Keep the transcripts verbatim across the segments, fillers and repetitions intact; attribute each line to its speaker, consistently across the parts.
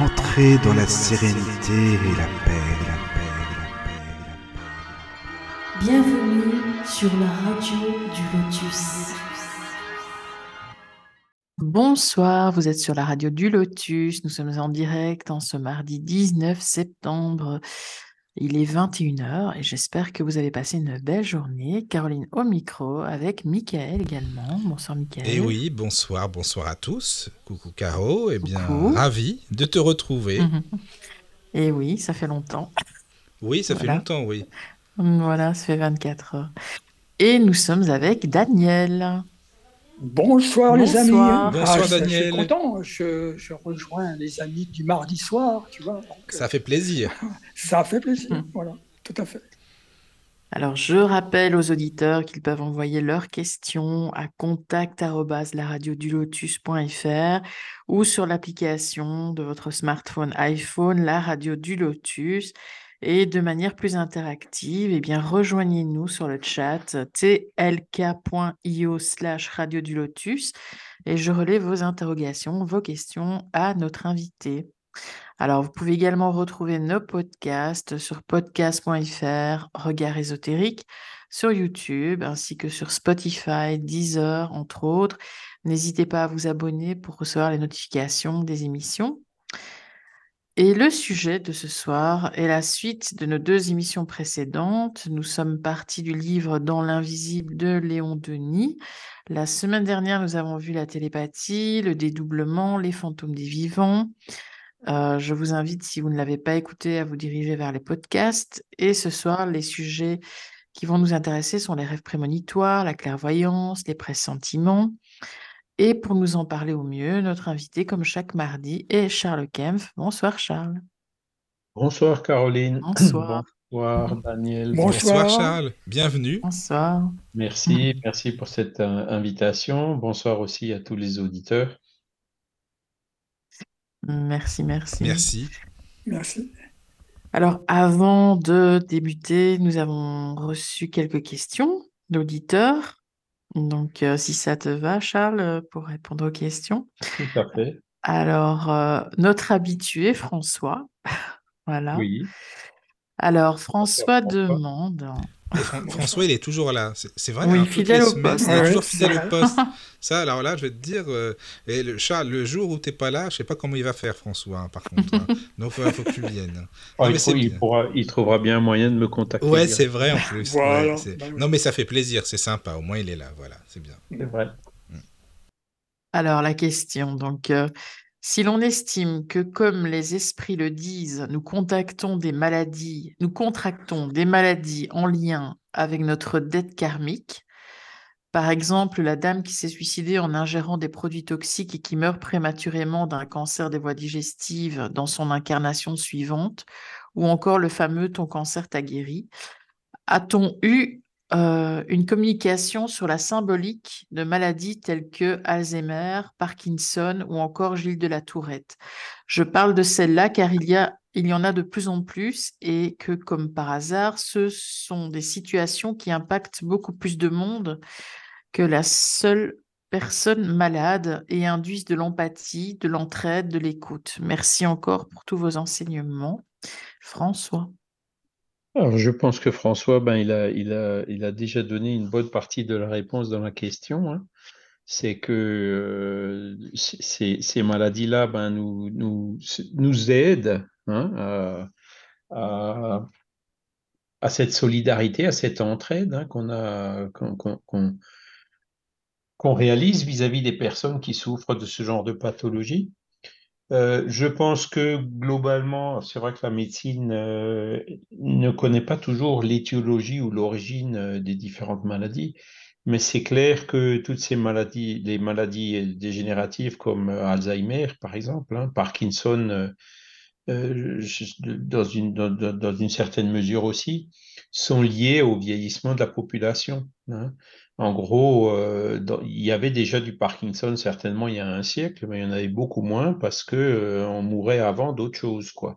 Speaker 1: Entrez dans la sérénité et la paix, la paix, la paix, la paix.
Speaker 2: Bienvenue sur la radio du Lotus.
Speaker 3: Bonsoir, vous êtes sur la radio du Lotus. Nous sommes en direct en ce mardi dix-neuf septembre. Il est vingt et une heures et j'espère que vous avez passé une belle journée. Caroline au micro avec Mickaël également. Bonsoir Mickaël.
Speaker 4: Et oui, bonsoir, bonsoir à tous. Coucou Caro, eh bien
Speaker 3: Coucou.
Speaker 4: ravi de te retrouver.
Speaker 3: Mhm. Et oui, ça fait longtemps.
Speaker 4: Oui, ça
Speaker 3: Voilà.
Speaker 4: fait longtemps, oui.
Speaker 3: Voilà, ça fait vingt-quatre heures. Et nous sommes avec Daniel.
Speaker 5: Bonsoir les amis.
Speaker 3: Bonsoir.
Speaker 4: Bonsoir,
Speaker 5: Ah, je, je suis
Speaker 4: Daniel.
Speaker 5: content, je, je rejoins les amis du mardi soir, tu vois. Donc,
Speaker 4: Ça fait plaisir.
Speaker 5: euh, ça fait plaisir,
Speaker 3: Mhm.
Speaker 5: voilà, tout à fait.
Speaker 3: Alors, je rappelle aux auditeurs qu'ils peuvent envoyer leurs questions à contact arobase laradiodulotus point fr ou sur l'application de votre smartphone iPhone, la radio du Lotus. Et de manière plus interactive, eh bien, rejoignez-nous sur le chat tlk.io slash radio du Lotus et je relais vos interrogations, vos questions à notre invité. Alors, vous pouvez également retrouver nos podcasts sur podcast point fr, Regard ésotérique, sur YouTube, ainsi que sur Spotify, Deezer, entre autres. N'hésitez pas à vous abonner pour recevoir les notifications des émissions. Et le sujet de ce soir est la suite de nos deux émissions précédentes. Nous sommes partis du livre Dans l'invisible de Léon Denis. La semaine dernière, nous avons vu la télépathie, le dédoublement, les fantômes des vivants. Euh, je vous invite, si vous ne l'avez pas écouté, à vous diriger vers les podcasts. Et ce soir, les sujets qui vont nous intéresser sont les rêves prémonitoires, la clairvoyance, les pressentiments. Et pour nous en parler au mieux, notre invité, comme chaque mardi, est Charles Kempf. Bonsoir Charles.
Speaker 6: Bonsoir Caroline.
Speaker 3: Bonsoir.
Speaker 6: Bonsoir Daniel.
Speaker 5: Bonsoir.
Speaker 4: Bonsoir Charles, bienvenue.
Speaker 3: Bonsoir.
Speaker 6: Merci, merci pour cette euh, invitation. Bonsoir aussi à tous les auditeurs.
Speaker 3: Merci, merci.
Speaker 4: Merci.
Speaker 5: Merci.
Speaker 3: Alors, avant de débuter, nous avons reçu quelques questions d'auditeurs. Donc, euh, si ça te va, Charles, euh, pour répondre aux questions.
Speaker 6: Tout à fait.
Speaker 3: Alors, euh, notre habitué, François. Voilà.
Speaker 6: Oui.
Speaker 3: Alors, François
Speaker 6: François.
Speaker 3: demande.
Speaker 4: Et Fran- François, il est toujours là. C'est, c'est vrai,
Speaker 3: Oui,
Speaker 4: hein, toutes
Speaker 3: fidèle
Speaker 4: les
Speaker 3: au
Speaker 4: semaines,
Speaker 3: poste.
Speaker 4: il est
Speaker 5: Ouais,
Speaker 4: toujours
Speaker 5: c'est
Speaker 4: fidèle
Speaker 5: vrai.
Speaker 4: au poste. Ça, alors là, je vais te dire, euh, et le, Charles, le jour où t'es pas là, je sais pas comment il va faire, François, hein, par contre. hein. Donc, il faut que tu viennes. hein.
Speaker 6: Oh,
Speaker 4: Non,
Speaker 6: il,
Speaker 4: mais
Speaker 6: faut-
Speaker 4: c'est
Speaker 6: il
Speaker 4: bien.
Speaker 6: pourra, il trouvera bien un moyen de me contacter.
Speaker 4: Ouais,
Speaker 6: direct.
Speaker 4: c'est vrai en plus.
Speaker 5: Voilà.
Speaker 4: Ouais, c'est-
Speaker 5: Ben oui.
Speaker 4: Non, mais ça fait plaisir, c'est sympa. Au moins, il est là. Voilà, c'est bien.
Speaker 6: C'est vrai.
Speaker 3: Alors, la question. Donc, euh, si l'on estime que, comme les esprits le disent, nous contactons des maladies, nous contractons des maladies en lien avec notre dette karmique, par exemple, la dame qui s'est suicidée en ingérant des produits toxiques et qui meurt prématurément d'un cancer des voies digestives dans son incarnation suivante, ou encore le fameux ton cancer t'a guéri, a-t-on eu euh, une communication sur la symbolique de maladies telles que Alzheimer, Parkinson ou encore Gilles de la Tourette? Je parle de celles-là car il y a, il y en a de plus en plus et que, comme par hasard, ce sont des situations qui impactent beaucoup plus de monde que la seule personne malade et induisent de l'empathie, de l'entraide, de l'écoute. Merci encore pour tous vos enseignements. François.
Speaker 6: Alors, je pense que François, ben, il a, il a, il a déjà donné une bonne partie de la réponse dans la question. hein. C'est que euh, c- ces, ces maladies-là ben, nous, nous, nous aident hein, à, à- à cette solidarité, à cette entraide hein, qu'on a, qu'on, qu'on- qu'on- qu'on réalise vis-à-vis des personnes qui souffrent de ce genre de pathologie. Euh, je pense que globalement, c'est vrai que la médecine euh, ne connaît pas toujours l'étiologie ou l'origine euh, des différentes maladies, mais c'est clair que toutes ces maladies, les maladies dégénératives comme euh, Alzheimer, par exemple, hein, Parkinson, euh, euh, je- dans une, dans, dans- dans une certaine mesure aussi, sont liées au vieillissement de la population. hein. En gros, euh, dans- il y avait déjà du Parkinson certainement il y a un siècle, mais il y en avait beaucoup moins parce que euh, on mourait avant d'autres choses, quoi.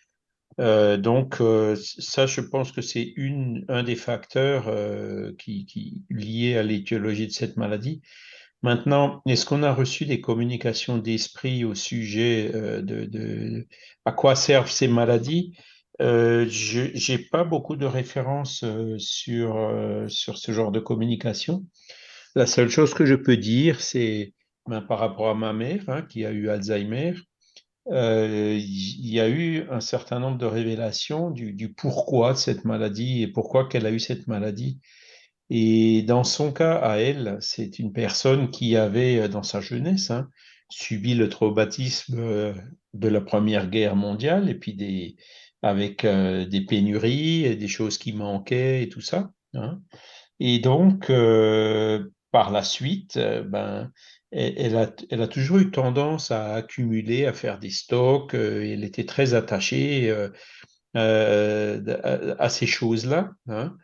Speaker 6: Euh, donc euh, ça, je pense que c'est une, un des facteurs euh, qui, qui liés à l'étiologie de cette maladie. Maintenant, est-ce qu'on a reçu des communications d'esprit au sujet euh, de, de à quoi servent ces maladies? Euh, je j'ai pas beaucoup de références euh, sur, euh, sur ce genre de communication. La seule chose que je peux dire, c'est ben, par rapport à ma mère, hein, qui a eu Alzheimer, euh, il y a eu un certain nombre de révélations du, du pourquoi de cette maladie et pourquoi qu'elle a eu cette maladie. Et dans son cas, à elle, c'est une personne qui avait, euh, dans sa jeunesse, hein, subi le traumatisme euh, de la Première Guerre mondiale, et puis des, avec euh, des pénuries et des choses qui manquaient et tout ça, hein. Et donc, euh, par la suite, euh, ben, elle, elle a, elle a toujours eu tendance à accumuler, à faire des stocks, euh, et elle était très attachée euh, euh, à, à ces choses-là, hein.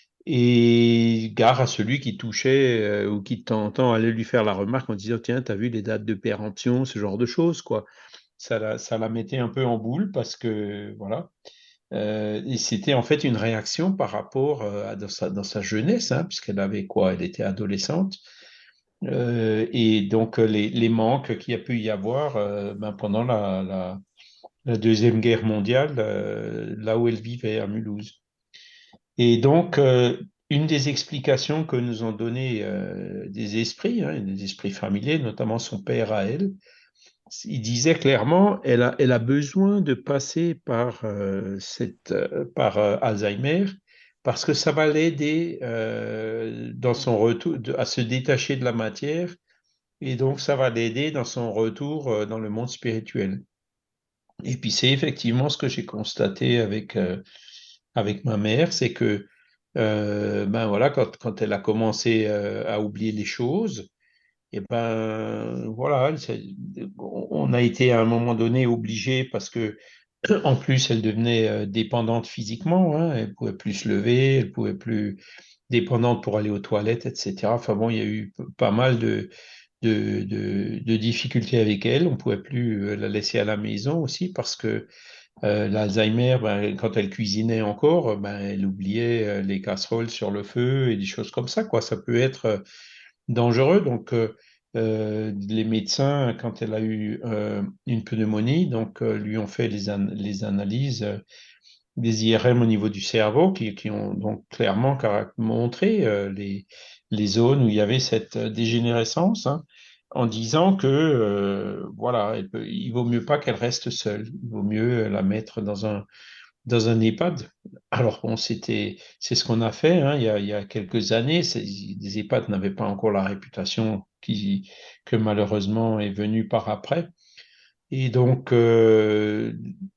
Speaker 6: Et gare à celui qui touchait euh, ou qui de temps en temps allait lui faire la remarque en disant, tiens, t'as vu les dates de péremption, ce genre de choses, quoi. Ça la, ça la mettait un peu en boule parce que, voilà. Euh, et c'était en fait une réaction par rapport euh, à dans sa, dans sa jeunesse, hein, puisqu'elle avait quoi? Elle était adolescente. Euh, et donc, euh, les, les manques qu'il y a pu y avoir euh, ben, pendant la, la, la Deuxième Guerre mondiale, euh, là où elle vivait, à Mulhouse. Et donc, euh, une des explications que nous ont donné euh, des esprits, hein, des esprits familiers, notamment son père à elle, il disait clairement, elle a, elle a besoin de passer par, euh, cette, euh, par euh, Alzheimer parce que ça va l'aider euh, dans son retour de- à se détacher de la matière et donc ça va l'aider dans son retour euh, dans le monde spirituel. Et puis c'est effectivement ce que j'ai constaté avec, euh, avec ma mère, c'est que euh, ben voilà, quand, quand elle a commencé euh, à oublier les choses, et ben voilà, elle s'est- on a été à un moment donné obligé parce que en plus elle devenait euh, dépendante physiquement, hein, elle pouvait plus se lever, elle pouvait plus dépendante pour aller aux toilettes, et cetera. Enfin bon, il y a eu p- pas mal de, de, de, de difficultés avec elle. On pouvait plus euh, la laisser à la maison aussi parce que euh, l'Alzheimer, ben, quand elle cuisinait encore, ben, elle oubliait euh, les casseroles sur le feu et des choses comme ça, quoi. Ça peut être euh, dangereux. Donc, euh, euh, les médecins, quand elle a eu euh, une pneumonie, donc euh, lui ont fait les, an- les analyses euh, des I R M au niveau du cerveau qui, qui ont donc clairement caract- montré euh, les, les zones où il y avait cette euh, dégénérescence, hein, en disant que euh, voilà, elle peut- il vaut mieux pas qu'elle reste seule, il vaut mieux la mettre dans un dans un EHPAD. Alors bon, c'était, c'est ce qu'on a fait hein, il y a, il y a quelques années. C'est- Les EHPAD n'avaient pas encore la réputation qui, que malheureusement est venue par après. Et donc, euh,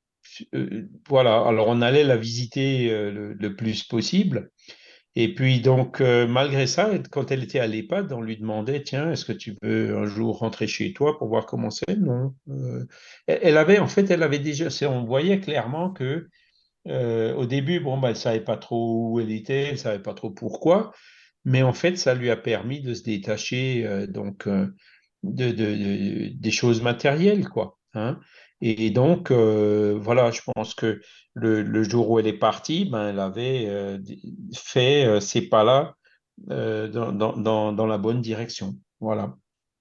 Speaker 6: euh, voilà, alors on allait la visiter euh, le, le plus possible. Et puis donc, euh, malgré ça, quand elle était à l'EHPAD, on lui demandait, tiens, est-ce que tu veux un jour rentrer chez toi pour voir comment c'est? Non. Euh, elle elle avait, en fait, elle avait déjà, c'est- on voyait clairement que euh, au début, bon, bah, elle ne savait pas trop où elle était, elle ne savait pas trop pourquoi, mais en fait, ça lui a permis de se détacher euh, donc, euh, de, de- de- des choses matérielles, quoi, hein. Et donc, euh, voilà, je pense que le, le jour où elle est partie, ben, elle avait euh, fait euh, ces pas-là euh, dans, dans, dans, dans la bonne direction. Voilà.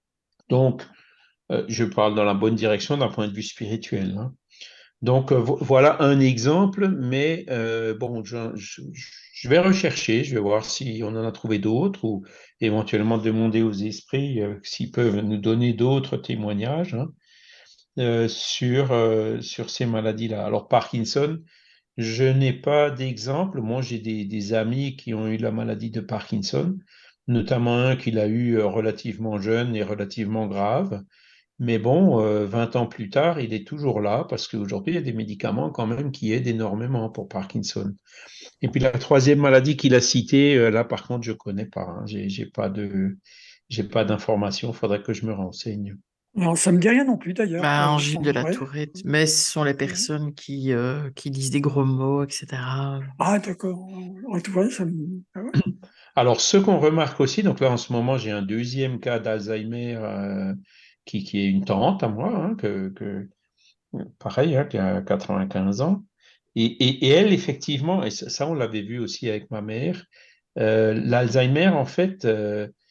Speaker 6: Donc, euh, je parle dans la bonne direction d'un point de vue spirituel, hein. Donc euh, vo- voilà un exemple, mais euh, bon, je, je- je vais rechercher, je vais voir si on en a trouvé d'autres ou éventuellement demander aux esprits euh, s'ils peuvent nous donner d'autres témoignages hein, euh, sur, euh, sur ces maladies-là. Alors Parkinson, je n'ai pas d'exemple. Moi, j'ai des, des amis qui ont eu la maladie de Parkinson, notamment un qui l'a eu euh, relativement jeune et relativement grave. Mais bon, euh, vingt ans plus tard, il est toujours là parce qu'aujourd'hui, il y a des médicaments quand même qui aident énormément pour Parkinson. Et puis la troisième maladie qu'il a citée, euh, là par contre, je connais pas, hein. J'ai, j'ai pas de, j'ai pas d'informations. Il faudrait que je me renseigne.
Speaker 5: Non, ça me dit rien non plus d'ailleurs.
Speaker 3: Bah,
Speaker 5: Euh,
Speaker 3: Angine
Speaker 5: en
Speaker 3: de la
Speaker 5: vrai.
Speaker 3: Tourette, mais ce sont les
Speaker 5: Ouais.
Speaker 3: personnes qui, euh, qui disent des gros mots, et cetera.
Speaker 5: Ah, d'accord. En tout cas, ça me... ah ouais.
Speaker 6: Alors, ce qu'on remarque aussi, donc là en ce moment, j'ai un deuxième cas d'Alzheimer euh, qui, qui est une tante à moi, hein, que, que, pareil, hein, qui a quatre-vingt-quinze ans. Et, et, et elle, effectivement, et ça, ça, on l'avait vu aussi avec ma mère, euh, l'Alzheimer, en fait, euh,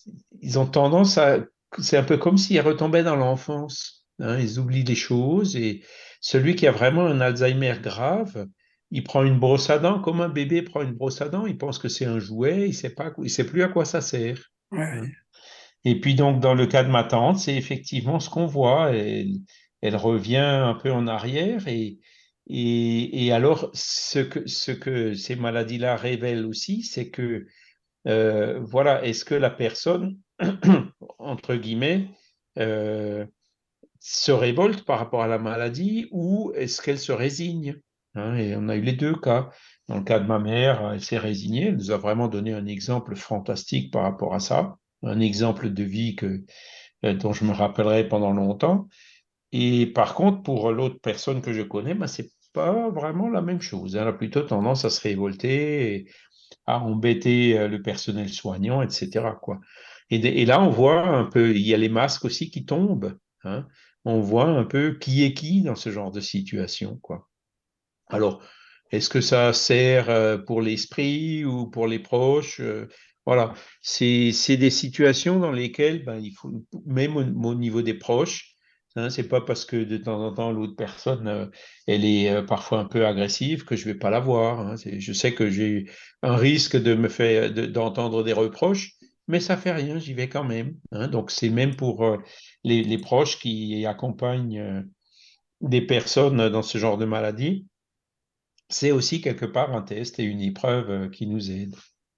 Speaker 6: ils ont tendance à... C'est un peu comme s'ils retombaient dans l'enfance. Hein, ils oublient les choses et celui qui a vraiment un Alzheimer grave, il prend une brosse à dents comme un bébé prend une brosse à dents. Il pense que c'est un jouet, il sait pas, il sait plus à quoi ça sert. Hein.
Speaker 5: Ouais.
Speaker 6: Et puis donc dans le cas de ma tante, c'est effectivement ce qu'on voit. Elle, elle revient un peu en arrière et et, et alors ce que ce que ces maladies-là révèlent aussi, c'est que euh, voilà, est-ce que la personne, entre guillemets, euh, se révolte par rapport à la maladie ou est-ce qu'elle se résigne? Hein, et on a eu les deux cas. Dans le cas de ma mère, elle s'est résignée. Elle nous a vraiment donné un exemple fantastique par rapport à ça, un exemple de vie que, euh, dont je me rappellerai pendant longtemps. Et par contre, pour l'autre personne que je connais, ben, c'est pas vraiment la même chose. Elle a plutôt tendance à se révolter, et à embêter euh, le personnel soignant, et cetera, quoi. Et, de- et là, on voit un peu, il y a les masques aussi qui tombent. Hein. On voit un peu qui est qui dans ce genre de situation, quoi. Alors, est-ce que ça sert euh, pour l'esprit ou pour les proches? Euh, Voilà, c'est c'est des situations dans lesquelles ben, il faut, même au, au niveau des proches, hein, c'est pas parce que de temps en temps l'autre personne euh, elle est euh, parfois un peu agressive que je vais pas la voir. Hein. C'est- Je sais que j'ai un risque de me faire de- d'entendre des reproches, mais ça fait rien, j'y vais quand même. Hein. Donc c'est même pour euh, les, les proches qui accompagnent euh, des personnes dans ce genre de maladie. C'est aussi quelque part un test et une épreuve euh, qui nous aide.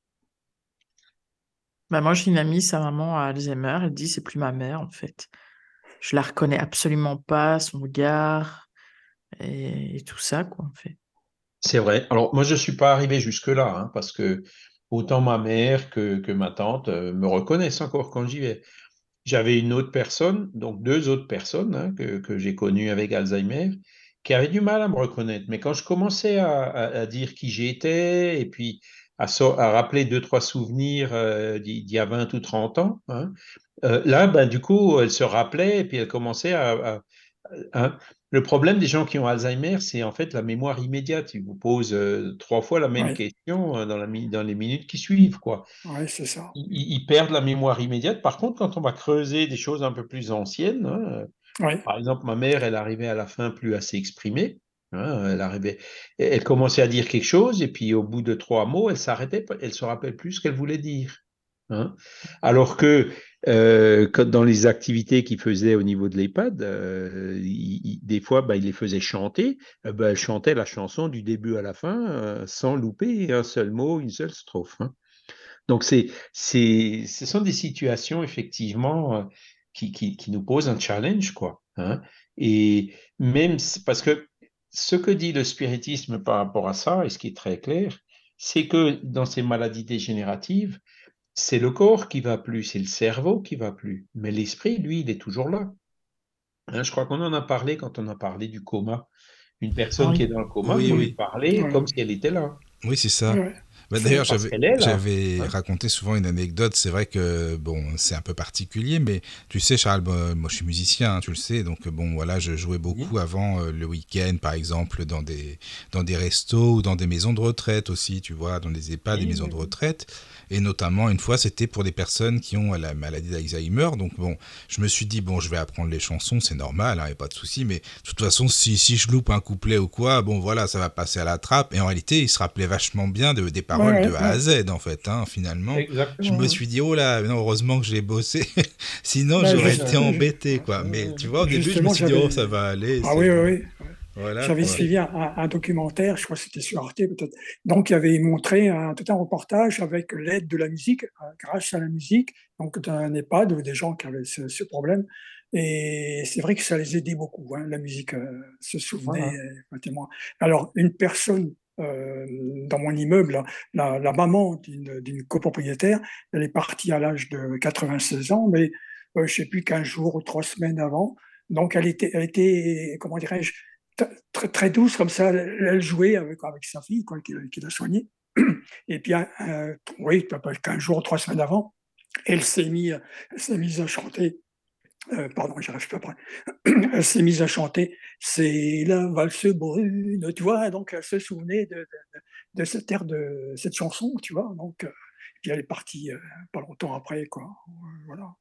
Speaker 3: Bah, moi, j'ai une amie, sa maman a Alzheimer. Elle dit, c'est plus ma mère, en fait. Je la reconnais absolument pas, son regard et, et tout ça, quoi, en fait.
Speaker 6: C'est vrai. Alors, moi, je ne suis pas arrivé jusque-là, hein, parce que autant ma mère que, que ma tante euh, me reconnaissent encore quand j'y vais. J'avais une autre personne, donc deux autres personnes hein, que, que j'ai connues avec Alzheimer, qui avaient du mal à me reconnaître. Mais quand je commençais à, à- à dire qui j'étais et puis à, so- à rappeler deux, trois souvenirs euh, d'il d'il y a vingt ou trente ans, hein, euh, là, ben, du coup, elle se rappelait et puis elle commençait à, à- Hein. Le problème des gens qui ont Alzheimer, c'est en fait la mémoire immédiate. Ils vous posent euh, trois fois la même
Speaker 5: Ouais,
Speaker 6: question euh, dans, la mi- dans les minutes qui suivent, quoi.
Speaker 5: ouais, c'est ça.
Speaker 6: Ils, ils- ils perdent la mémoire immédiate. Par contre, quand on va creuser des choses un peu plus anciennes, hein, euh,
Speaker 5: Ouais,
Speaker 6: par exemple, ma mère, elle arrivait à la fin plus à s'exprimer. Hein, elle arrivait, elle commençait à dire quelque chose et puis au bout de trois mots, elle s'arrêtait, elle se rappelle plus ce qu'elle voulait dire. Hein. Alors que euh, quand dans les activités qu'il faisait au niveau de l'EHPAD, euh, il- il- des fois, bah, il les faisait chanter. Euh, bah, elle chantait la chanson du début à la fin euh, sans louper un seul mot, une seule strophe. Hein. Donc, c'est, c'est, ce sont des situations, effectivement, euh, qui, qui, qui nous posent un challenge, quoi. Hein. Et même si- parce que ce que dit le spiritisme par rapport à ça, et ce qui est très clair, c'est que dans ces maladies dégénératives, c'est le corps qui va plus, c'est le cerveau qui va plus. Mais l'esprit, lui, il est toujours là. Hein, je crois qu'on en a parlé quand on a parlé du coma. Une
Speaker 3: Ah
Speaker 6: personne qui est
Speaker 3: oui.
Speaker 6: dans le coma,
Speaker 4: Oui,
Speaker 6: vous lui
Speaker 4: oui,
Speaker 6: parlez
Speaker 5: ouais,
Speaker 6: comme si elle était là.
Speaker 4: oui, c'est ça.
Speaker 5: ouais,
Speaker 4: Bah,
Speaker 5: c'est
Speaker 4: d'ailleurs,
Speaker 5: vrai.
Speaker 6: Parce
Speaker 4: j'avais,
Speaker 6: qu'elle est là.
Speaker 4: j'avais
Speaker 6: Hein.
Speaker 4: raconté souvent une anecdote. C'est vrai que, bon, c'est un peu particulier, mais tu sais, Charles, moi, moi, je suis musicien, hein, tu le sais. Donc, bon, voilà, je jouais
Speaker 6: Mhm.
Speaker 4: beaucoup avant euh, le week-end, par exemple, dans des, dans des restos ou dans des maisons de retraite aussi, tu vois, dans des EHPAD, des
Speaker 6: Oui,
Speaker 4: maisons
Speaker 6: oui,
Speaker 4: de
Speaker 6: oui.
Speaker 4: retraite. Et notamment, une fois, c'était pour des personnes qui ont la maladie d'Alzheimer. Donc, bon, je me suis dit, bon, je vais apprendre les chansons, c'est normal, hein, y a pas de souci. Mais de toute façon, si, si je loupe un couplet ou quoi, bon, voilà, ça va passer à la trappe. Et en réalité, il se rappelait vachement bien de, des
Speaker 5: Ouais,
Speaker 4: paroles de
Speaker 5: ouais,
Speaker 4: A à
Speaker 5: ouais.
Speaker 4: Z, en fait, hein, finalement. Je
Speaker 6: Exactement.
Speaker 4: me
Speaker 6: Hein.
Speaker 4: suis dit, oh là, non, heureusement que j'ai bossé. Sinon,
Speaker 5: Ben,
Speaker 4: j'aurais
Speaker 5: juste,
Speaker 4: été
Speaker 6: Ouais.
Speaker 5: ju-
Speaker 4: embêté, quoi. Mais tu vois, au début, je me
Speaker 5: justement,
Speaker 4: suis dit, oh,
Speaker 5: j'avais.
Speaker 4: ça va aller,
Speaker 5: Ah
Speaker 4: c'est
Speaker 5: oui, oui,
Speaker 4: bon.
Speaker 5: oui.
Speaker 4: Voilà,
Speaker 5: J'avais
Speaker 4: quoi.
Speaker 6: C'est
Speaker 5: suivi un, un- un documentaire, je crois que c'était sur Arte peut-être. Donc, il avait montré un, tout un reportage avec l'aide de la musique, euh, grâce à la musique, donc d'un EHPAD ou des gens qui avaient ce, ce problème. Et c'est vrai que ça les aidait beaucoup, hein, la musique, euh, se souvenait,
Speaker 6: voilà.
Speaker 5: euh, témoin. Alors, une personne euh, dans mon immeuble, la, la maman d'une d'une copropriétaire, elle est partie à l'âge de quatre-vingt-seize ans, mais euh, je ne sais plus, quinze jours ou trois semaines avant. Donc, elle était, elle était comment dirais-je, très, très douce comme ça. Elle, elle jouait avec, avec sa fille, quoi, qui, qui l'a soignée. Et puis, euh, oui, quinze jours, trois semaines avant, elle s'est mise, elle s'est mise à chanter. Euh, pardon, j'y arrive pas après. Elle s'est mise à chanter. C'est la valse brune, tu vois. Donc, elle se souvenait de, de, de cette air de cette chanson, tu vois. Donc, euh, puis elle est partie euh, pas longtemps après, quoi. Euh, Voilà.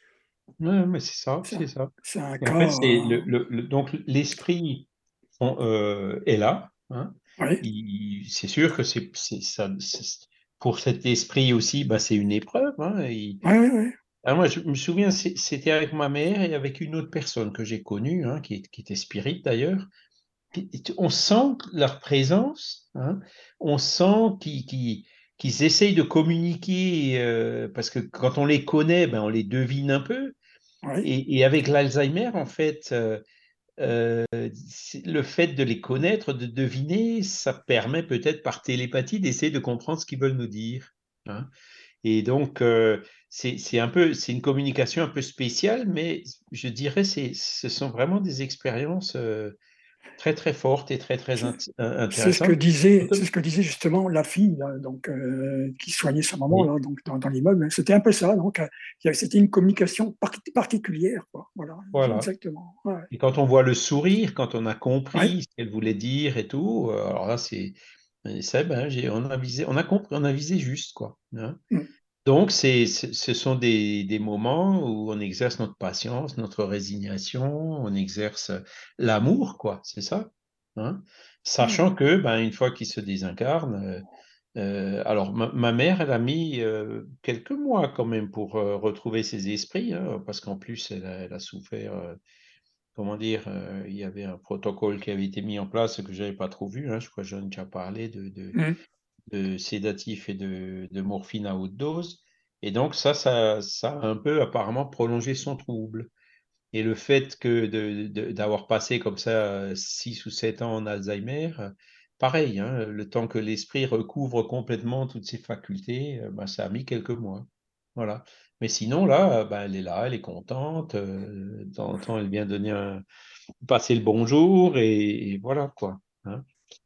Speaker 6: Ouais, mais c'est ça,
Speaker 5: C'est
Speaker 6: c'est
Speaker 5: un,
Speaker 6: ça.
Speaker 5: c'est un
Speaker 6: Et en fait,
Speaker 5: cas.
Speaker 6: c'est le,
Speaker 5: euh,
Speaker 6: le- le- donc l'esprit on, euh, est là. Hein.
Speaker 5: oui,
Speaker 6: Il- c'est sûr que c'est c'est ça. c'est- Pour cet esprit aussi, bah, c'est une épreuve. Hein. Il-
Speaker 5: oui, oui, oui.
Speaker 6: ah, moi, je me souviens, c'est- c'était avec ma mère et avec une autre personne que j'ai connue, hein, qui, est- qui était spirit d'ailleurs. Qui- On sent leur présence, hein. On sent qu'ils qu'ils- qu'ils essayent de communiquer, euh, parce que quand on les connaît, ben, on les devine un peu.
Speaker 5: Oui.
Speaker 6: Et, et avec l'Alzheimer, en fait, euh, euh, c'est- le fait de les connaître, de deviner, ça permet peut-être par télépathie d'essayer de comprendre ce qu'ils veulent nous dire. Hein. Et donc, euh, c'est c'est un peu, c'est une communication un peu spéciale, mais je dirais c'est, ce sont vraiment des expériences euh, très très fortes et très très
Speaker 5: C'est
Speaker 6: int- euh,
Speaker 5: c'est ce que
Speaker 6: intéressantes.
Speaker 5: disait, c'est ce que disait justement la fille, là, donc, euh, qui soignait sa maman
Speaker 6: Oui,
Speaker 5: là, donc, dans, dans l'immeuble. C'était un peu ça. Donc, euh, il y avait- c'était une communication par- particulière, quoi. Voilà,
Speaker 6: voilà.
Speaker 5: exactement. Ouais.
Speaker 6: Et quand on voit le sourire, quand on a
Speaker 5: Ouais.
Speaker 6: compris ce qu'elle voulait dire et tout, euh, alors là, c'est, c'est ben, j'ai, on a visé, on a compris, on a visé juste, quoi. Hein.
Speaker 5: Mm.
Speaker 6: Donc, c'est, c'est- ce sont des, des moments où on exerce notre patience, notre résignation, on exerce l'amour, quoi, c'est ça. Hein.
Speaker 5: Ouais.
Speaker 6: Sachant que, ben, une fois qu'il se désincarne, euh, euh, alors ma, ma mère, elle a mis euh, quelques mois quand même pour euh, retrouver ses esprits, hein, parce qu'en plus, elle a, elle a souffert, euh, comment dire, euh, il y avait un protocole qui avait été mis en place que je n'avais pas trop vu, hein, je crois que j'en ai déjà parlé, de, de,
Speaker 5: Mm.
Speaker 6: de sédatifs et de, de morphine à haute dose. Et donc ça, ça, ça a un peu apparemment prolongé son trouble. Et le fait que de, de- d'avoir passé comme ça six ou sept ans en Alzheimer, euh, pareil, hein, le temps que l'esprit recouvre complètement toutes ses facultés, euh, ben, ça a mis quelques mois. Voilà. Mais sinon, là, euh, ben, elle est là, elle est contente. Euh, de temps en temps, elle vient donner un, passer le bonjour et, et voilà, quoi. Hein.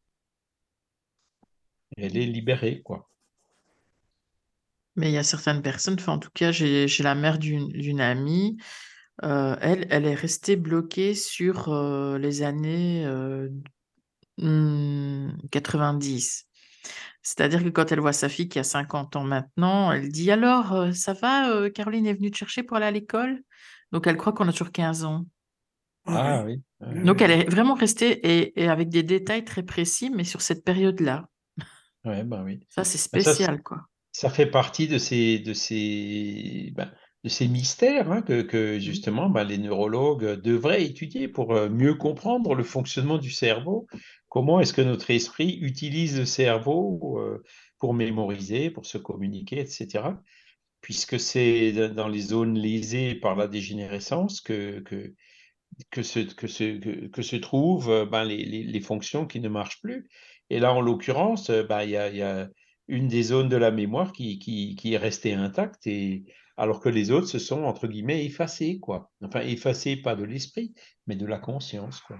Speaker 6: Elle est libérée, quoi.
Speaker 3: Mais il y a certaines personnes, enfin, en tout cas, j'ai j'ai la mère d'une d'une amie, euh, elle, elle est restée bloquée sur euh, les années euh, hmm, quatre-vingt-dix. C'est-à-dire que quand elle voit sa fille qui a cinquante ans maintenant, elle dit alors, euh, ça va, euh, Caroline est venue te chercher pour aller à l'école? Donc elle croit qu'on a toujours quinze ans.
Speaker 5: Ah
Speaker 6: Ah
Speaker 5: oui.
Speaker 6: oui. Ah
Speaker 5: Oui,
Speaker 6: oui.
Speaker 3: Donc elle
Speaker 5: oui.
Speaker 3: est vraiment restée et, et avec des détails très précis, mais sur cette période-là.
Speaker 6: Ouais, ben oui.
Speaker 3: Ça, c'est
Speaker 6: Ben ça,
Speaker 3: spécial, quoi.
Speaker 6: ça fait partie de ces, de ces, ben, de ces mystères, hein, que, que
Speaker 3: Mm.
Speaker 6: justement ben, les neurologues devraient étudier pour euh, mieux comprendre le fonctionnement du cerveau. Comment est-ce que notre esprit utilise le cerveau euh, pour mémoriser, pour se communiquer, et cetera. Puisque c'est dans les zones lésées par la dégénérescence que, que, que se, que se, que, que se trouvent euh, ben, les, les, les fonctions qui ne marchent plus. Et là, en l'occurrence, euh, ben, il y a, il y a une des zones de la mémoire qui, qui, qui est restée intacte, et, alors que les autres se sont, entre guillemets, effacées, quoi. Enfin, effacées, pas de l'esprit, mais de la conscience, quoi.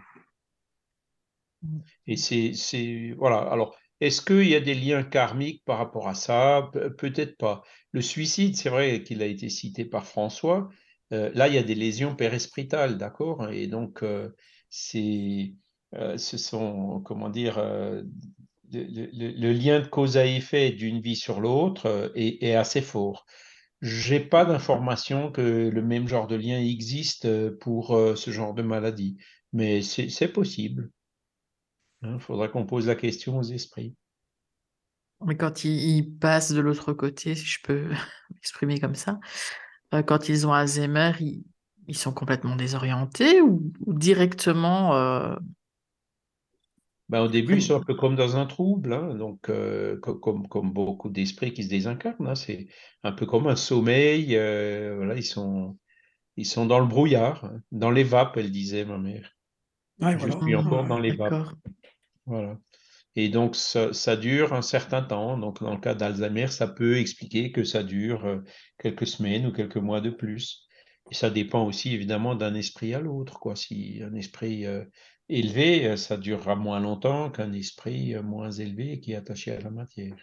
Speaker 6: Et c'est, c'est, voilà. Alors, est-ce qu'il y a des liens karmiques par rapport à ça? Pe- Peut-être pas. Le suicide, c'est vrai qu'il a été cité par François. Euh, là, il y a des lésions pérespiritales, d'accord? Et donc, euh, c'est, euh, ce sont, comment dire, euh, le, le- le lien de cause à effet d'une vie sur l'autre euh, est, est assez fort. J'ai pas d'information que le même genre de lien existe euh, pour euh, ce genre de maladie, mais c'est c'est possible. Il faudra qu'on pose la question aux esprits.
Speaker 3: Mais quand ils, ils passent de l'autre côté, si je peux m'exprimer comme ça, euh, quand ils ont Alzheimer, ils, ils sont complètement désorientés ou, ou directement. euh,
Speaker 6: Ben, au
Speaker 3: ils
Speaker 6: début, ils
Speaker 3: prennent-
Speaker 6: sont un peu comme dans un trouble, hein, donc euh, co- comme, comme beaucoup d'esprits qui se désincarnent, hein, c'est un peu comme un sommeil. Euh, voilà, ils sont, ils sont dans le brouillard, hein, dans les vapes, elle disait, ma mère.
Speaker 5: Ouais,
Speaker 6: Je
Speaker 5: voilà.
Speaker 6: suis
Speaker 3: Mhm,
Speaker 6: encore
Speaker 5: Ouais.
Speaker 6: dans les vapes.
Speaker 3: d'accord.
Speaker 6: Voilà. Et donc, ça, ça dure un certain temps. Donc, dans le cas d'Alzheimer, ça peut expliquer que ça dure euh, quelques semaines ou quelques mois de plus. Et ça dépend aussi, évidemment, d'un esprit à l'autre, quoi. Si un esprit euh, élevé, euh, ça durera moins longtemps qu'un esprit euh, moins élevé qui est attaché à la matière.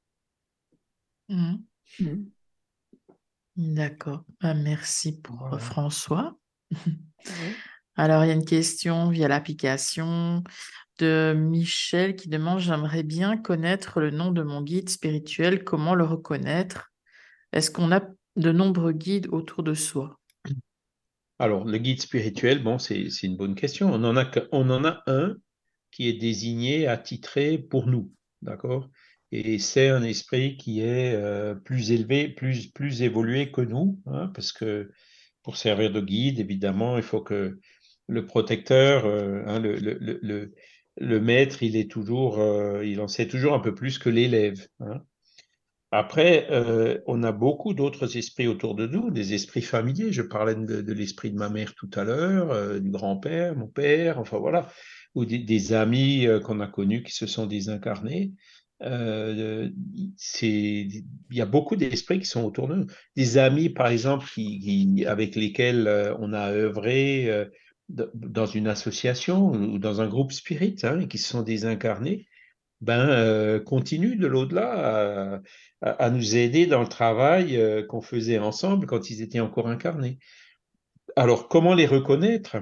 Speaker 3: Mhm.
Speaker 5: Mm.
Speaker 3: D'accord. Ah, merci pour euh,
Speaker 6: Voilà.
Speaker 3: François.
Speaker 5: Ouais.
Speaker 3: Alors, il y a une question via l'application de Michel qui demande, j'aimerais bien connaître le nom de mon guide spirituel, comment le reconnaître? Est-ce qu'on a de nombreux guides autour de soi?
Speaker 6: Alors, le guide spirituel, bon, c'est c'est une bonne question. On en a, que- on en a un qui est désigné, attitré pour nous, d'accord? Et c'est un esprit qui est euh, plus élevé, plus, plus évolué que nous, hein, parce que pour servir de guide, évidemment, il faut que le protecteur, euh, hein, le, le, le, le- le maître, il est toujours, euh, il en sait toujours un peu plus que l'élève, hein. Après, euh, on a beaucoup d'autres esprits autour de nous, des esprits familiers. Je parlais de, de l'esprit de ma mère tout à l'heure, euh, du grand-père, mon père, enfin voilà, ou des, des amis euh, qu'on a connus qui se sont désincarnés. Euh, c'est, il y a beaucoup d'esprits qui sont autour de nous. Des amis, par exemple, qui, qui- avec lesquels euh, on a œuvré euh, d- dans une association ou dans un groupe spirit, hein, et qui se sont désincarnés ben, euh, continue de l'au-delà à, à- à nous aider dans le travail euh, qu'on faisait ensemble quand ils étaient encore incarnés. Alors, comment les reconnaître?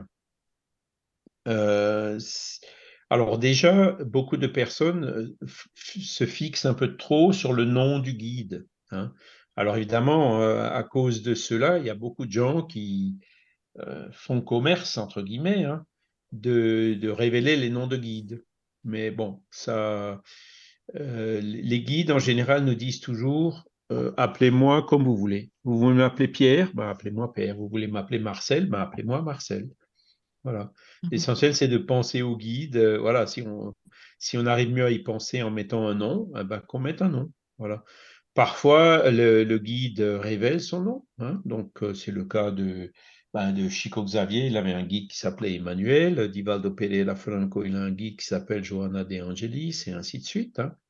Speaker 6: Euh, c- alors déjà, beaucoup de personnes euh, f- f- se fixent un peu trop sur le nom du guide, hein. Alors évidemment, euh, à cause de cela, il y a beaucoup de gens qui euh, font commerce, entre guillemets, hein, de, de révéler les noms de guides. Mais bon, ça, euh, les guides, en général, nous disent toujours, euh, appelez-moi comme vous voulez. Vous voulez m'appeler Pierre? Ben, appelez-moi Pierre. Vous voulez m'appeler Marcel? Ben, appelez-moi Marcel. Voilà.
Speaker 3: Mhm.
Speaker 6: L'essentiel, c'est de penser au guide. Euh, voilà, si on, si on arrive mieux à y penser en mettant un nom, eh ben, qu'on mette un nom. Voilà. Parfois, le, le guide révèle son nom, hein. Donc, euh, c'est le cas de, ben, de Chico Xavier. Il avait un guide qui s'appelait Emmanuel. Divaldo Pereira Franco, il a un guide qui s'appelle Johanna De Angelis, et ainsi de suite, hein.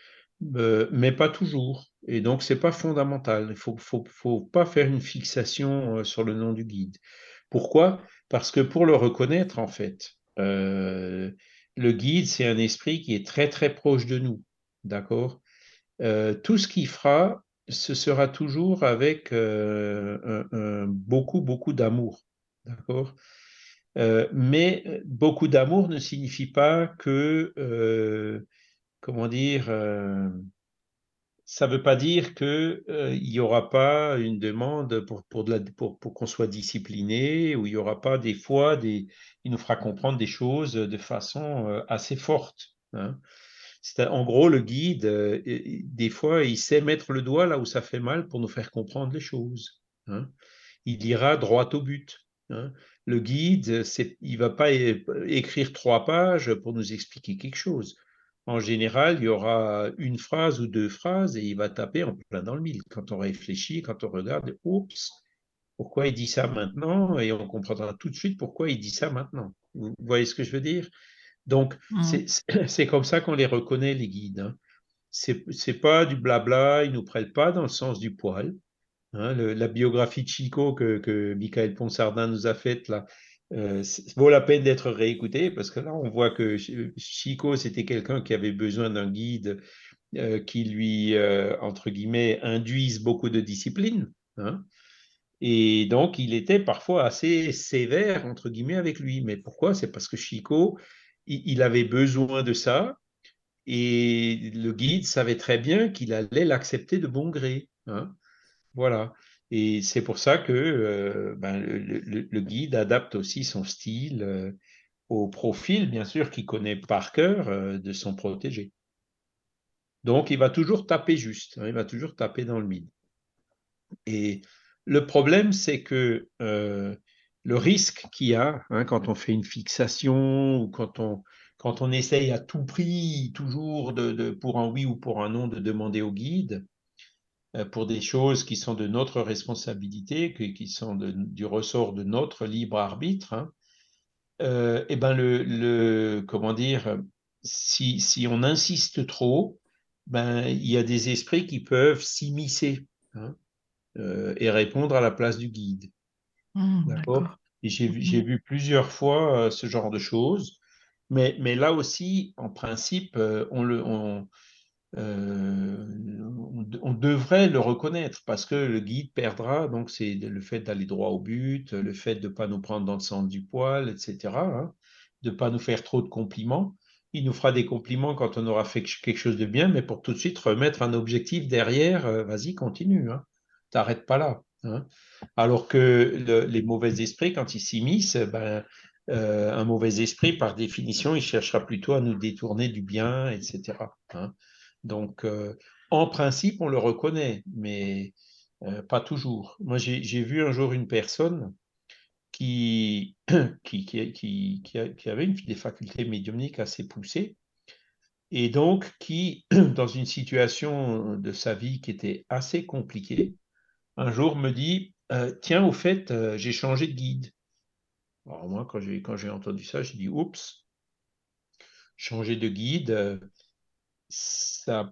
Speaker 6: Euh, mais pas toujours. Et donc, c'est pas fondamental. Il faut, faut, faut pas faire une fixation euh, sur le nom du guide. Pourquoi? Parce que pour le reconnaître, en fait, euh, le guide, c'est un esprit qui est très, très proche de nous. D'accord? Euh, tout ce qu'il fera, ce sera toujours avec euh, un, un- beaucoup, beaucoup d'amour. D'accord? Euh, mais beaucoup d'amour ne signifie pas que, euh, comment dire, euh, ça ne veut pas dire qu'il n'y aura pas une demande pour, pour, de la- pour, pour qu'on soit discipliné, ou il n'y aura pas des fois, des, il nous fera comprendre des choses de façon euh, assez forte, hein. C'est, en gros, le guide, euh, et- et des fois, il sait mettre le doigt là où ça fait mal pour nous faire comprendre les choses, hein. Il ira droit au but, hein. Le guide, c'est, il ne va pas é- écrire trois pages pour nous expliquer quelque chose. En général, il y aura une phrase ou deux phrases et il va taper en plein dans le mille. Quand on réfléchit, quand on regarde, oups, pourquoi il dit ça maintenant? Et on comprendra tout de suite pourquoi il dit ça maintenant. Vous voyez ce que je veux dire? Donc, c'est
Speaker 3: Mhm.
Speaker 6: c'est comme ça qu'on les reconnaît, les guides, hein. C'est c'est pas du blabla, ils nous prennent pas dans le sens du poil, hein. Le- la biographie de Chico que, que Michael Ponsardin nous a faite, là, euh, c'est- vaut la peine d'être réécoutée parce que là, on voit que Ch- Chico, c'était quelqu'un qui avait besoin d'un guide euh, qui lui, euh, entre guillemets, induise beaucoup de discipline, hein. Et donc, il était parfois assez sévère, entre guillemets, avec lui. Mais pourquoi? C'est parce que Chico, il, il avait besoin de ça et le guide savait très bien qu'il allait l'accepter de bon gré, hein. Voilà. Et c'est pour ça que euh, ben, le, le- le guide adapte aussi son style euh, au profil, bien sûr, qu'il connaît par cœur euh, de son protégé. Donc, il va toujours taper juste, hein, il va toujours taper dans le mille. Et le problème, c'est que euh, le risque qu'il y a, hein, quand on fait une fixation ou quand on, quand on essaye à tout prix, toujours de, de- pour un oui ou pour un non, de demander au guide, euh, pour des choses qui sont de notre responsabilité, qui, qui sont de- du ressort de notre libre arbitre, hein, euh, eh ben le, le- comment dire, si, si on insiste trop, ben, il y a des esprits qui peuvent s'immiscer, hein, euh, et répondre à la place du guide.
Speaker 3: Mhm,
Speaker 6: D'accord?
Speaker 3: d'accord.
Speaker 6: Et j'ai vu, j'ai
Speaker 3: Mhm.
Speaker 6: vu plusieurs fois euh, ce genre de choses. Mais, mais là aussi, en principe, euh, on le, on, euh, on, on devrait le reconnaître parce que le guide perdra. Donc, c'est le fait d'aller droit au but, le fait de ne pas nous prendre dans le sens du poil, et cetera, hein, de ne pas nous faire trop de compliments. il nous fera des compliments quand on aura fait quelque chose de bien, mais pour tout de suite remettre un objectif derrière, euh, vas-y, continue, hein. T'arrêtes pas là, hein. Alors que le, les mauvais esprits, quand ils s'immiscent, ben, euh, un mauvais esprit, par définition, il cherchera plutôt à nous détourner du bien, et cetera, hein. Donc, euh, en principe, on le reconnaît, mais euh, pas toujours. Moi, j'ai j'ai vu un jour une personne qui, qui, qui, qui, qui, a- qui avait une, des facultés médiumniques assez poussées, et donc qui, dans une situation de sa vie qui était assez compliquée, un jour me dit, euh, tiens, au fait, euh, j'ai changé de guide. Alors moi, quand j'ai quand j'ai entendu ça, j'ai dit, oups, changer de guide, euh, ça,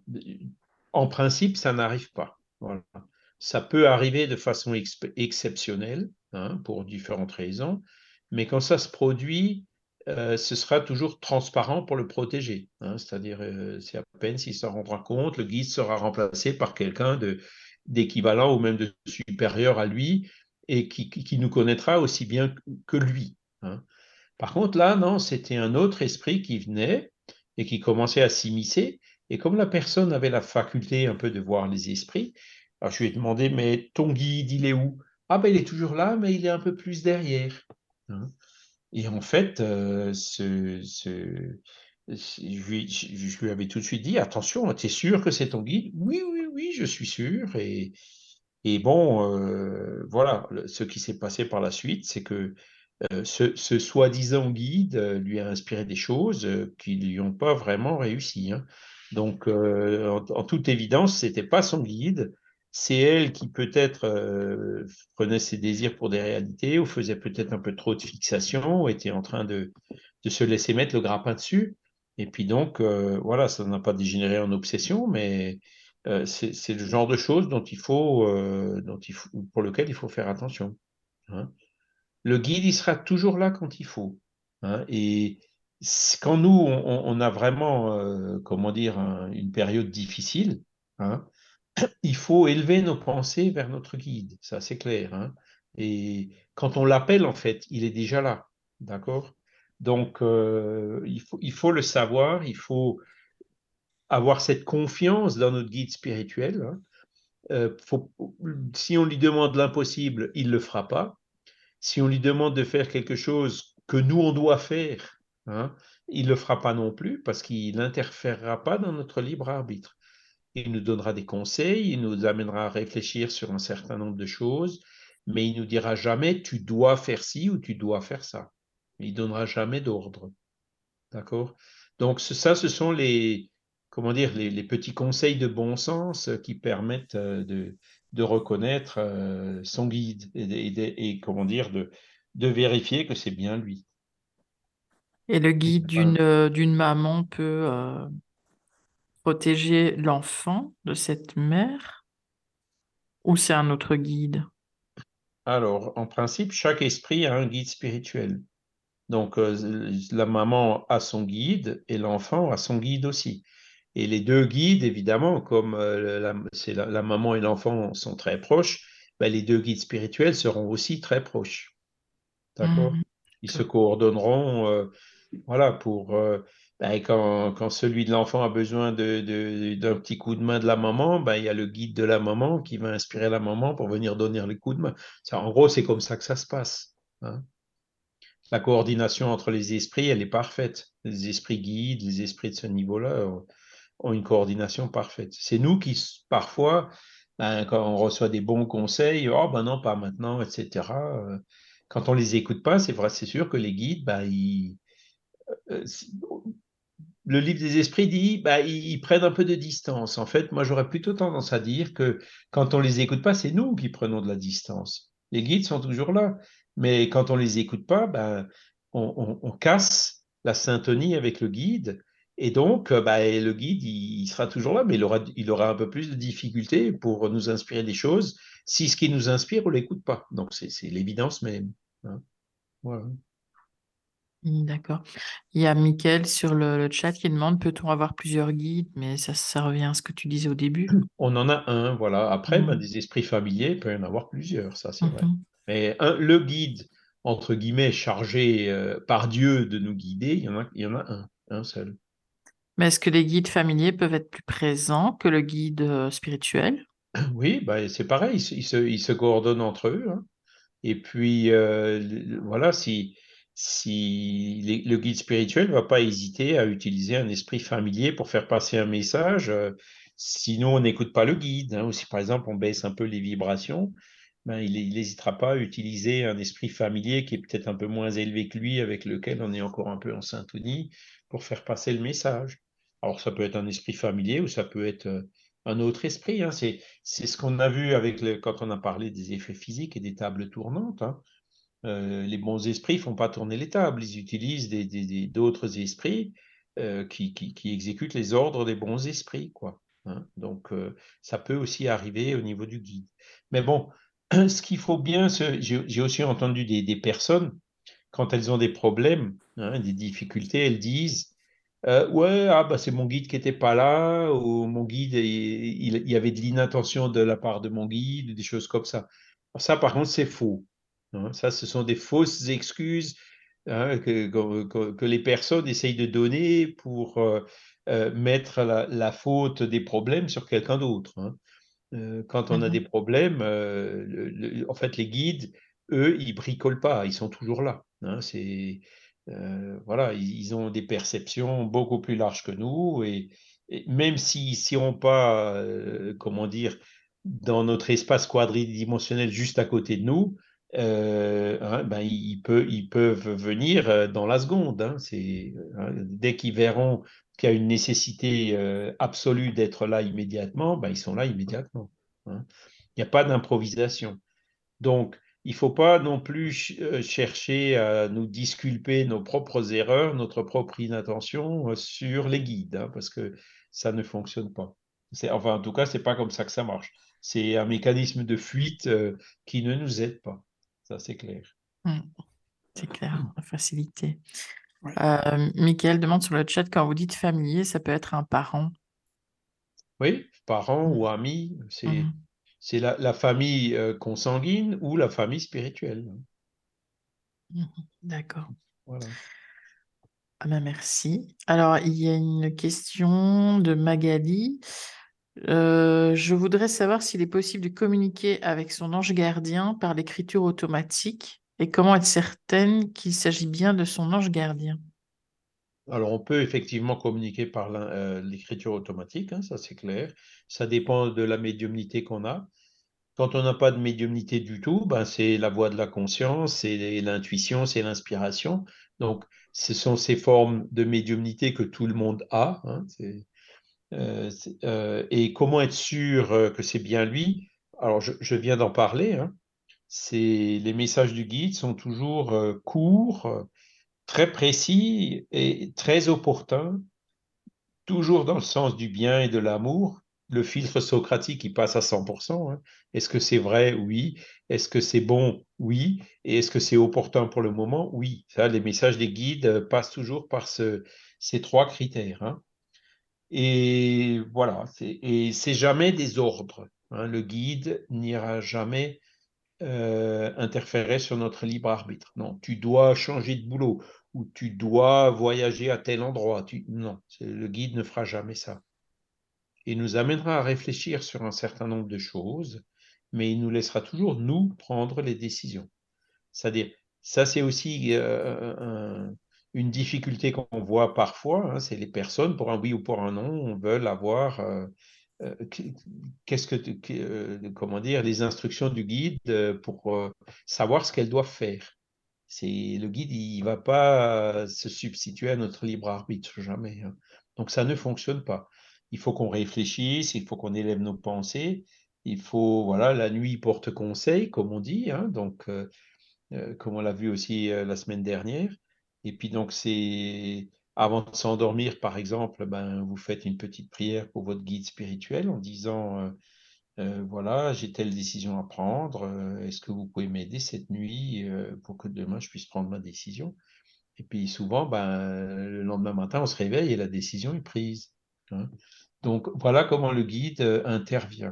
Speaker 6: en principe, ça n'arrive pas. Voilà. Ça peut arriver de façon ex exceptionnelle, hein, pour différentes raisons, mais quand ça se produit, euh, ce sera toujours transparent pour le protéger, hein, c'est-à-dire, euh, c'est à peine s'il s'en rendra compte, le guide sera remplacé par quelqu'un de d'équivalent ou même de supérieur à lui et qui, qui, qui nous connaîtra aussi bien que lui, hein. Par contre, là, non, c'était un autre esprit qui venait et qui commençait à s'immiscer. Et comme la personne avait la faculté un peu de voir les esprits, alors je lui ai demandé, mais ton guide, il est où? Ah ben, il est toujours là, mais il est un peu plus derrière, hein. Et en fait, euh, ce, ce- ce- je, lui, je- je lui avais tout de suite dit, attention, tu es sûr que c'est ton guide? Oui, oui, oui, je suis sûr. Et, et bon, euh, voilà, le- ce qui s'est passé par la suite, c'est que euh, ce, ce soi-disant guide euh, lui a inspiré des choses euh, qui lui ont pas vraiment réussi, hein. Donc, euh, en, en toute évidence, c'était pas son guide. C'est elle qui peut-être euh, prenait ses désirs pour des réalités ou faisait peut-être un peu trop de fixation, ou était en train de, de se laisser mettre le grappin dessus. Et puis donc, euh, voilà, ça n'a pas dégénéré en obsession, mais euh, c'est c'est le genre de choses dont il faut, euh, dont il faut, pour lequel il faut faire attention, hein. Le guide, il sera toujours là quand il faut, hein. Et quand nous, on, on a vraiment, euh, comment dire, un- une période difficile, hein, il faut élever nos pensées vers notre guide, ça c'est clair, hein. Et quand on l'appelle, en fait, il est déjà là, d'accord? Donc, euh, il faut, il faut le savoir, il faut avoir cette confiance dans notre guide spirituel, hein. Euh, faut- si on lui demande l'impossible, il ne le fera pas. Si on lui demande de faire quelque chose que nous, on doit faire, hein, il ne le fera pas non plus parce qu'il n'interférera pas dans notre libre arbitre. Il nous donnera des conseils, il nous amènera à réfléchir sur un certain nombre de choses, mais il nous dira jamais tu dois faire ci ou tu dois faire ça. Il donnera jamais d'ordre. D'accord? Donc, ce- ça, ce sont les, comment dire, les, les petits conseils de bon sens euh, qui permettent euh, de, de reconnaître euh, son guide et, de- et de- et, comment dire, de, de vérifier que c'est bien lui.
Speaker 3: Et le guide d'une
Speaker 6: Enfin,
Speaker 3: euh, d'une maman peut euh, protéger l'enfant de cette mère ou c'est un autre guide?
Speaker 6: alors, en principe, chaque esprit a un guide spirituel. Donc, euh, la maman a son guide et l'enfant a son guide aussi. Et les deux guides, évidemment, comme euh, la, c'est la, la maman et l'enfant sont très proches, ben, les deux guides spirituels seront aussi très proches. D'accord?
Speaker 3: Mhm.
Speaker 6: Ils se
Speaker 3: D'accord.
Speaker 6: coordonneront, euh, voilà, pour euh, ben, quand, quand celui de l'enfant a besoin de, de- d'un petit coup de main de la maman, ben, il y a le guide de la maman qui va inspirer la maman pour venir donner le coup de main. Ça, en gros, c'est comme ça que ça se passe, hein. La coordination entre les esprits, elle est parfaite. Les esprits guides, les esprits de ce niveau-là ont, ont une coordination parfaite. C'est nous qui, parfois, ben, quand on reçoit des bons conseils, oh ben non, pas maintenant, et cetera euh, Quand on les écoute pas, c'est vrai, c'est sûr que les guides, ben, ils, euh, le livre des esprits dit, bah, ils, ils prennent un peu de distance. En fait, moi, j'aurais plutôt tendance à dire que quand on les écoute pas, c'est nous qui prenons de la distance. Les guides sont toujours là, mais quand on les écoute pas, ben, on, on- on casse la syntonie avec le guide. Et donc, euh, bah, le guide, il, il sera toujours là, mais il aura, il aura un peu plus de difficultés pour nous inspirer des choses si ce qui nous inspire, on l'écoute pas. Donc, c'est c'est l'évidence même, hein. Voilà.
Speaker 3: Mm, d'accord. Il y a Mickaël sur le, le chat qui demande peut-on avoir plusieurs guides? Mais ça, ça revient à ce que tu disais au début.
Speaker 6: On en a un, voilà. Après, ben,
Speaker 3: Mm.
Speaker 6: des esprits familiers, il peut y en avoir plusieurs, ça c'est vrai.
Speaker 3: Mhm.
Speaker 6: Mais un, le guide, entre guillemets, chargé euh, par Dieu de nous guider, il y en a, il y en a un, un seul.
Speaker 3: Mais est-ce que les guides familiers peuvent être plus présents que le guide euh, spirituel?
Speaker 6: Oui, bah, c'est pareil, ils, se, ils se- ils se coordonnent entre eux, hein. Et puis, euh, le- voilà, si, si les- le guide spirituel ne va pas hésiter à utiliser un esprit familier pour faire passer un message, euh, sinon on n'écoute pas le guide, hein. Ou si par exemple on baisse un peu les vibrations, ben, il n'hésitera pas à utiliser un esprit familier qui est peut-être un peu moins élevé que lui, avec lequel on est encore un peu en syntonie, pour faire passer le message. Alors ça peut être un esprit familier ou ça peut être euh, un autre esprit, hein. C'est, c'est ce qu'on a vu avec le, quand on a parlé des effets physiques et des tables tournantes, hein. Euh, les bons esprits font pas tourner les tables, ils utilisent des, des- des- d'autres esprits euh, qui, qui, qui exécutent les ordres des bons esprits, quoi, hein. Donc euh, ça peut aussi arriver au niveau du guide. Mais bon, ce qu'il faut bien, se- j'ai j'ai aussi entendu des, des personnes, quand elles ont des problèmes, hein, des difficultés, elles disent euh, ouais, ah bah c'est mon guide qui était pas là, ou mon guide, il, il- il y avait de l'inattention de la part de mon guide, des choses comme ça. Ça, par contre, c'est faux, hein. Ça, ce sont des fausses excuses, hein, que, que- que les personnes essayent de donner pour euh, euh, mettre la, la faute des problèmes sur quelqu'un d'autre, hein. Euh, quand on a des
Speaker 3: Mhm.
Speaker 6: problèmes, euh, le- le- en fait, les guides, eux, ils bricolent pas, ils sont toujours là, hein. C'est, euh, voilà, ils, ils ont des perceptions beaucoup plus larges que nous et, et même s'ils n'iront pas, euh, comment dire, dans notre espace quadridimensionnel juste à côté de nous, euh, hein, ben, ils, peuvent, ils peuvent venir euh, dans la seconde, hein. C'est, hein, dès qu'ils verront qu'il y a une nécessité euh, absolue d'être là immédiatement, ben, ils sont là immédiatement, hein. Il n'y a pas d'improvisation. Donc, il ne faut pas non plus ch- euh, chercher à nous disculper nos propres erreurs, notre propre inattention euh, sur les guides, hein, parce que ça ne fonctionne pas. C'est, enfin, en tout cas, c'est pas comme ça que ça marche. C'est un mécanisme de fuite euh, qui ne nous aide pas. Ça, c'est clair.
Speaker 3: Mm, c'est clair, la facilité.
Speaker 5: Ouais.
Speaker 3: Euh, Michael demande sur le chat, quand vous dites familier, ça peut être un parent.
Speaker 6: Oui, parents
Speaker 3: Mm,
Speaker 6: ou amis, c'est,
Speaker 3: mhm,
Speaker 6: c'est la, la famille euh, consanguine ou la famille spirituelle, hein.
Speaker 3: mhm. D'accord.
Speaker 6: Voilà.
Speaker 3: Ah ben merci. Alors, il y a une question de Magali. Euh, je voudrais savoir s'il est possible de communiquer avec son ange gardien par l'écriture automatique et comment être certaine qu'il s'agit bien de son ange gardien.
Speaker 6: Alors, on peut effectivement communiquer par l'in- euh, l'écriture automatique, hein, ça c'est clair. Ça dépend de la médiumnité qu'on a. Quand on n'a pas de médiumnité du tout, ben, c'est la voix de la conscience, c'est l'intuition, c'est l'inspiration. Donc, ce sont ces formes de médiumnité que tout le monde a, hein. C'est, euh, c'est- euh, et comment être sûr euh, que c'est bien lui? Alors, je, je viens d'en parler, hein. C'est, les messages du guide sont toujours euh, courts, très précis et très opportuns, toujours dans le sens du bien et de l'amour. Le filtre socratique, il passe à cent pour cent, hein. Est-ce que c'est vrai? Oui. Est-ce que c'est bon? Oui. Et est-ce que c'est opportun pour le moment? Oui. Ça, les messages des guides euh, passent toujours par ce- ces trois critères, hein. Et voilà, c'est, et c'est jamais des ordres, hein. Le guide n'ira jamais euh, interférer sur notre libre arbitre. Non, tu dois changer de boulot ou tu dois voyager à tel endroit. Tu... Non, c'est- le guide ne fera jamais ça. Il nous amènera à réfléchir sur un certain nombre de choses, mais il nous laissera toujours nous prendre les décisions. C'est-à-dire, ça c'est aussi euh, un- une difficulté qu'on voit parfois, hein. C'est les personnes, pour un oui ou pour un non, veulent avoir euh, euh, qu'est-ce que, que- euh, comment dire, les instructions du guide euh, pour euh, savoir ce qu'elles doivent faire. C'est le guide, il va pas se substituer à notre libre arbitre, jamais, hein. Donc ça ne fonctionne pas. Il faut qu'on réfléchisse, il faut qu'on élève nos pensées, il faut, voilà, la nuit porte conseil, comme on dit, hein. Donc euh, euh, comme on l'a vu aussi euh, la semaine dernière. Et puis donc c'est avant de s'endormir, par exemple, ben, vous faites une petite prière pour votre guide spirituel en disant euh, euh, voilà, j'ai telle décision à prendre. euh, Est-ce que vous pouvez m'aider cette nuit euh, pour que demain je puisse prendre ma décision? Et puis souvent, ben, le lendemain matin, on se réveille et la décision est prise, hein. Donc voilà comment le guide euh, intervient.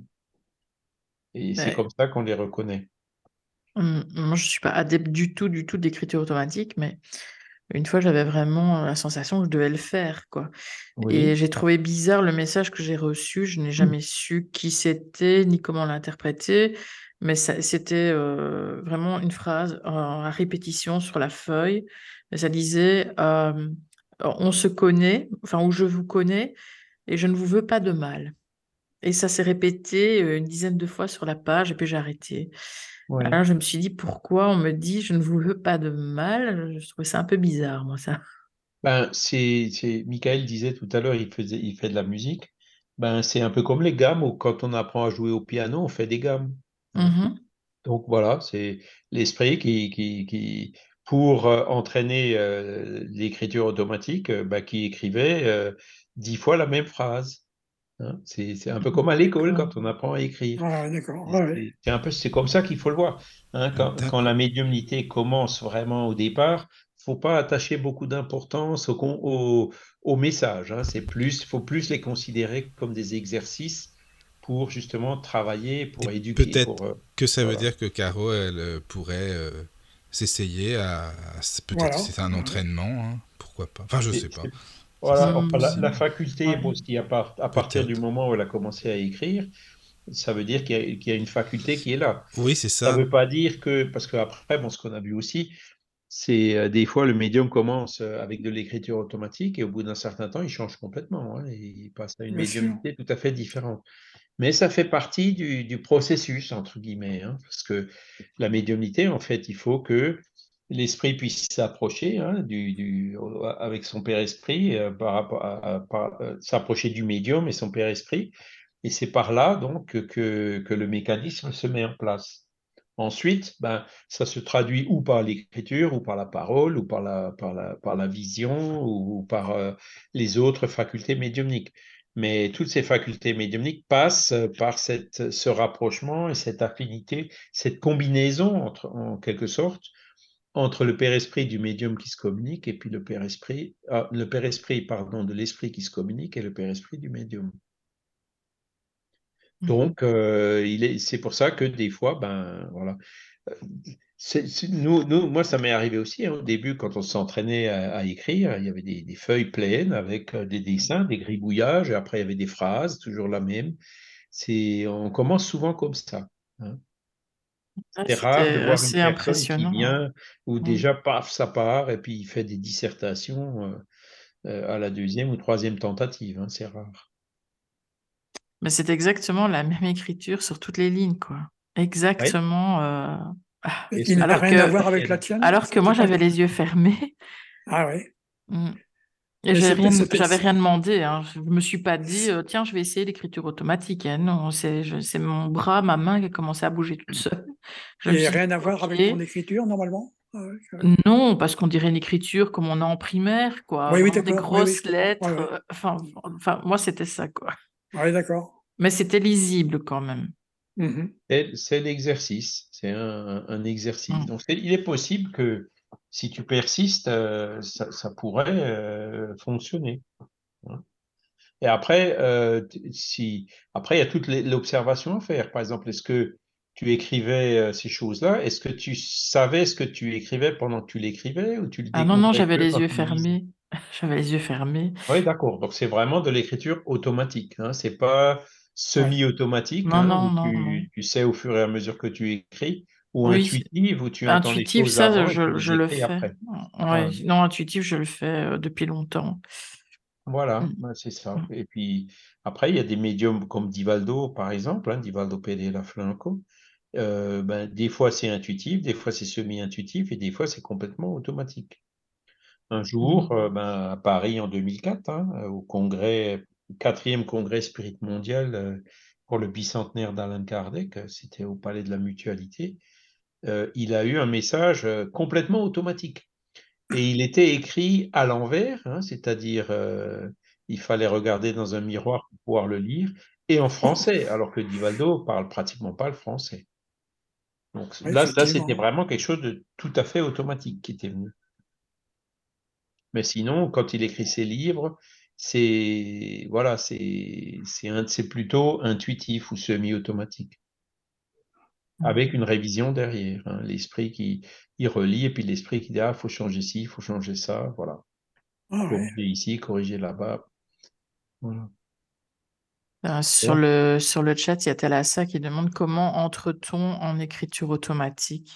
Speaker 6: Et c'est
Speaker 3: Ben,
Speaker 6: comme ça qu'on les reconnaît.
Speaker 3: hum, moi, je ne suis pas adepte du tout, du tout d'écriture automatique, mais Une fois, j'avais vraiment la sensation que je devais le faire, quoi. Et
Speaker 6: Oui.
Speaker 3: j'ai trouvé bizarre le message que j'ai reçu. Je n'ai jamais su qui c'était ni comment l'interpréter, mais ça- c'était euh, vraiment une phrase euh, à répétition sur la feuille. Et ça disait euh, on se connaît, enfin, ou je vous connais, et je ne vous veux pas de mal. Et ça s'est répété euh, une dizaine de fois sur la page, et puis j'ai arrêté.
Speaker 6: Oui.
Speaker 3: Alors je me suis dit pourquoi on me dit je ne vous veux pas de mal. Je trouvais ça un peu bizarre, moi, ça.
Speaker 6: Ben, c'est, c'est, Michael disait tout à l'heure, il faisait, il fait de la musique. Ben, c'est un peu comme les gammes, où quand on apprend à jouer au piano, on fait des gammes, hein.
Speaker 3: Mhm.
Speaker 6: Donc voilà, c'est l'esprit qui, qui, qui pour euh, entraîner euh, l'écriture automatique, euh, ben, qui écrivait euh, dix fois la même phrase, hein. C'est, c'est un peu comme à l'école
Speaker 3: D'accord.
Speaker 6: quand on apprend à écrire.
Speaker 5: Ah, ouais, d'accord. Ouais, ouais.
Speaker 6: C'est c'est un peu, c'est comme ça qu'il faut le voir, hein. Quand, quand la
Speaker 4: D'accord.
Speaker 6: médiumnité commence vraiment au départ, faut pas attacher beaucoup d'importance au, con- au, au message, hein. C'est plus, faut plus les considérer comme des exercices pour justement travailler,
Speaker 4: Et
Speaker 6: pour éduquer,
Speaker 4: peut-être
Speaker 6: pour euh,
Speaker 4: que ça veut
Speaker 6: voilà.
Speaker 4: dire que Caro, elle euh, pourrait euh, s'essayer à, à- c'est- peut-être que
Speaker 5: Voilà.
Speaker 4: c'est un
Speaker 5: Ouais.
Speaker 4: entraînement, hein, pourquoi pas. Enfin, je
Speaker 6: C'est-
Speaker 4: sais pas.
Speaker 6: c'est-
Speaker 4: Ça, c'est
Speaker 6: Voilà, enfin,
Speaker 3: Hmm.
Speaker 6: la, la
Speaker 4: possible.
Speaker 6: faculté,
Speaker 3: Ouais.
Speaker 6: bon, si à, part- à partir du
Speaker 4: Peut-être.
Speaker 6: moment où elle a commencé à écrire, ça veut dire qu'il y a, qu'il y a une faculté qui est là.
Speaker 4: Oui, c'est
Speaker 6: Ça ne
Speaker 4: ça.
Speaker 6: veut pas dire que, parce qu'après, bon, ce qu'on a vu aussi, c'est euh, des fois le médium commence euh, avec de l'écriture automatique et au bout d'un certain temps, il change complètement, hein, et il passe à une
Speaker 5: Bien sûr.
Speaker 6: médiumnité tout à fait différente. Mais ça fait partie du, du processus, entre guillemets, hein, parce que la médiumnité, en fait, il faut que l'esprit puisse s'approcher, hein, du, du- avec son père esprit, euh, par rapport à, à- par- euh, s'approcher du médium et son père esprit. Et c'est par là donc que, que le mécanisme se met en place. Ensuite, ben, ça se traduit ou par l'écriture, ou par la parole, ou par la, par la, par la vision, ou, ou par euh, les autres facultés médiumniques. Mais toutes ces facultés médiumniques passent euh, par cette, ce rapprochement et cette affinité, cette combinaison, entre, en quelque sorte, entre le père esprit du médium qui se communique et puis le père esprit, ah, le père esprit, pardon, de l'esprit qui se communique et le père esprit du médium.
Speaker 3: Mhm.
Speaker 6: Donc, euh, il est, c'est pour ça que des fois, ben voilà. Euh, c'est- c'est- nous, nous, moi, ça m'est arrivé aussi, hein, au début, quand on s'entraînait à, à écrire, il y avait des, des feuilles pleines avec euh, des dessins, des gribouillages, et après il y avait des phrases, toujours la même. C'est, on commence souvent comme ça, hein.
Speaker 3: Ouais,
Speaker 6: C'est rare de
Speaker 3: c'était
Speaker 6: voir une
Speaker 3: assez
Speaker 6: personne qui
Speaker 3: impressionnant.
Speaker 6: vient où
Speaker 3: Mm.
Speaker 6: déjà, paf, ça part, et puis il fait des dissertations euh, euh, à la deuxième ou troisième tentative, hein, c'est rare.
Speaker 3: Mais c'est exactement la même écriture sur toutes les lignes, quoi.
Speaker 6: Oui,
Speaker 3: Exactement. euh, ah.
Speaker 5: Et
Speaker 6: et
Speaker 5: qui
Speaker 6: ceux
Speaker 5: n'a
Speaker 6: qui
Speaker 3: Alors
Speaker 5: rien à
Speaker 3: que,
Speaker 5: voir
Speaker 6: se
Speaker 5: avec la
Speaker 6: tiennent.
Speaker 5: tienne?
Speaker 3: alors que moi,
Speaker 5: C'était pas
Speaker 3: j'avais
Speaker 5: du...
Speaker 3: les yeux fermés.
Speaker 5: Ah oui.
Speaker 3: Mm. Et
Speaker 5: Mais
Speaker 3: j'avais
Speaker 5: c'était,
Speaker 3: rien,
Speaker 5: c'était,
Speaker 3: j'avais rien demandé, hein. Je me suis pas dit, euh, tiens, je vais essayer l'écriture automatique, hein. Non, c'est, je- c'est mon bras, ma main qui a commencé à bouger toute seule. Je me
Speaker 5: et
Speaker 3: suis dit,
Speaker 5: rien à voir avec ton
Speaker 3: ok.
Speaker 5: écriture, normalement? Ah ouais, je-
Speaker 3: Non, parce qu'on dirait une écriture comme on a en primaire, quoi.
Speaker 5: Oui, oui,
Speaker 3: Vraiment des
Speaker 5: d'accord. Oui, oui, je
Speaker 3: grosses
Speaker 5: comprends. Oui,
Speaker 3: lettres.
Speaker 5: oui.
Speaker 3: euh, Enfin, enfin, moi, c'était ça, quoi.
Speaker 5: Oui, d'accord.
Speaker 3: Mais c'était lisible quand même.
Speaker 5: Mhm.
Speaker 6: C'est c'est l'exercice, c'est un, un exercice.
Speaker 3: Mm.
Speaker 6: Donc, c'est- il est possible que si tu persistes, euh, ça, ça pourrait euh, fonctionner, hein. Et après, euh, t- si, après, il y a toute les- l'observation à faire. Par exemple, est-ce que tu écrivais euh, ces choses-là? Est-ce que tu savais ce que tu écrivais pendant que tu l'écrivais ou tu le
Speaker 3: Ah non, non,
Speaker 6: découvrais
Speaker 3: j'avais
Speaker 6: que
Speaker 3: les
Speaker 6: quand
Speaker 3: yeux
Speaker 6: tu le lisais?
Speaker 3: fermés. J'avais les yeux fermés.
Speaker 6: Oui, d'accord. Donc, c'est vraiment de l'écriture automatique, hein. C'est pas
Speaker 5: Ouais.
Speaker 6: semi-automatique,
Speaker 3: Non,
Speaker 6: hein,
Speaker 3: non,
Speaker 6: où
Speaker 3: non, non.
Speaker 6: tu, tu sais au fur et à mesure que tu écris, ou
Speaker 3: Oui, c'est-
Speaker 6: intuitive, où tu entends les
Speaker 3: intuitif,
Speaker 6: choses
Speaker 3: ça,
Speaker 6: avant et tu
Speaker 3: je, je
Speaker 6: les
Speaker 3: le
Speaker 6: écris
Speaker 3: fais.
Speaker 6: après.
Speaker 3: Ouais.
Speaker 6: Voilà,
Speaker 3: Non, intuitif, je le fais euh, depuis longtemps.
Speaker 6: voilà,
Speaker 3: Mm.
Speaker 6: ben, c'est ça.
Speaker 3: Mm.
Speaker 6: Et puis, après, il y a des médiums comme Divaldo, par exemple, hein, Divaldo Pereira Franco. Euh, ben, des fois, c'est intuitif, des fois, c'est semi-intuitif, et des fois, c'est complètement automatique. Un jour,
Speaker 3: Mm.
Speaker 6: euh, ben, à Paris en deux mille quatre, hein, euh, au congrès, quatrième congrès spirit mondial euh, pour le bicentenaire d'Alan Kardec, euh, c'était au Palais de la Mutualité, euh, il a eu un message euh, complètement automatique. Et il était écrit à l'envers, hein, c'est-à-dire euh, il fallait regarder dans un miroir pour pouvoir le lire, et en français, alors que Divaldo parle pratiquement pas le français. Donc
Speaker 5: Ouais,
Speaker 6: là, là c'était
Speaker 5: effectivement.
Speaker 6: vraiment quelque chose de tout à fait automatique qui était venu. Mais sinon, quand il écrit ses livres, c'est voilà, c'est c'est un- c'est plutôt intuitif ou semi-automatique. avec une révision derrière. Hein. L'esprit qui il relit et puis l'esprit qui dit ah, faut changer ci, il faut changer ça, voilà.
Speaker 5: Ah ouais.
Speaker 6: Corriger ici, corriger là-bas. Voilà.
Speaker 3: Euh, sur
Speaker 6: Ouais.
Speaker 3: le, sur le chat, il y a Thalassa qui demande comment entre-t-on en écriture automatique?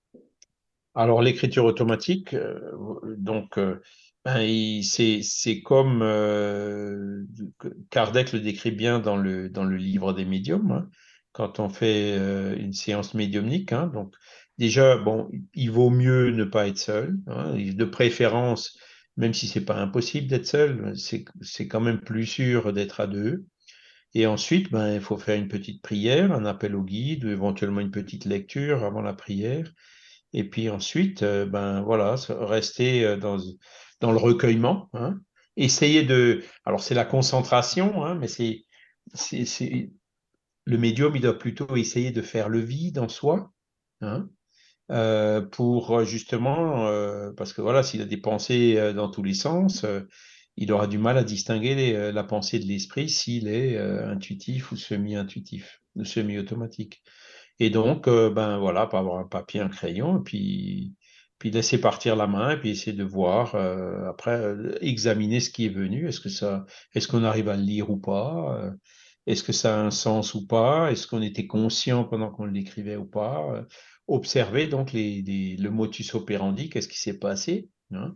Speaker 6: Alors, l'écriture automatique, euh, donc, euh, ben, il- c'est, c'est comme euh, Kardec le décrit bien dans le, dans le livre des médiums, hein, quand on fait euh, une séance médiumnique. Hein. Donc, déjà, bon, il vaut mieux ne pas être seul, hein, et de préférence, même si c'est pas impossible d'être seul, c'est, c'est quand même plus sûr d'être à deux. Et ensuite, ben, il faut faire une petite prière, un appel au guide, ou éventuellement une petite lecture avant la prière. Et puis ensuite, euh, ben voilà, rester euh, dans, dans le recueillement. Hein. Essayer de. Alors, c'est la concentration, hein, mais c'est, c'est, c'est- le médium, il doit plutôt essayer de faire le vide en soi. Hein, euh, pour euh, justement, euh, parce que voilà, s'il a des pensées euh, dans tous les sens, euh, il aura du mal à distinguer les- euh, la pensée de l'esprit s'il est euh, intuitif ou semi-intuitif, ou semi-automatique. Et donc, euh, ben voilà, pas avoir un papier, un crayon, et puis, puis laisser partir la main, et puis essayer de voir, euh, après, euh, examiner ce qui est venu. Est-ce que ça, est-ce qu'on arrive à le lire ou pas? Euh, Est-ce que ça a un sens ou pas? Est-ce qu'on était conscient pendant qu'on l'écrivait ou pas? Euh, Observer donc les, les- le motus operandi, qu'est-ce qui s'est passé, hein,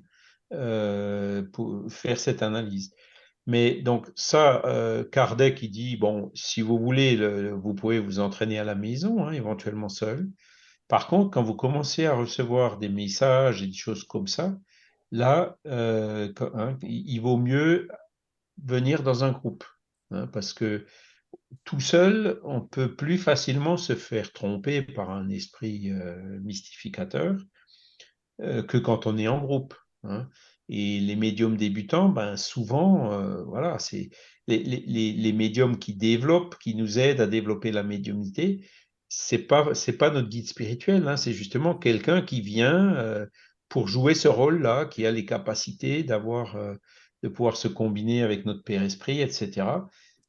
Speaker 6: euh, pour faire cette analyse. Mais donc ça, euh, Kardec, il dit, bon, si vous voulez, le- vous pouvez vous entraîner à la maison, hein, éventuellement seul. Par contre, quand vous commencez à recevoir des messages et des choses comme ça, là, euh, quand- hein, il il vaut mieux venir dans un groupe, hein, parce que tout seul, on peut plus facilement se faire tromper par un esprit euh, mystificateur euh, que quand on est en groupe. Hein. Et les médiums débutants, ben souvent, euh, voilà, c'est les, les, les, les médiums qui développent, qui nous aident à développer la médiumnité, c'est pas c'est pas notre guide spirituel, hein, c'est justement quelqu'un qui vient euh, pour jouer ce rôle-là, qui a les capacités d'avoir euh, de pouvoir se combiner avec notre Père Esprit, et cetera.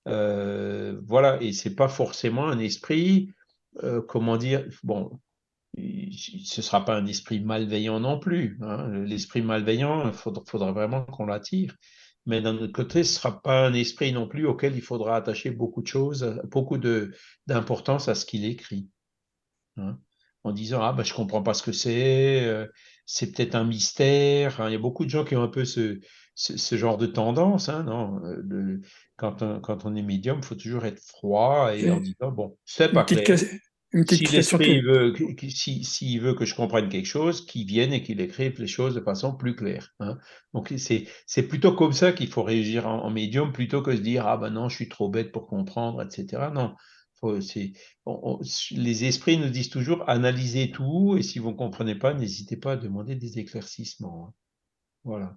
Speaker 6: Euh, voilà, et c'est pas forcément un esprit, euh, comment dire, bon, ce ne sera pas un esprit malveillant non plus. Hein. L'esprit malveillant, il faudra, faudra vraiment qu'on l'attire. Mais d'un autre côté, ce ne sera pas un esprit non plus auquel il faudra attacher beaucoup de choses, beaucoup de, d'importance à ce qu'il écrit. Hein. En disant, ah ben je ne comprends pas ce que c'est, euh, c'est peut-être un mystère. Hein. Il y a beaucoup de gens qui ont un peu ce, ce, ce genre de tendance. Hein, non, euh, le- quand, on, quand on est médium, il faut toujours être froid et en
Speaker 5: J'ai
Speaker 6: disant, bon, c'est
Speaker 5: une
Speaker 6: pas
Speaker 5: petite,
Speaker 6: clair.
Speaker 5: ques- une
Speaker 6: Si
Speaker 5: petite question
Speaker 6: l'esprit
Speaker 5: toute,
Speaker 6: veut, que- que- si, s'il veut que je comprenne quelque chose, qu'il vienne et qu'il écrive les choses de façon plus claire. Hein. Donc c'est, c'est plutôt comme ça qu'il faut réagir en, en médium plutôt que de se dire ah ben non, je suis trop bête pour comprendre, et cetera. Non, faut, c'est, on- on- les esprits nous disent toujours analysez tout et si vous ne comprenez pas, n'hésitez pas à demander des éclaircissements. Hein. Voilà.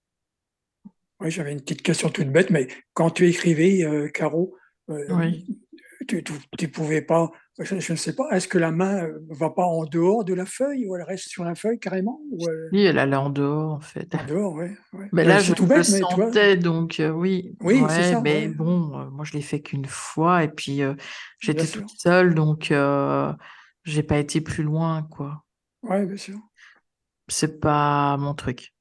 Speaker 5: oui, j'avais une petite question toute bête, mais quand tu écrivais, euh, Caro, euh,
Speaker 3: Oui.
Speaker 5: tu, tu, tu pouvais pas, je, je ne sais pas, est-ce que la main euh, va pas en dehors de la feuille ou elle reste sur la feuille carrément ou euh,
Speaker 3: Oui, elle allait en dehors, en fait.
Speaker 5: en dehors, ouais, ouais.
Speaker 3: Mais
Speaker 5: Euh,
Speaker 3: là, je
Speaker 5: c'est tout
Speaker 3: le
Speaker 5: bête, mais tu vois,
Speaker 3: sentais, donc euh, oui,
Speaker 5: oui, c'est
Speaker 3: ouais,
Speaker 5: ça,
Speaker 3: mais
Speaker 5: ouais,
Speaker 3: bon, euh, moi, je l'ai fait qu'une fois, et puis euh,
Speaker 5: bien
Speaker 3: j'étais toute
Speaker 5: sûr,
Speaker 3: seule, donc euh, j'ai pas été plus loin, quoi.
Speaker 5: ouais, bien sûr.
Speaker 3: C'est pas mon truc.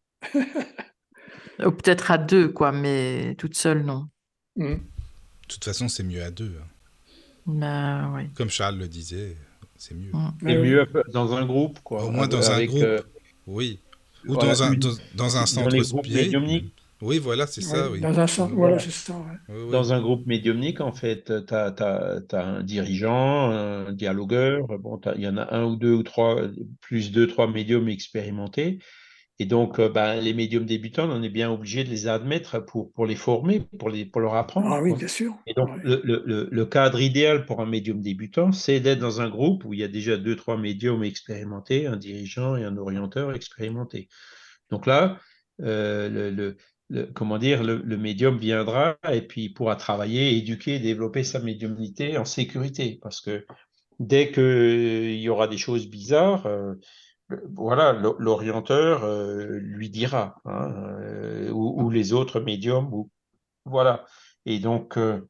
Speaker 3: Ou peut-être à deux, quoi, mais toute seule, non.
Speaker 5: Mm.
Speaker 4: De toute façon, c'est mieux à deux. Hein.
Speaker 3: Bah, oui.
Speaker 4: Comme Charles le disait, c'est mieux.
Speaker 3: Mm.
Speaker 5: Mais
Speaker 6: C'est
Speaker 5: oui,
Speaker 6: mieux dans un groupe,
Speaker 4: Au
Speaker 6: quoi,
Speaker 4: moins dans un
Speaker 6: avec
Speaker 4: groupe,
Speaker 6: euh,
Speaker 4: oui. Ou
Speaker 6: voilà,
Speaker 4: dans un,
Speaker 6: une,
Speaker 4: dans, dans un
Speaker 6: dans
Speaker 4: centre
Speaker 6: les groupes
Speaker 4: spirit, même.
Speaker 6: médiumniques.
Speaker 4: Oui, voilà, c'est ça,
Speaker 5: oui,
Speaker 4: oui.
Speaker 5: dans un sens,
Speaker 4: Mm.
Speaker 5: voilà,
Speaker 6: Voilà.
Speaker 5: c'est ça, ouais.
Speaker 4: Oui, oui.
Speaker 6: Dans un groupe médiumnique, en fait, tu as, un dirigeant, un dialogueur, bon, t'as- il y en a un ou deux ou trois, plus deux, trois médiums expérimentés. Et donc, euh, ben, les médiums débutants, on est bien obligé de les admettre pour, pour les former, pour, les, pour leur apprendre,
Speaker 5: Ah oui,
Speaker 6: quoi.
Speaker 5: bien sûr,
Speaker 6: Et donc,
Speaker 5: ouais.
Speaker 6: le, le, le- le cadre idéal pour un médium débutant, c'est d'être dans un groupe où il y a déjà deux, trois médiums expérimentés, un dirigeant et un orienteur expérimentés. Donc là, euh, le, le- le- comment dire, le, le médium viendra et puis il pourra travailler, éduquer, développer sa médiumnité en sécurité. Parce que dès qu'il y aura des choses bizarres, euh, voilà, l'o- l'orienteur euh, lui dira, hein, euh, ou, ou les autres médiums, ou, voilà. Et donc, euh,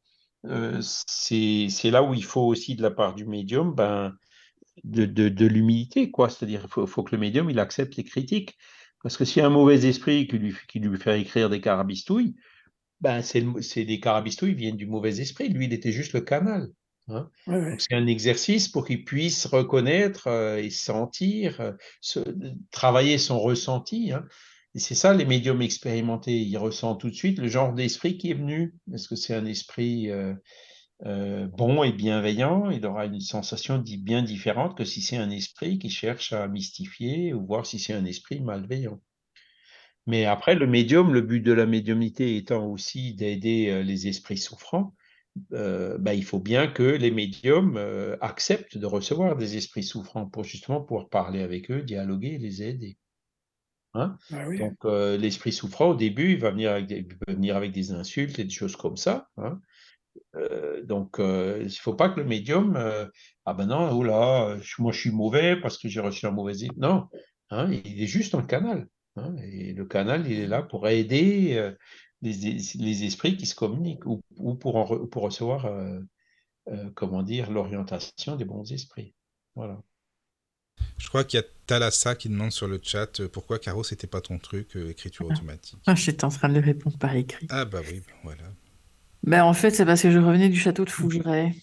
Speaker 6: euh, c'est, c'est là où il faut aussi de la part du médium ben, de, de, de l'humilité, quoi. C'est-à-dire qu'il faut, faut que le médium il accepte les critiques. Parce que s'il y a un mauvais esprit qui lui, qui lui fait écrire des carabistouilles, ben c'est, le- c'est des carabistouilles viennent du mauvais esprit. Lui, il était juste le canal. Hein.
Speaker 5: Ouais,
Speaker 6: Donc
Speaker 5: ouais.
Speaker 6: c'est un exercice pour qu'il puisse reconnaître euh, et sentir, euh, se- travailler son ressenti. Hein. Et c'est ça, les médiums expérimentés, ils ressentent tout de suite le genre d'esprit qui est venu. Est-ce que c'est un esprit euh, euh, bon et bienveillant? Il aura une sensation di- bien différente que si c'est un esprit qui cherche à mystifier ou voir si c'est un esprit malveillant. Mais après, le médium, le but de la médiumnité étant aussi d'aider euh, les esprits souffrants, euh, bah, il faut bien que les médiums euh, acceptent de recevoir des esprits souffrants pour justement pouvoir parler avec eux, dialoguer et les aider. Hein.
Speaker 5: Bah oui.
Speaker 6: Donc, euh, l'esprit souffrant, au début, il va venir avec des, il peut venir avec des insultes et des choses comme ça. Hein. Euh, donc, euh, il ne faut pas que le médium, euh, ah ben non, oh là, euh, je- moi je suis mauvais parce que j'ai reçu un mauvais... é- Non, hein, il est juste un canal. Hein, et le canal, il est là pour aider euh, les, es- les esprits qui se communiquent ou, ou pour, en re- pour recevoir, euh, euh, comment dire, l'orientation des bons esprits. Voilà.
Speaker 4: Je crois qu'il y a Thalassa qui demande sur le chat euh, pourquoi Caro, c'était pas ton truc, euh, écriture
Speaker 3: Ah,
Speaker 4: automatique.
Speaker 3: j'étais en train de lui répondre par écrit.
Speaker 4: Ah bah oui, ben voilà.
Speaker 3: Ben, en fait, c'est parce que je revenais du château de Fougeray.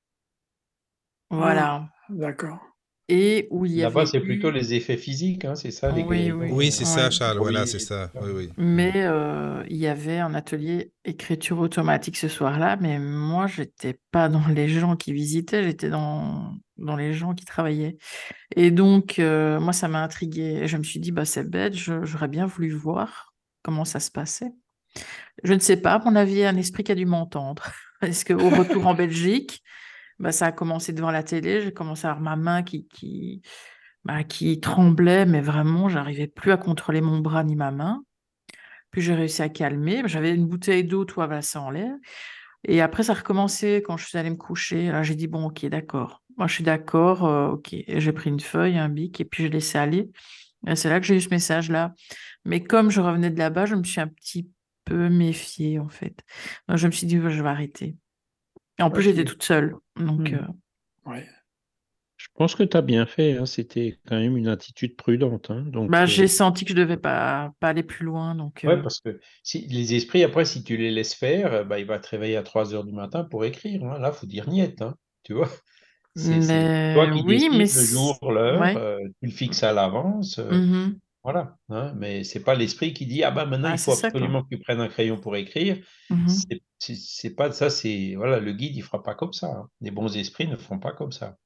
Speaker 5: Ah,
Speaker 3: Voilà.
Speaker 5: d'accord.
Speaker 3: Et où il y
Speaker 6: Là-bas,
Speaker 3: avait
Speaker 6: c'est plutôt
Speaker 3: eu...
Speaker 6: les effets physiques, hein, c'est ça, les,
Speaker 3: Oui,
Speaker 6: les
Speaker 3: oui,
Speaker 4: Oui, c'est
Speaker 6: grands
Speaker 4: ça,
Speaker 3: oui.
Speaker 4: Charles, voilà,
Speaker 6: bruits,
Speaker 4: c'est
Speaker 6: et
Speaker 4: ça.
Speaker 6: cetera.
Speaker 4: Oui, oui.
Speaker 3: Mais euh, il y avait un atelier écriture automatique ce soir-là, mais moi, j'étais pas dans les gens qui visitaient, j'étais dans, dans les gens qui travaillaient. Et donc, euh, moi, ça m'a intriguée. Et je me suis dit, bah, c'est bête, je- j'aurais bien voulu voir comment ça se passait. Je ne sais pas, à mon avis, il y a un esprit qui a dû m'entendre. Parce qu'au retour en Belgique, bah, ça a commencé devant la télé, j'ai commencé à avoir ma main qui, qui, bah, qui tremblait, mais vraiment, j'arrivais plus à contrôler mon bras ni ma main. Puis j'ai réussi à calmer. J'avais une bouteille d'eau, tout à passer en l'air. Et après, ça a recommencé quand je suis allée me coucher. Là, j'ai dit, bon, ok, d'accord. Moi, je suis d'accord, euh, ok. Et j'ai pris une feuille, un bic, et puis j'ai laissé aller. Et c'est là que j'ai eu ce message-là. Mais comme je revenais de là-bas, je me suis un petit peu méfiée, en fait. Donc, je me suis dit, ouais, je vais arrêter. Et en plus,
Speaker 5: Ok.
Speaker 3: j'étais toute seule. Donc,
Speaker 5: Hmm.
Speaker 3: euh,
Speaker 5: Ouais.
Speaker 6: Je pense que tu as bien fait, hein, c'était quand même une attitude prudente. Hein, donc,
Speaker 3: bah,
Speaker 6: euh,
Speaker 3: j'ai senti que je devais pas, pas aller plus loin. Donc,
Speaker 6: ouais,
Speaker 3: euh,
Speaker 6: parce que si, les esprits, après, si tu les laisses faire, euh, bah, il va te réveiller à trois heures du matin pour écrire. Hein. Là, il faut dire niet, hein, tu vois. C'est, c'est toi
Speaker 3: mais
Speaker 6: qui
Speaker 3: oui, mais...
Speaker 6: décides le
Speaker 3: c-
Speaker 6: jour, l'heure,
Speaker 3: Ouais.
Speaker 6: euh, tu le fixes à l'avance, euh,
Speaker 3: Mhm.
Speaker 6: voilà. Hein, mais c'est pas l'esprit qui dit, ah ben maintenant,
Speaker 3: Ah,
Speaker 6: il
Speaker 3: c'est
Speaker 6: faut
Speaker 3: ça, quoi.
Speaker 6: absolument que tu prennes un crayon pour écrire.
Speaker 3: Mhm.
Speaker 6: C'est c'est- c'est pas ça, c'est, voilà, le guide, il fera pas comme ça. Hein. Les bons esprits ne font pas comme ça.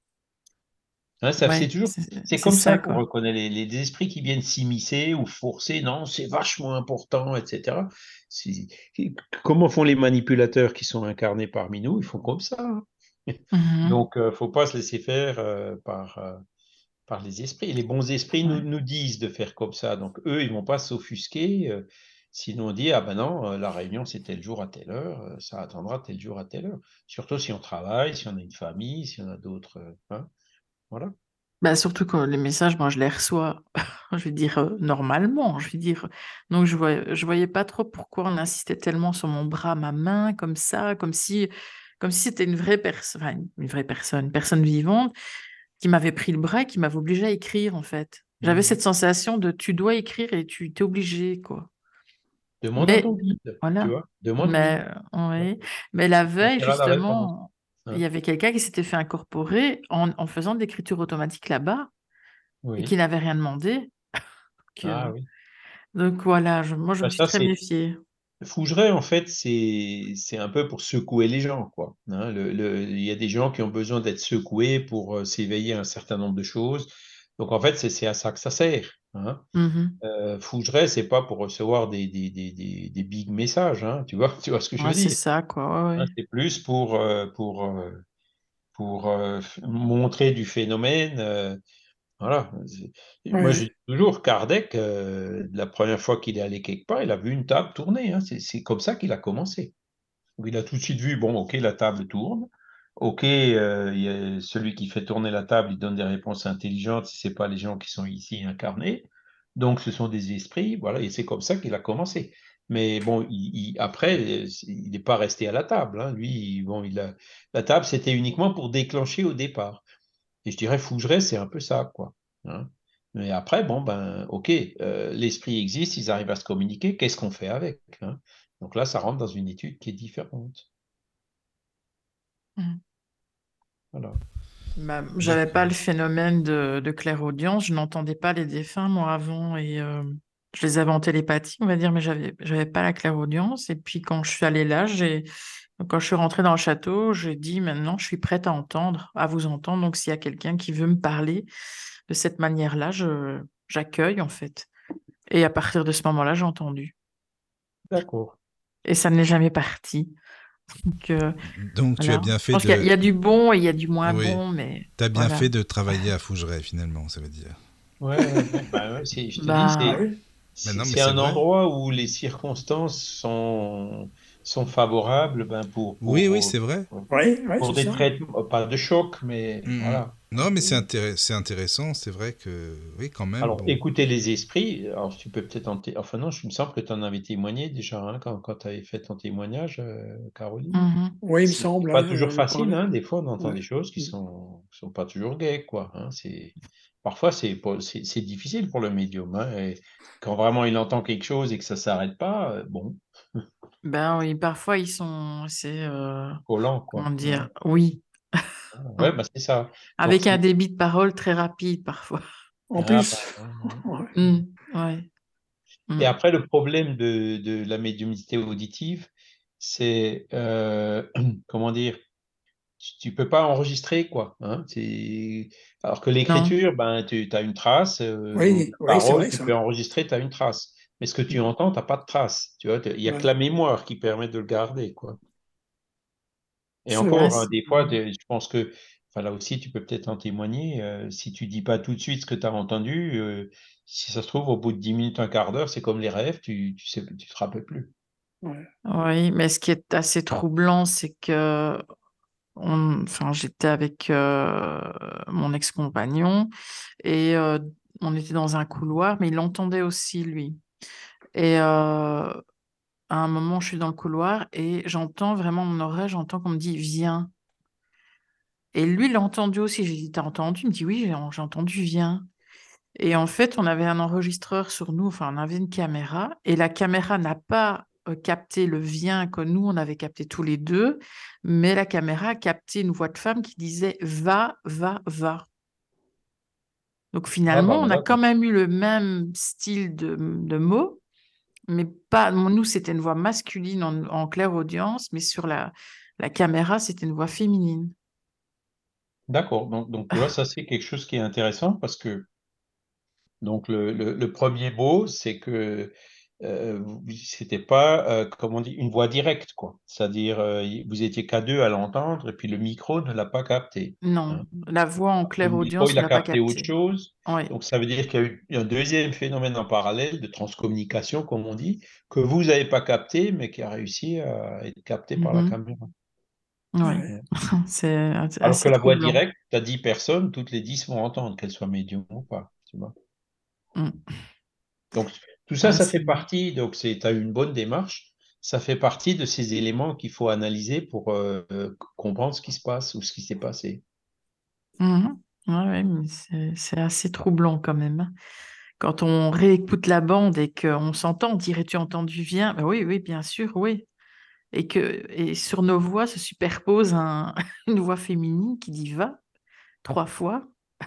Speaker 6: Hein, ça, c'est
Speaker 3: Ouais,
Speaker 6: toujours,
Speaker 3: c'est
Speaker 6: c'est
Speaker 3: c'est
Speaker 6: comme ça
Speaker 3: ça,
Speaker 6: qu'on
Speaker 3: quoi.
Speaker 6: reconnaît les, les esprits qui viennent s'immiscer ou forcer. Non, c'est vachement important, et cetera. C'est- Comment font les manipulateurs qui sont incarnés parmi nous? Ils font comme ça. Hein.
Speaker 3: Mhm.
Speaker 6: Donc, euh, faut pas se laisser faire euh, par, euh, par les esprits. Les bons esprits nous,
Speaker 3: Ouais.
Speaker 6: nous disent de faire comme ça. Donc, eux, ils vont pas s'offusquer. euh, sinon, on dit, ah ben non, euh, la réunion, c'est tel jour à telle heure, euh, ça attendra tel jour à telle heure. Surtout si on travaille, si on a une famille, si on a d'autres. euh, hein, voilà.
Speaker 3: Bah, surtout quand les messages, moi, je les reçois, je vais dire, euh, normalement, je vais dire. Donc, je voyais, je voyais pas trop pourquoi on insistait tellement sur mon bras, ma main, comme ça, comme si, comme si c'était une vraie personne, enfin, une vraie personne, une personne vivante qui m'avait pris le bras et qui m'avait obligé à écrire, en fait. J'avais
Speaker 6: Mhm.
Speaker 3: cette sensation de tu dois écrire et tu t'es obligé, quoi.
Speaker 6: Demande à
Speaker 3: Mais
Speaker 6: ton guide, tu
Speaker 3: voilà.
Speaker 6: vois. Demande-lui.
Speaker 3: Mais, euh,
Speaker 6: Hein.
Speaker 3: oui. Mais la
Speaker 6: Ça
Speaker 3: veille,
Speaker 6: t'ira la réponse.
Speaker 3: justement, il y
Speaker 6: Hein.
Speaker 3: avait quelqu'un qui s'était fait incorporer en, en faisant de l'écriture automatique là-bas et qui
Speaker 6: Oui.
Speaker 3: n'avait rien demandé. Donc, euh,
Speaker 6: Ah oui.
Speaker 3: donc voilà, je- moi je me
Speaker 6: Ben,
Speaker 3: suis
Speaker 6: ça,
Speaker 3: très
Speaker 6: c'est.
Speaker 3: méfiée.
Speaker 6: Fougeray, en fait, c'est c'est un peu pour secouer les gens, quoi. Hein, le, le- il y a des gens qui ont besoin d'être secoués pour euh, s'éveiller à un certain nombre de choses. Donc, en fait, c'est c'est à ça que ça sert. Hein.
Speaker 3: Mhm.
Speaker 6: Euh, Fougeray, c'est pas pour recevoir des, des, des, des, des big messages, hein, tu vois, tu vois ce que je
Speaker 3: Ouais,
Speaker 6: veux
Speaker 3: c'est
Speaker 6: dire.
Speaker 3: ça, quoi. Ouais,
Speaker 6: Hein,
Speaker 3: ouais.
Speaker 6: c'est plus pour, euh, pour, euh, pour euh, f- montrer du phénomène. euh, Voilà. C'est- Moi, je
Speaker 5: Ouais.
Speaker 6: dis toujours, Kardec, euh, la première fois qu'il est allé quelque part, il a vu une table tourner. Hein. C'est c'est comme ça qu'il a commencé. Donc, il a tout de suite vu, bon, ok, la table tourne. Ok, euh, il y a celui qui fait tourner la table, il donne des réponses intelligentes si ce n'est pas les gens qui sont ici incarnés. Donc, ce sont des esprits, voilà, et c'est comme ça qu'il a commencé. Mais bon, il, il- après, il n'est pas resté à la table. Hein. Lui, il- bon, il a, la table, c'était uniquement pour déclencher au départ. Et je dirais, Fougeray, c'est un peu ça, quoi. Hein. Mais après, bon, ben, ok, euh, l'esprit existe, ils arrivent à se communiquer, qu'est-ce qu'on fait avec, hein? Donc là, ça rentre dans une étude qui est différente.
Speaker 3: Mhm.
Speaker 6: Voilà.
Speaker 3: Bah, j'avais pas le
Speaker 4: D'accord.
Speaker 3: phénomène de, de clairaudience, je n'entendais pas les défunts moi avant et euh, je les avais en télépathie, on va dire, mais j'avais j'avais pas la clairaudience. Et puis quand je suis allée là, j'ai quand je suis rentrée dans le château, j'ai dit maintenant je suis prête à entendre, à vous entendre. Donc s'il y a quelqu'un qui veut me parler de cette manière-là, je j'accueille en fait. Et à partir de ce moment-là, j'ai entendu.
Speaker 6: D'accord.
Speaker 3: Et ça n'est jamais parti. Donc euh,
Speaker 4: Donc tu as
Speaker 3: voilà.
Speaker 4: bien
Speaker 3: Je
Speaker 4: fait
Speaker 3: pense qu'il y, a il
Speaker 4: de...
Speaker 3: y a du bon et il y a du moins
Speaker 4: Oui,
Speaker 3: bon, mais
Speaker 4: tu as bien
Speaker 3: voilà.
Speaker 4: fait de travailler à Fougeray, finalement, ça veut dire.
Speaker 6: Ouais, ouais, ouais. Bah ouais, c'est- je te dis,
Speaker 5: Ah
Speaker 3: Bah
Speaker 6: c'est,
Speaker 5: oui,
Speaker 4: Mais
Speaker 6: c'est
Speaker 4: non, mais
Speaker 6: c'est
Speaker 4: c'est
Speaker 6: un
Speaker 4: vrai.
Speaker 6: endroit où les circonstances sont, sont favorables ben, pour,
Speaker 4: Oui, oui,
Speaker 6: pour,
Speaker 4: c'est vrai.
Speaker 5: oui, oui,
Speaker 6: pour
Speaker 5: c'est
Speaker 6: des
Speaker 5: ça.
Speaker 6: traitements, pas de choc, mais
Speaker 4: Mm, mm.
Speaker 6: voilà.
Speaker 4: Non, mais c'est intéress- c'est intéressant, c'est vrai que... Oui, quand même,
Speaker 6: Alors,
Speaker 4: bon.
Speaker 6: écouter les esprits, alors tu peux peut-être en té- enfin non, je me semble que tu en avais témoigné déjà hein, quand, quand tu avais fait ton témoignage, euh, Caroline.
Speaker 3: mhm.
Speaker 5: Oui, il me
Speaker 6: C'est c'est
Speaker 5: semble,
Speaker 6: pas
Speaker 5: hein,
Speaker 6: toujours
Speaker 5: j'avais
Speaker 6: facile,
Speaker 5: parlé.
Speaker 6: hein. Des fois, on entend
Speaker 5: Ouais.
Speaker 6: des choses qui
Speaker 5: Mm.
Speaker 6: sont, qui sont pas toujours gaies, quoi. Hein. C'est, parfois, c'est pas- c'est c'est difficile pour le médium. Hein. Et quand vraiment il entend quelque chose et que ça s'arrête pas, euh, bon,
Speaker 3: Ben oui, parfois ils sont assez, euh,
Speaker 6: collant,
Speaker 3: comment
Speaker 6: quoi. Ouais,
Speaker 3: dire, oui,
Speaker 6: ouais bah, c'est ça. Donc,
Speaker 3: avec un
Speaker 6: c'est-
Speaker 3: débit de parole très rapide parfois.
Speaker 5: En
Speaker 6: ah, bah,
Speaker 5: plus,
Speaker 6: ouais, ouais.
Speaker 5: ouais.
Speaker 3: Mm, ouais.
Speaker 6: Et
Speaker 3: Mm.
Speaker 6: après, le problème de, de la médiumnité auditive, c'est, euh, comment dire, tu, tu peux pas enregistrer, quoi. Hein, c'est... Alors que
Speaker 3: Non.
Speaker 6: l'écriture, ben, tu as une trace, euh,
Speaker 5: Oui,
Speaker 6: la
Speaker 5: oui, c'est
Speaker 6: parole,
Speaker 5: vrai
Speaker 6: tu
Speaker 5: ça.
Speaker 6: peux enregistrer, tu as une trace. Mais ce que tu
Speaker 5: Mm.
Speaker 6: entends, tu n'as pas de trace. Tu vois, il n'y a que
Speaker 5: Ouais,
Speaker 6: la mémoire qui permet de le garder, quoi. Et
Speaker 5: c'est
Speaker 3: Ouais,
Speaker 5: vrai.
Speaker 6: encore, hein,
Speaker 3: c'est-
Speaker 6: des fois, des- je pense que, enfin, là aussi, tu peux peut-être en témoigner, euh, si tu dis pas tout de suite ce que tu as entendu, euh, si ça se trouve, au bout de dix minutes, un quart d'heure, c'est comme les rêves, tu, tu sais, tu te rappelles plus.
Speaker 5: Ouais.
Speaker 3: oui, mais ce qui est assez troublant, c'est que on, enfin, j'étais avec euh, mon ex-compagnon et euh, on était dans un couloir, mais il entendait aussi lui. Et euh, à un moment, je suis dans le couloir et j'entends vraiment mon oreille, j'entends qu'on me dit viens. Et lui, il l'a entendu aussi. J'ai dit, t'as entendu? Il me dit, oui, j'ai j'ai entendu, viens. Et en fait, on avait un enregistreur sur nous, enfin, on avait une caméra, et la caméra n'a pas euh, capté le viens que nous, on avait capté tous les deux, mais la caméra a capté une voix de femme qui disait va, va, va. Donc
Speaker 6: Ah,
Speaker 3: finalement,
Speaker 6: bah
Speaker 3: on a
Speaker 6: voilà.
Speaker 3: quand même eu le même style de, de mots, mais pas, nous, c'était une voix masculine en, en claire audience, mais sur la, la caméra, c'était une voix féminine.
Speaker 6: D'accord. Donc, donc, tu vois, ça, c'est quelque chose qui est intéressant parce que, donc, le, le, le premier mot, c'est que euh, vous- c'était pas, euh, comment on dit, une voix directe, quoi. C'est-à-dire, euh, y- vous étiez qu'à deux à l'entendre et puis le micro ne l'a pas capté.
Speaker 3: Non,
Speaker 6: Hein.
Speaker 3: la voix en
Speaker 6: Le
Speaker 3: claire
Speaker 6: micro,
Speaker 3: audience
Speaker 6: il
Speaker 3: ne
Speaker 6: a
Speaker 3: l'a pas
Speaker 6: capté autre
Speaker 3: capté.
Speaker 6: chose.
Speaker 3: Oui.
Speaker 6: Donc, ça veut dire qu'il y a eu un deuxième phénomène en parallèle de transcommunication, comme on dit, que vous n'avez pas capté, mais qui a réussi à être capté par la
Speaker 3: Mhm.
Speaker 6: caméra.
Speaker 3: Oui,
Speaker 5: Ouais.
Speaker 3: c'est
Speaker 6: Alors que
Speaker 3: assez
Speaker 6: la voix
Speaker 3: troublant.
Speaker 6: directe, tu as dix personnes, toutes les dix vont entendre, qu'elles soient médium ou pas. Tu vois.
Speaker 3: Mm.
Speaker 6: Donc, tout ça,
Speaker 3: Ah,
Speaker 6: ça
Speaker 3: c'est-
Speaker 6: fait partie, donc tu as une bonne démarche, ça fait partie de ces éléments qu'il faut analyser pour euh, euh, comprendre ce qui se passe ou ce qui s'est passé.
Speaker 3: Mhm. Ouais, ouais, mais c'est c'est assez troublant quand même, hein. Quand on réécoute la bande et qu'on s'entend, on dirait tu as entendu viens. Ben oui, oui, bien sûr, oui. Et que et sur nos voix se superpose un- une voix féminine qui dit va trois fois.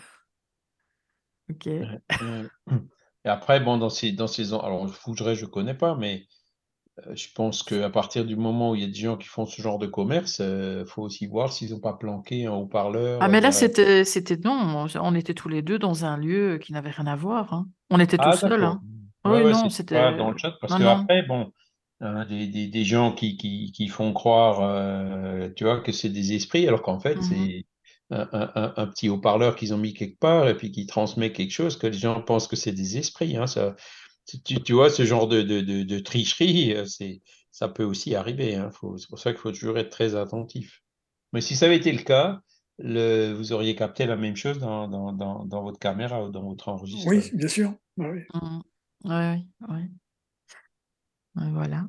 Speaker 3: Ok.
Speaker 6: Ouais, ouais. Et après, bon, dans ces, dans ces, en- alors, Fougeray, je connais pas, mais euh, je pense qu'à partir du moment où il y a des gens qui font ce genre de commerce, il faut aussi voir s'ils n'ont pas planqué un
Speaker 3: Ah,
Speaker 6: haut-parleur euh,
Speaker 3: mais là,
Speaker 6: derrière.
Speaker 3: c'était, c'était non, on on était tous les deux dans un lieu qui n'avait rien à voir, hein. On était tout
Speaker 6: Ah,
Speaker 3: seuls,
Speaker 6: d'accord.
Speaker 3: hein. Ah
Speaker 6: Ouais,
Speaker 3: oui,
Speaker 6: ouais,
Speaker 3: non,
Speaker 6: c'est pas
Speaker 3: c'était.
Speaker 6: dans le chat, parce
Speaker 3: Non,
Speaker 6: que
Speaker 3: non.
Speaker 6: après, bon, hein, des, des, des gens qui, qui, qui font croire, euh, tu vois, que c'est des esprits, alors qu'en fait,
Speaker 3: Mhm.
Speaker 6: c'est un, un, un- un petit haut-parleur qu'ils ont mis quelque part et puis qui transmet quelque chose que les gens pensent que c'est des esprits. Hein, ça, tu, tu vois, ce genre de, de, de, de tricherie, euh, c'est, ça peut aussi arriver. Hein, faut, c'est pour ça qu'il faut toujours être très attentif. Mais si ça avait été le cas, le, vous auriez capté la même chose dans, dans, dans, dans votre caméra ou dans votre
Speaker 5: Oui,
Speaker 6: enregistreur.
Speaker 5: bien sûr. Ah oui.
Speaker 3: Mhm. Ouais, ouais, ouais. Ouais, voilà.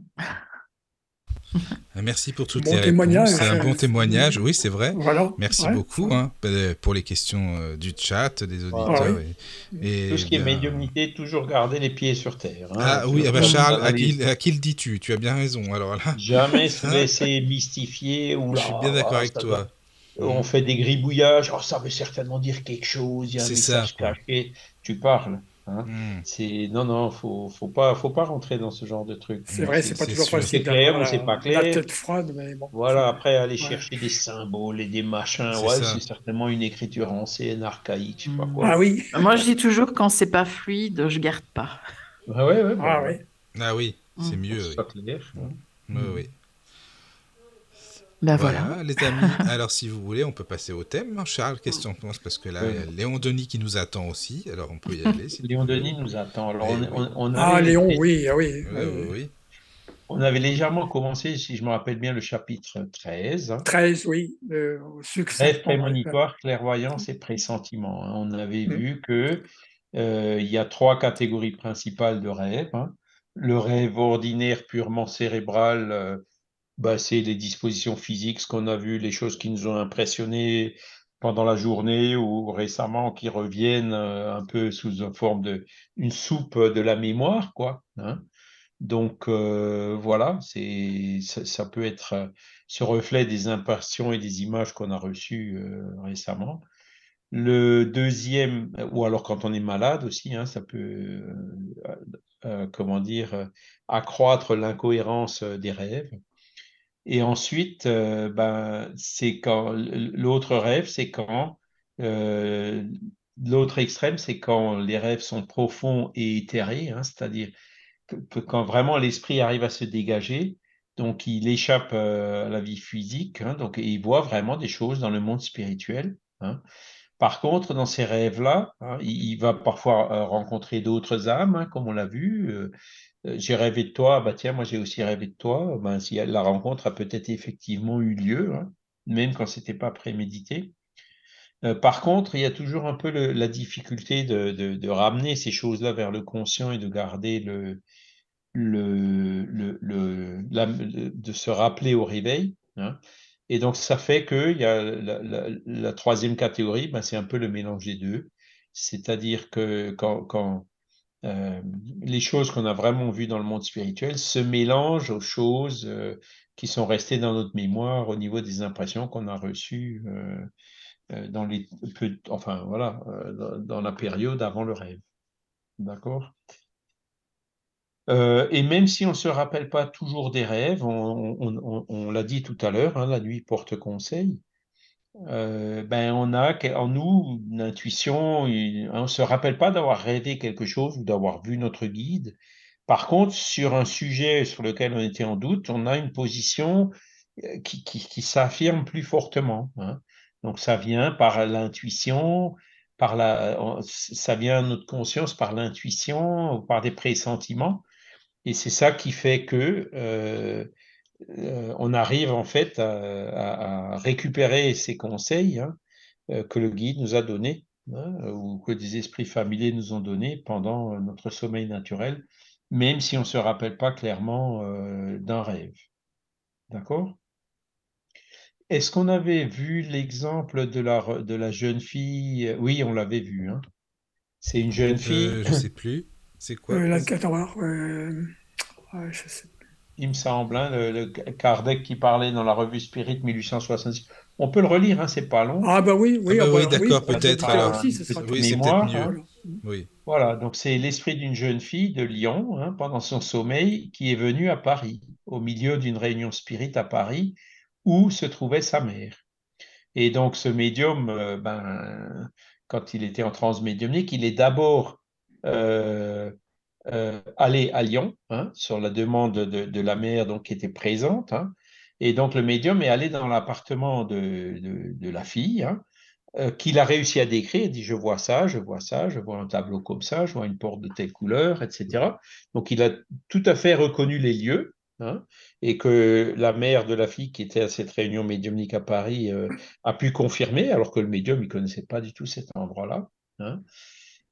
Speaker 4: Merci pour toutes
Speaker 5: Bon
Speaker 4: les réponses.
Speaker 5: témoignage.
Speaker 4: C'est un bon
Speaker 5: euh,
Speaker 4: témoignage, oui, c'est vrai.
Speaker 5: Voilà.
Speaker 4: Merci
Speaker 5: Ouais,
Speaker 4: beaucoup
Speaker 5: ça-
Speaker 4: hein, pe- pour les questions euh, du chat, des
Speaker 6: Voilà.
Speaker 5: Ah
Speaker 4: auditeurs.
Speaker 5: oui.
Speaker 4: Et,
Speaker 6: Tout
Speaker 4: et
Speaker 6: ce qui est
Speaker 4: bien...
Speaker 6: médiumnité, toujours garder les pieds sur terre. Hein,
Speaker 4: Ah oui,
Speaker 6: toujours
Speaker 4: ah bah
Speaker 6: faire des
Speaker 3: Mm.
Speaker 4: Charles, à
Speaker 6: analyses.
Speaker 4: qui, à qui le dis-tu? Tu as bien raison. Alors là,
Speaker 6: Jamais se
Speaker 4: hein,
Speaker 6: laisser mystifier ou
Speaker 4: je
Speaker 6: là,
Speaker 4: suis bien d'accord
Speaker 6: ah,
Speaker 4: avec
Speaker 6: ça doit-
Speaker 4: toi.
Speaker 6: on
Speaker 4: Hmm.
Speaker 6: fait des gribouillages. Oh, ça veut certainement dire quelque chose. Il y a un
Speaker 4: C'est ça,
Speaker 6: message
Speaker 4: quoi.
Speaker 6: caché. Tu parles. Hein.
Speaker 4: Hmm.
Speaker 6: C'est non, non, faut, faut pas, faut pas rentrer dans ce genre de truc.
Speaker 5: C'est
Speaker 4: Hmm,
Speaker 5: vrai,
Speaker 4: c'est
Speaker 5: c'est pas
Speaker 4: c'est
Speaker 5: toujours
Speaker 6: Ou
Speaker 4: sûr.
Speaker 6: c'est
Speaker 5: facile
Speaker 6: clair,
Speaker 5: d'avoir
Speaker 6: ou c'est
Speaker 5: la,
Speaker 6: pas
Speaker 5: la
Speaker 6: clair.
Speaker 5: tête froide, mais bon,
Speaker 6: Voilà.
Speaker 5: c'est.
Speaker 6: Après, aller
Speaker 5: Ouais.
Speaker 6: chercher des symboles et des machins.
Speaker 4: C'est
Speaker 6: Ouais,
Speaker 4: ça.
Speaker 6: c'est certainement une écriture ancienne, archaïque, je sais pas
Speaker 3: Mm.
Speaker 5: Ah
Speaker 6: quoi.
Speaker 5: oui.
Speaker 3: Moi, je dis toujours quand c'est pas fluide, je garde pas.
Speaker 6: Ouais, ouais, ouais, bah
Speaker 5: Ah
Speaker 6: voilà.
Speaker 5: oui.
Speaker 4: Ah oui, c'est
Speaker 3: Mm.
Speaker 6: Pour que
Speaker 4: mieux,
Speaker 6: ce
Speaker 4: oui.
Speaker 6: soit clair. Hein.
Speaker 4: Oui,
Speaker 6: Mhm.
Speaker 4: oui.
Speaker 3: Ben voilà.
Speaker 4: Voilà, les amis. Alors, si vous voulez, on peut passer au thème. hein. Charles, qu'est-ce que tu en penses? Parce que là, il y a
Speaker 6: Euh,
Speaker 4: Léon Denis qui nous attend aussi. Alors, on peut y aller si tu
Speaker 6: Léon
Speaker 4: veux.
Speaker 6: Denis nous attend. Alors,
Speaker 4: Eh
Speaker 6: on,
Speaker 4: oui.
Speaker 6: on- on
Speaker 5: Ah,
Speaker 6: avait,
Speaker 5: Léon, oui, ah oui,
Speaker 4: Oui,
Speaker 5: oui,
Speaker 4: oui,
Speaker 5: oui.
Speaker 4: oui.
Speaker 6: on avait légèrement commencé, si je me rappelle bien, le chapitre treize. Hein.
Speaker 5: treize, oui, le
Speaker 6: Rêve
Speaker 5: succinctement. Ouais.
Speaker 6: prémonitoire, clairvoyance et pressentiment. Hein. On avait
Speaker 5: Mm.
Speaker 6: vu que euh, il y a trois catégories principales de rêves. Hein. Le rêve ordinaire purement cérébral, euh, bah, c'est les dispositions physiques, ce qu'on a vu, les choses qui nous ont impressionnés pendant la journée ou récemment qui reviennent euh, un peu sous une forme de une soupe de la mémoire, quoi. Hein. Donc euh, voilà, c'est ça, ça peut être euh, ce reflet des impressions et des images qu'on a reçues euh, récemment. Le deuxième, ou alors quand on est malade aussi, hein, ça peut, euh, euh, comment dire, euh, accroître l'incohérence euh, des rêves. Et ensuite, euh, ben, c'est quand l'autre rêve, c'est quand euh, l'autre extrême, c'est quand les rêves sont profonds et éthérés, hein, c'est-à-dire que, que quand vraiment l'esprit arrive à se dégager, donc il échappe euh, à la vie physique, hein, donc et il voit vraiment des choses dans le monde spirituel. Hein. Par contre, dans ces rêves-là, hein, il, il va parfois euh, rencontrer d'autres âmes, hein, comme on l'a vu. Euh, euh, j'ai rêvé de toi, bah tiens, moi j'ai aussi rêvé de toi. Ben, si la rencontre a peut-être effectivement eu lieu, hein, même quand c'était pas prémédité. Euh, par contre, il y a toujours un peu le- la difficulté de, de- de ramener ces choses-là vers le conscient et de garder le, le, le, le- la- le- de se rappeler au réveil. Hein. Et donc, ça fait qu'il y a la, la- la troisième catégorie, ben, c'est un peu le mélange des deux. C'est-à-dire que quand, quand euh, les choses qu'on a vraiment vues dans le monde spirituel se mélangent aux choses euh, qui sont restées dans notre mémoire au niveau des impressions qu'on a reçues euh, euh, dans les, peu- enfin, voilà, euh, dans, dans la période avant le rêve. D'accord? Euh, et même si on ne se rappelle pas toujours des rêves, on, on- on- on l'a dit tout à l'heure, hein, la nuit porte conseil, euh, ben on a que- en nous une intuition, une- on ne se rappelle pas d'avoir rêvé quelque chose ou d'avoir vu notre guide. Par contre, sur un sujet sur lequel on était en doute, on a une position euh, qui, qui- qui s'affirme plus fortement. Hein. Donc ça vient par l'intuition, par la, on- ça vient à notre conscience par l'intuition, ou par des pressentiments. Et c'est ça qui fait que euh, euh, on arrive en fait à, à- à récupérer ces conseils hein, euh, que le guide nous a donnés hein, ou que des esprits familiers nous ont donnés pendant euh, notre sommeil naturel, même si on ne se rappelle pas clairement euh, d'un rêve. D'accord? Est-ce qu'on avait vu l'exemple de la, re- de la jeune fille? Oui, on l'avait vu. Hein. C'est une jeune fille,
Speaker 4: Euh, je sais plus. C'est quoi
Speaker 5: Euh, la
Speaker 4: comme...
Speaker 5: cataracte, euh, ouais, je sais.
Speaker 6: il me semble, hein, le, le Kardec qui parlait dans la revue Spirit mille huit cent soixante-six. On peut le relire, hein, c'est pas long.
Speaker 5: Ah ben oui,
Speaker 4: Ah
Speaker 5: oui,
Speaker 4: bah
Speaker 5: ah
Speaker 4: oui,
Speaker 5: ben oui,
Speaker 4: d'accord,
Speaker 5: pour
Speaker 6: Ça
Speaker 5: les
Speaker 4: peut-être
Speaker 5: auditeurs
Speaker 4: alors.
Speaker 6: sera
Speaker 5: aussi,
Speaker 6: une
Speaker 5: ce sera
Speaker 6: petite
Speaker 5: très
Speaker 4: Oui,
Speaker 5: bien.
Speaker 4: c'est peut-être
Speaker 6: mémoire.
Speaker 4: mieux.
Speaker 6: Hein.
Speaker 5: Voilà.
Speaker 4: Oui.
Speaker 6: Voilà, donc c'est l'esprit d'une jeune fille de Lyon, hein, pendant son sommeil, qui est venue à Paris, au milieu d'une réunion spirit à Paris, où se trouvait sa mère. Et donc ce médium, euh, ben, quand il était en transe médiumnique, il est d'abord euh, euh, allé à Lyon, hein, sur la demande de, de la mère donc, qui était présente. Hein. Et donc le médium est allé dans l'appartement de, de, de la fille, hein, euh, qu'il a réussi à décrire. Il dit, je vois ça, je vois ça, je vois un tableau comme ça, je vois une porte de telle couleur, et cetera. Donc, il a tout à fait reconnu les lieux. Hein, et que la mère de la fille qui était à cette réunion médiumnique à Paris euh, a pu confirmer, alors que le médium ne connaissait pas du tout cet endroit-là. Hein.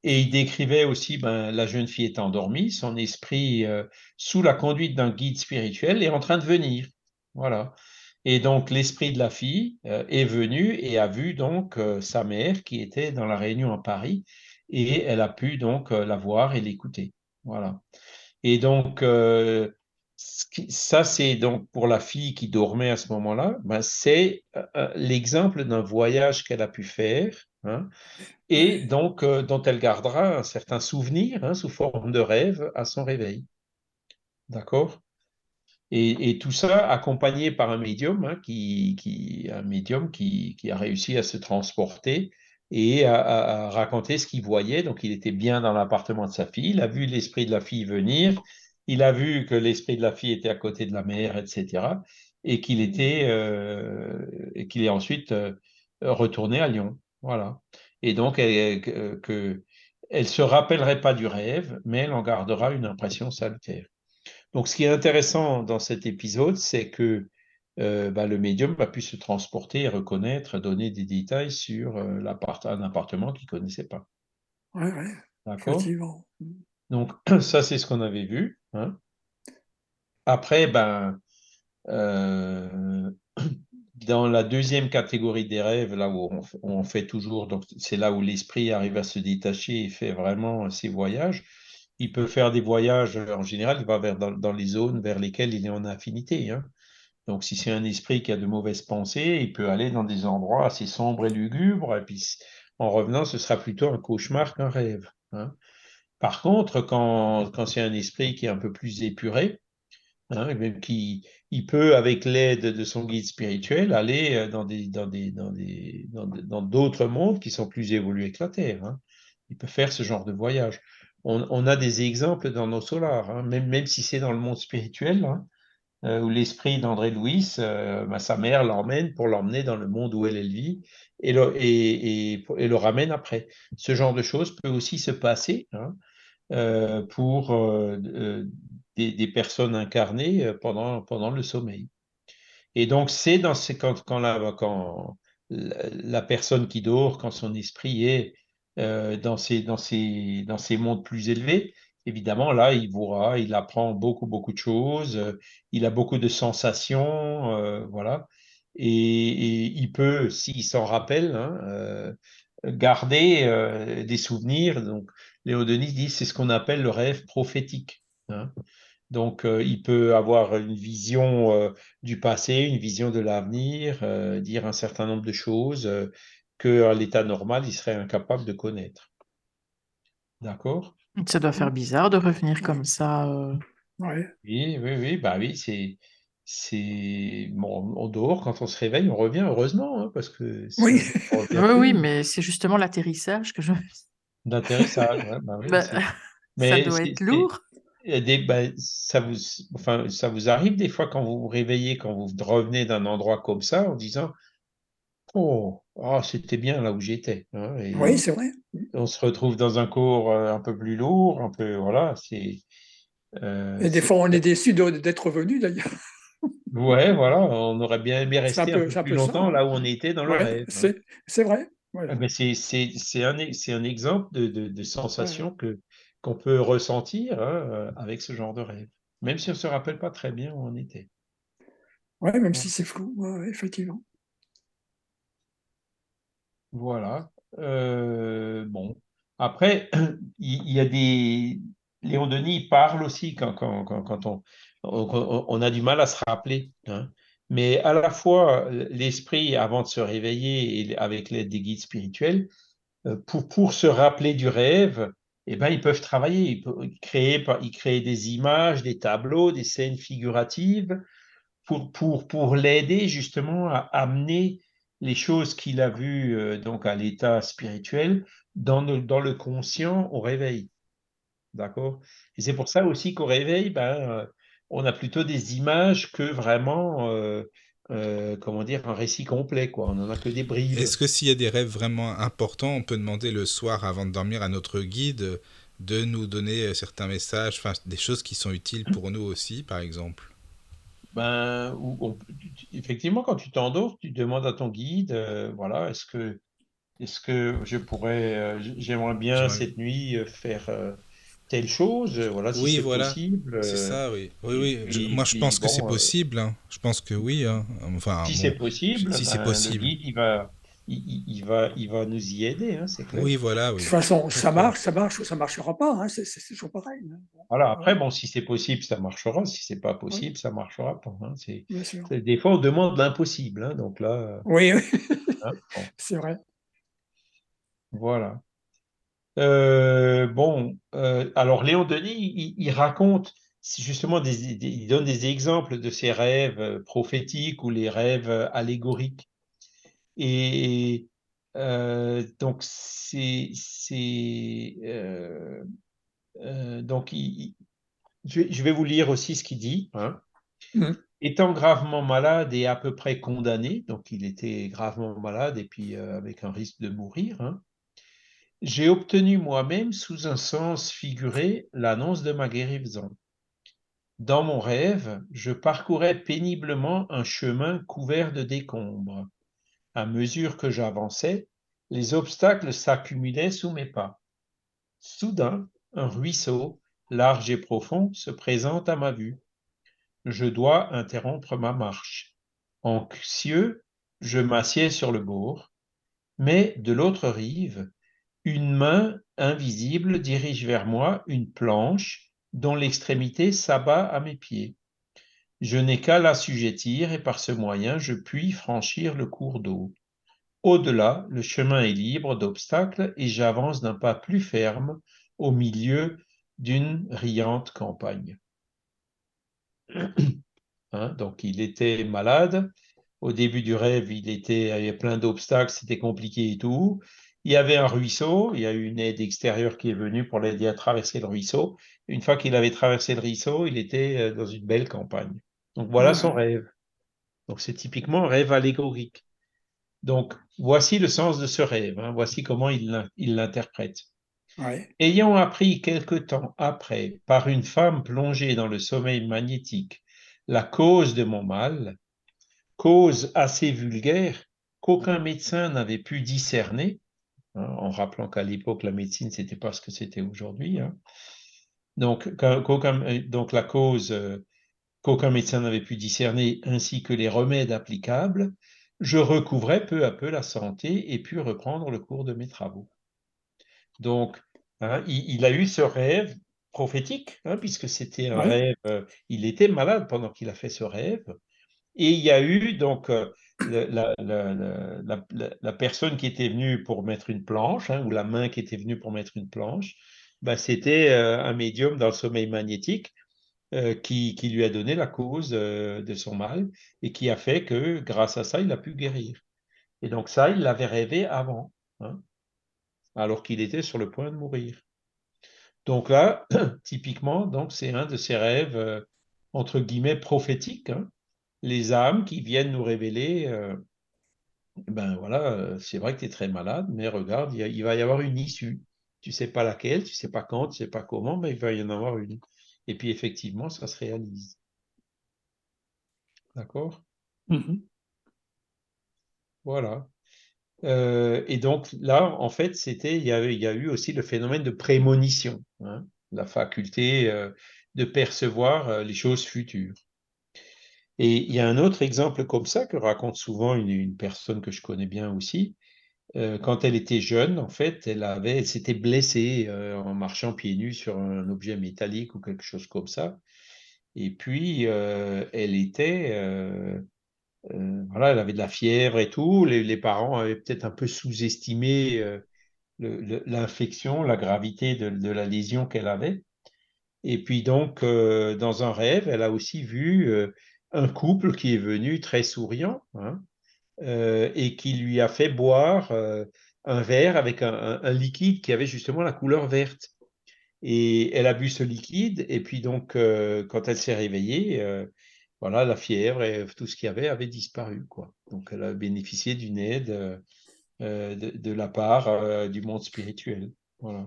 Speaker 6: et il décrivait aussi, ben, la jeune fille est endormie, son esprit, euh, sous la conduite d'un guide spirituel, est en train de venir. Voilà. Et donc, l'esprit de la fille euh, est venu et a vu donc euh, sa mère qui était dans la réunion à Paris, et elle a pu donc euh, la voir et l'écouter. Voilà. Et donc, euh, ce qui- ça, c'est donc pour la fille qui dormait à ce moment-là, ben, c'est euh, euh, l'exemple d'un voyage qu'elle a pu faire, hein, et
Speaker 5: Ouais,
Speaker 6: donc euh, dont elle gardera un certain souvenir, hein, sous forme de rêve à son réveil. D'accord? Et, et tout ça accompagné par un médium, hein, qui, qui, un médium qui, qui a réussi à se transporter et à, à- à raconter ce qu'il voyait. Donc, il était bien dans l'appartement de sa fille. Il a vu l'esprit de la fille venir. Il a vu que l'esprit de la fille était à côté de la mère, et cetera. Et qu'il était, euh, et qu'il est ensuite euh, retourné à Lyon. Voilà. Et donc, elle, que, que- elle se rappellerait pas du rêve, mais elle en gardera une impression salutaire. Donc, ce qui est intéressant dans cet épisode, c'est que euh, bah, le médium a pu se transporter et reconnaître, donner des détails sur euh, l'appart- un appartement qu'il ne connaissait pas.
Speaker 5: ouais, ouais,
Speaker 6: D'accord?
Speaker 5: effectivement.
Speaker 6: Donc, ça, c'est ce qu'on avait vu, hein. Après, ben, euh, dans la deuxième catégorie des rêves, là où on, f- on fait toujours, donc c'est là où l'esprit arrive à se détacher et fait vraiment ses voyages. Il peut faire des voyages, en général, il va vers, dans, dans les zones vers lesquelles il est en affinité, hein. Donc, si c'est un esprit qui a de mauvaises pensées, il peut aller dans des endroits assez sombres et lugubres, et puis en revenant, ce sera plutôt un cauchemar qu'un rêve, hein. Par contre, quand, quand c'est un esprit qui est un peu plus épuré, hein, et même qui il peut, avec l'aide de son guide spirituel, aller euh, dans des, dans des, dans des, dans de- dans d'autres mondes qui sont plus évolués que la Terre, hein. Il peut faire ce genre de voyage. On, on a des exemples dans nos solars, hein, même, même si c'est dans le monde spirituel, hein, euh, où l'esprit d'André Louis, euh, bah, sa mère l'emmène pour l'emmener dans le monde où elle, elle vit et le, et, et- et le ramène après. Ce genre de choses peut aussi se passer, hein, euh, pour euh, euh, des, des personnes incarnées euh, pendant, pendant le sommeil. Et donc, c'est dans ces, quand, quand, la, quand la, la personne qui dort, quand son esprit est euh, dans ces, dans ces, dans ces mondes plus élevés, évidemment, là, il voit, il apprend beaucoup, beaucoup de choses, euh, il a beaucoup de sensations, euh, voilà. Et, et il peut, s'il s'en rappelle, hein, euh, garder euh, des souvenirs. Donc, Léo Denis dit, c'est ce qu'on appelle le rêve prophétique, hein. Donc, euh, il peut avoir une vision euh, du passé, une vision de l'avenir, euh, dire un certain nombre de choses euh, qu'à l'état normal, il serait incapable de connaître. D'accord?
Speaker 3: Ça doit faire bizarre de revenir comme
Speaker 5: Ouais,
Speaker 3: ça. euh.
Speaker 5: ouais.
Speaker 6: Oui, oui, oui, bah oui, c'est, c'est, bon, on dort, quand on se réveille, on revient, heureusement, hein, parce que
Speaker 5: Oui,
Speaker 6: sinon, on ne revient
Speaker 3: Oui, oui,
Speaker 6: plus
Speaker 3: mais c'est justement l'atterrissage que je...
Speaker 6: d'atterrissage. Ouais, bah oui,
Speaker 3: Bah,
Speaker 6: c'est-
Speaker 3: ça
Speaker 6: mais
Speaker 3: doit
Speaker 6: c'est,
Speaker 3: être
Speaker 6: c'est-
Speaker 3: lourd.
Speaker 6: il y a des, bah, ça vous, enfin, ça vous arrive des fois quand vous vous réveillez, quand vous revenez d'un endroit comme ça, en disant, oh, ah, c'était bien là où j'étais, hein,
Speaker 5: oui,
Speaker 6: et
Speaker 5: c'est vrai.
Speaker 6: on se retrouve dans un cours euh, un peu plus lourd, un peu, voilà, c'est, euh,
Speaker 5: Et des
Speaker 6: c'est,
Speaker 5: fois, on est déçu de- d'être revenu, d'ailleurs.
Speaker 6: ouais, voilà, on aurait bien aimé
Speaker 5: C'est un
Speaker 6: rester un
Speaker 5: peu,
Speaker 6: peu
Speaker 5: c'est un
Speaker 6: plus
Speaker 5: peu ça,
Speaker 6: longtemps
Speaker 5: hein.
Speaker 6: là où on était dans le
Speaker 5: Ouais,
Speaker 6: rêve, hein.
Speaker 5: c'est, c'est vrai.
Speaker 6: Ah
Speaker 5: Voilà.
Speaker 6: ben, c'est, c'est, c'est un, e- c'est un exemple de, de, de
Speaker 5: Ouais.
Speaker 6: sensation que, qu'on peut ressentir, hein, euh, avec ce genre de rêve, même si on ne se rappelle pas très bien où on était.
Speaker 5: Ouais, même
Speaker 6: Voilà.
Speaker 5: si c'est flou, ouais, ouais, effectivement.
Speaker 6: Voilà. Euh, bon. Après, il il y, a des. Léon Denis parle aussi quand, quand, quand, quand on, on, on a du mal à se rappeler, hein. Mais à la fois, l'esprit, avant de se réveiller, et avec l'aide des guides spirituels, euh, pour, pour se rappeler du rêve, eh ben, ils peuvent travailler. Ils peuvent créer, par- ils créent des images, des tableaux, des scènes figuratives pour, pour, pour l'aider justement à amener les choses qu'il a vues euh, donc à l'état spirituel dans le, dans le conscient au réveil. D'accord? Et c'est pour ça aussi qu'au réveil, ben, euh, on a plutôt des images que vraiment, euh, euh, comment dire, un récit complet, quoi. On n'en a que des bribes.
Speaker 4: Est-ce que s'il y a des rêves vraiment importants, on peut demander le soir avant de dormir à notre guide de nous donner certains messages, enfin des choses qui sont utiles pour nous aussi, par exemple?
Speaker 6: Ben, ou- on- tu- tu- effectivement, quand tu t'endors, tu demandes à ton guide, euh, voilà, est-ce que est-ce que je pourrais, euh, j- j'aimerais bien
Speaker 4: J'aimerais-
Speaker 6: cette nuit euh, faire euh, telle chose, euh, voilà, si
Speaker 4: Oui,
Speaker 6: c'est
Speaker 4: voilà.
Speaker 6: possible.
Speaker 4: C'est
Speaker 6: euh,
Speaker 4: ça, oui. Oui,
Speaker 6: et
Speaker 4: oui. Je-
Speaker 6: puis,
Speaker 4: moi, je
Speaker 6: puis
Speaker 4: pense que c'est
Speaker 6: bon, euh,
Speaker 4: possible, hein. Je pense que oui, hein. Enfin,
Speaker 6: si
Speaker 4: bon,
Speaker 6: c'est possible,
Speaker 4: si c'est
Speaker 6: ben, le
Speaker 4: possible.
Speaker 6: guide, il va, il, il- il va, il va nous y aider, hein, c'est clair.
Speaker 4: Oui, voilà,
Speaker 5: De toute
Speaker 4: oui.
Speaker 5: façon, ça
Speaker 4: D'accord.
Speaker 5: marche, ça marche ou ça marchera pas, hein, c'est c'est- c'est toujours pareil. Hein.
Speaker 6: Voilà,
Speaker 5: Ouais,
Speaker 6: après, bon, si c'est possible, ça marchera. Si c'est pas
Speaker 5: ouais,
Speaker 6: possible, ça marchera pas, hein. C'est,
Speaker 5: bien sûr.
Speaker 6: c'est- des fois, on demande l'impossible, hein, donc là, euh,
Speaker 5: Oui, oui,
Speaker 6: hein, bon,
Speaker 5: c'est vrai.
Speaker 6: voilà. Euh, bon, euh, alors Léon Denis, il, il raconte justement des, des- il donne des exemples de ses rêves euh, prophétiques ou les rêves euh, allégoriques. Et euh, donc c'est, c'est euh, euh, donc il- il- je, vais je vais vous lire aussi ce qu'il dit, hein.
Speaker 5: Mm.
Speaker 6: Étant gravement malade et à peu près condamné, donc il était gravement malade et puis euh, avec un risque de mourir, hein. J'ai obtenu moi-même, sous un sens figuré, l'annonce de ma guérison. Dans mon rêve, je parcourais péniblement un chemin couvert de décombres. À mesure que j'avançais, les obstacles s'accumulaient sous mes pas. Soudain, un ruisseau, large et profond, se présente à ma vue. Je dois interrompre ma marche. Anxieux, je m'assieds sur le bord, mais de l'autre rive, une main invisible dirige vers moi une planche dont l'extrémité s'abat à mes pieds. Je n'ai qu'à l'assujettir et par ce moyen je puis franchir le cours d'eau. Au-delà, le chemin est libre d'obstacles et j'avance d'un pas plus ferme au milieu d'une riante campagne. Hein, donc il était malade. Au début du rêve, il était, il y avait plein d'obstacles, c'était compliqué et tout. Il y avait un ruisseau, il y a eu une aide extérieure qui est venue pour l'aider à traverser le ruisseau. Une fois qu'il avait traversé le ruisseau, il était euh, dans une belle campagne. Donc voilà son
Speaker 5: Ouais,
Speaker 6: rêve. Donc c'est typiquement un rêve allégorique. Donc voici le sens de ce rêve, hein. Voici comment il l'in- il l'interprète.
Speaker 5: ouais,
Speaker 6: Ayant appris quelque temps après, par une femme plongée dans le sommeil magnétique, la cause de mon mal, cause assez vulgaire qu'aucun médecin n'avait pu discerner, hein, en rappelant qu'à l'époque, la médecine, c'était pas ce que c'était aujourd'hui, hein. Donc, qu'aucun, donc, la cause euh, qu'aucun médecin n'avait pu discerner, ainsi que les remèdes applicables, je recouvrais peu à peu la santé et pus reprendre le cours de mes travaux. Donc, hein, il, il, a eu ce rêve prophétique, hein, puisque c'était un
Speaker 5: ouais,
Speaker 6: rêve, euh, il était malade pendant qu'il a fait ce rêve. Et il y a eu donc euh, le- la, la- la- la- la- la personne qui était venue pour mettre une planche, hein, ou la main qui était venue pour mettre une planche, ben, c'était euh, un médium dans le sommeil magnétique euh, qui, qui lui a donné la cause euh, de son mal et qui a fait que grâce à ça, il a pu guérir. Et donc ça, il l'avait rêvé avant, hein, alors qu'il était sur le point de mourir. Donc là, typiquement, donc c'est un de ces rêves euh, entre guillemets prophétiques, hein, les âmes qui viennent nous révéler, euh, ben voilà, euh, c'est vrai que tu es très malade, mais regarde, il, y a- il va y avoir une issue. Tu sais pas laquelle, tu sais pas quand, tu sais pas comment, mais il va y en avoir une. Et puis effectivement, ça se réalise. D'accord?
Speaker 5: mhm,
Speaker 6: Voilà. Euh, et donc là, en fait, c'était, il y a, il y a eu aussi le phénomène de prémonition, hein, la faculté euh, de percevoir euh, les choses futures. Et il y a un autre exemple comme ça que raconte souvent une, une personne que je connais bien aussi. Euh, quand elle était jeune, en fait, elle avait, elle s'était blessée euh, en marchant pieds nus sur un objet métallique ou quelque chose comme ça. Et puis, euh, elle était, euh, euh, voilà, elle avait de la fièvre et tout. Les, les parents avaient peut-être un peu sous-estimé euh, le- le- l'infection, la gravité de, de la lésion qu'elle avait. Et puis donc, euh, dans un rêve, elle a aussi vu euh, un couple qui est venu très souriant, hein, euh, et qui lui a fait boire euh, un verre avec un, un- un liquide qui avait justement la couleur verte. Et elle a bu ce liquide, et puis donc, euh, quand elle s'est réveillée, euh, voilà, la fièvre et tout ce qu'il y avait avait disparu, quoi. Donc, elle a bénéficié d'une aide euh, euh, de, de la part euh, du monde spirituel. Voilà.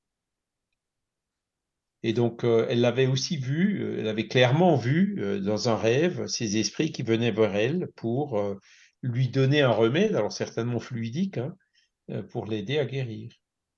Speaker 6: Et donc, euh, elle l'avait aussi vu, euh, elle avait clairement vu euh, dans un rêve ces esprits qui venaient vers elle pour euh, lui donner un remède, alors certainement fluidique, hein, euh, pour l'aider à guérir.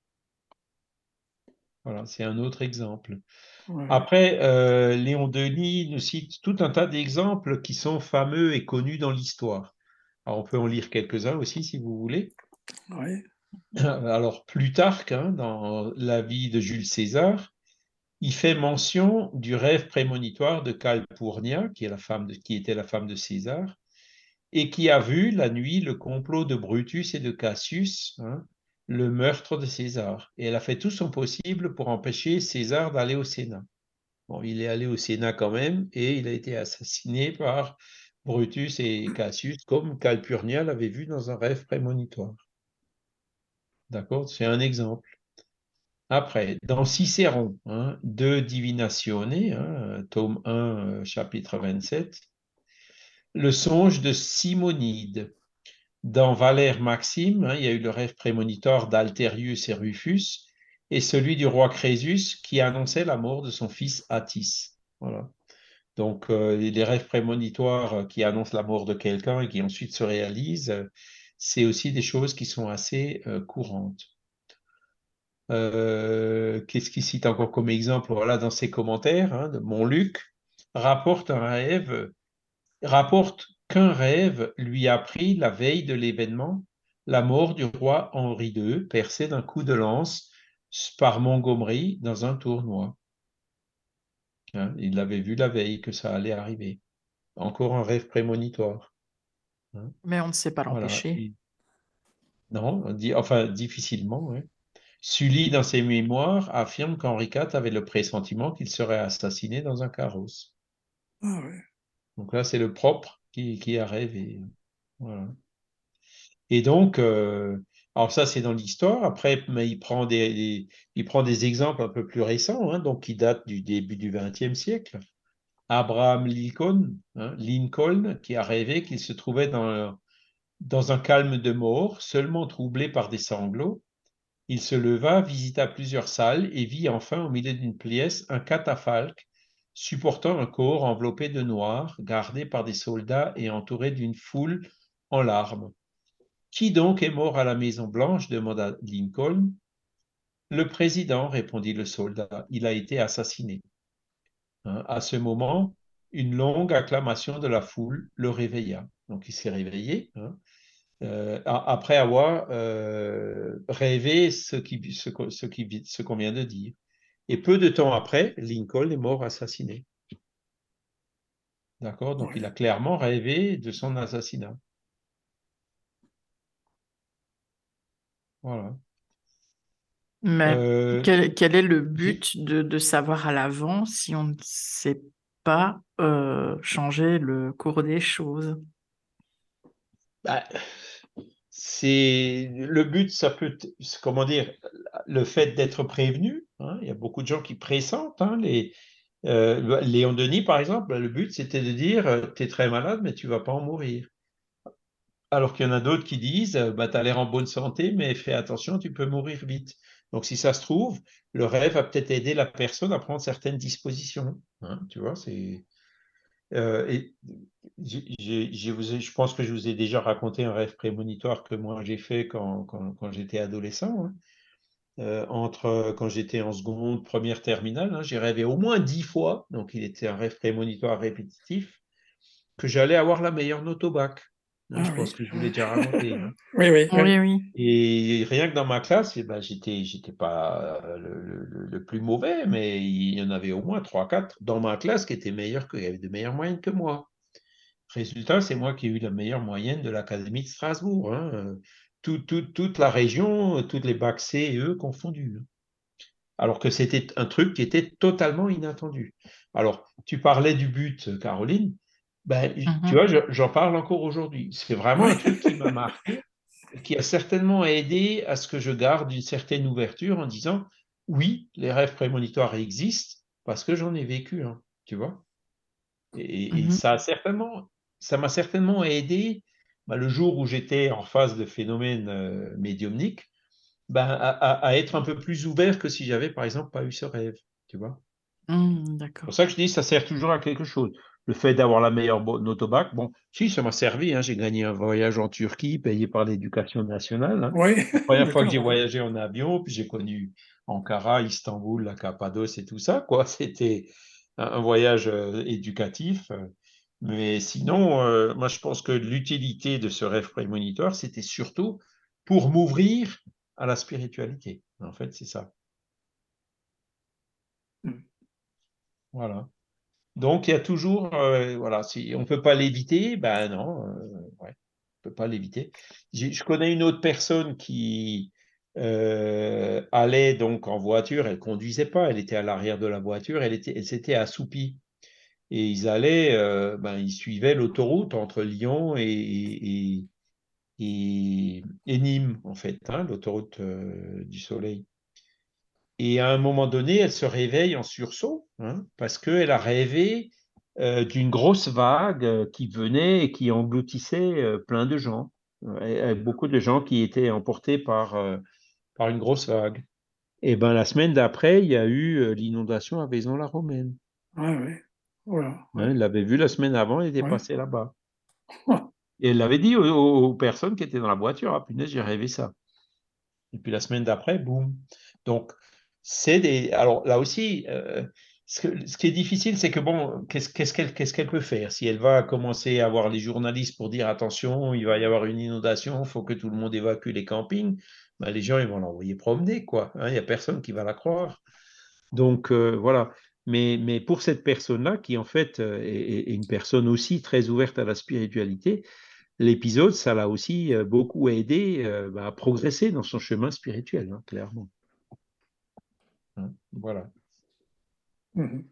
Speaker 6: Voilà, c'est un autre exemple.
Speaker 5: Ouais.
Speaker 6: Après, euh, Léon Denis nous cite tout un tas d'exemples qui sont fameux et connus dans l'histoire. Alors, on peut en lire quelques-uns aussi, si vous voulez.
Speaker 5: Ouais.
Speaker 6: Alors, Plutarque, hein, dans la vie de Jules César, il fait mention du rêve prémonitoire de Calpurnia, qui, est la femme de, qui était la femme de César, et qui a vu la nuit le complot de Brutus et de Cassius, hein, le meurtre de César. Et elle a fait tout son possible pour empêcher César d'aller au Sénat. Bon, il est allé au Sénat quand même et il a été assassiné par Brutus et Cassius, comme Calpurnia l'avait vu dans un rêve prémonitoire. D'accord? C'est un exemple. Après, dans Cicéron, hein, De Divinatione, hein, tome un, euh, chapitre vingt-sept, le songe de Simonide. Dans Valère Maxime, hein, il y a eu le rêve prémonitoire d'Alterius et Rufus, et celui du roi Crésus qui annonçait la mort de son fils Attis. Voilà. Donc, euh, les rêves prémonitoires qui annoncent la mort de quelqu'un et qui ensuite se réalisent, euh, c'est aussi des choses qui sont assez euh, courantes. Euh, qu'est-ce qu'il cite encore comme exemple? Voilà, dans ses commentaires, hein, de Montluc rapporte un rêve, rapporte qu'un rêve lui apprit la veille de l'événement la mort du roi Henri deux, percé d'un coup de lance par Montgomery dans un tournoi. Hein, il l'avait vu la veille que ça allait arriver. Encore un rêve prémonitoire. Hein,
Speaker 3: Mais on ne sait pas
Speaker 6: voilà.
Speaker 3: l'empêcher.
Speaker 6: Et- non, on dit, enfin difficilement. Ouais. Sully, dans ses mémoires, affirme qu'Henri quatre avait le pressentiment qu'il serait assassiné dans un carrosse.
Speaker 5: Ah ouais.
Speaker 6: Donc là, c'est le propre qui, qui a rêvé. Voilà. Et donc, euh, alors ça, c'est dans l'histoire. Après, mais il prend des, des- il prend des exemples un peu plus récents, hein, donc qui datent du début du vingtième siècle. Abraham Lincoln, hein, Lincoln, qui a rêvé qu'il se trouvait dans, dans un calme de mort, seulement troublé par des sanglots. Il se leva, visita plusieurs salles et vit enfin au milieu d'une pièce un catafalque supportant un corps enveloppé de noir, gardé par des soldats et entouré d'une foule en larmes. Qui donc est mort à la Maison-Blanche demanda Lincoln. Le président, répondit le soldat. Il a été assassiné. Hein, à ce moment, une longue acclamation de la foule le réveilla. Donc il s'est réveillé. Hein, euh, après avoir euh, rêvé ce qui, ce, ce qui, ce qu'on vient de dire. Et peu de temps après, Lincoln est mort assassiné. D'accord? Donc, il a
Speaker 5: Ouais.
Speaker 6: clairement rêvé de son assassinat. Voilà.
Speaker 3: Mais
Speaker 6: Euh,
Speaker 3: quel, quel est le
Speaker 6: j'ai-
Speaker 3: but de, de savoir à l'avance si on ne sait pas euh, changer le cours des choses?
Speaker 6: bah, c'est le but, ça peut, t- comment dire, le fait d'être prévenu. Hein, il y a beaucoup de gens qui pressentent. Hein, les, euh, Léon Denis, par exemple, le but, c'était de dire, tu es très malade, mais tu vas pas en mourir. Alors qu'il y en a d'autres qui disent, euh, bah, tu as l'air en bonne santé, mais fais attention, tu peux mourir vite. Donc, si ça se trouve, le rêve va peut-être aider la personne à prendre certaines dispositions. Hein, tu vois, c'est. Euh, et j'ai- j'ai- j'ai vous ai- je pense que je vous ai déjà raconté un rêve prémonitoire que moi j'ai fait quand, quand, quand j'étais adolescent. Hein. Euh, entre quand j'étais en seconde, première terminale, hein, j'ai rêvé au moins dix fois, donc il était un rêve prémonitoire répétitif, que j'allais avoir la meilleure note au bac. Hein,
Speaker 5: Ah
Speaker 6: je
Speaker 5: oui.
Speaker 6: pense que je vous l'ai déjà raconté. Hein.
Speaker 5: Oui, oui, oui.
Speaker 3: Oui, oui.
Speaker 6: Et rien que dans ma classe, eh ben, j'étais, j'étais pas euh, le, le- le plus mauvais, mais il y en avait au moins trois, quatre dans ma classe qui étaient meilleurs que, qui avaient de meilleures moyennes que moi. Résultat, c'est moi qui ai eu la meilleure moyenne de l'Académie de Strasbourg. Hein. Euh, tout- tout- toute la région, toutes les bacs C et E confondus. Hein. Alors que c'était un truc qui était totalement inattendu. Alors, tu parlais du but, Caroline. Ben, tu vois,
Speaker 3: Mhm.
Speaker 6: je- j'en parle encore aujourd'hui. C'est vraiment
Speaker 5: Oui.
Speaker 6: un truc qui m'a marqué, qui a certainement aidé à ce que je garde une certaine ouverture en disant, oui, les rêves prémonitoires existent parce que j'en ai vécu un, tu vois. Et, et
Speaker 3: Mhm.
Speaker 6: ça a certainement, ça m'a certainement aidé ben, le jour où j'étais en phase de phénomène euh, médiumnique, ben, à, à- à être un peu plus ouvert que si j'avais, par exemple, pas eu ce rêve, tu vois.
Speaker 3: Hmm,
Speaker 6: C'est
Speaker 3: d'accord.
Speaker 6: pour ça que je dis ça sert toujours à quelque chose. Le fait d'avoir la meilleure bo- autobac, bon, si, ça m'a servi. Hein, j'ai gagné un voyage en Turquie payé par l'Éducation nationale. Hein.
Speaker 5: Oui,
Speaker 6: La première fois que j'ai
Speaker 5: d'accord, oui.
Speaker 6: voyagé en avion, puis j'ai connu Ankara, Istanbul, la Cappadoce et tout ça, quoi. C'était un, un voyage euh, éducatif. euh. Mais sinon, euh, moi, je pense que l'utilité de ce rêve prémonitoire, c'était surtout pour m'ouvrir à la spiritualité. En fait, c'est ça.
Speaker 5: Mm.
Speaker 6: Voilà. Donc, il y a toujours, euh, voilà, si on ne peut pas l'éviter, ben non, euh, ouais, on peut pas l'éviter. J'ai- Je connais une autre personne qui euh, allait donc en voiture, elle conduisait pas, elle était à l'arrière de la voiture, elle était, elle s'était assoupie. Et ils allaient, euh, ben, ils suivaient l'autoroute entre Lyon et, et, et- et Nîmes, en fait, hein, l'autoroute euh, du Soleil. Et à un moment donné, elle se réveille en sursaut, hein, parce qu'elle a rêvé euh, d'une grosse vague euh, qui venait et qui engloutissait euh, plein de gens. Euh, et- et beaucoup de gens qui étaient emportés par, euh, par une grosse vague. Et ben la semaine d'après, il y a eu euh, l'inondation à Vaison-la-Romaine.
Speaker 5: Ah, oui. Voilà,
Speaker 6: Hein,
Speaker 5: ouais.
Speaker 6: elle l'avait vu la semaine avant, elle était
Speaker 5: Ouais.
Speaker 6: passée là-bas. Et elle l'avait dit aux, aux- aux personnes qui étaient dans la voiture, ah punaise, j'ai rêvé ça. Et puis la semaine d'après, boum. Donc, c'est des. Alors là aussi, euh, ce, que- ce qui est difficile, c'est que bon, qu'est-ce qu'est-ce qu'elle qu'est-ce qu'elle peut faire? Si elle va commencer à avoir les journalistes pour dire attention, il va y avoir une inondation, il faut que tout le monde évacue les campings, ben, les gens, ils vont l'envoyer promener, quoi. Hein, il n'y a personne qui va la croire. Donc, euh, voilà. Mais, mais pour cette personne-là, qui en fait euh, est, est une personne aussi très ouverte à la spiritualité, l'épisode, ça l'a aussi euh, beaucoup aidé euh, bah, à progresser dans son chemin spirituel, hein, clairement. Hein, voilà.
Speaker 5: Mhm.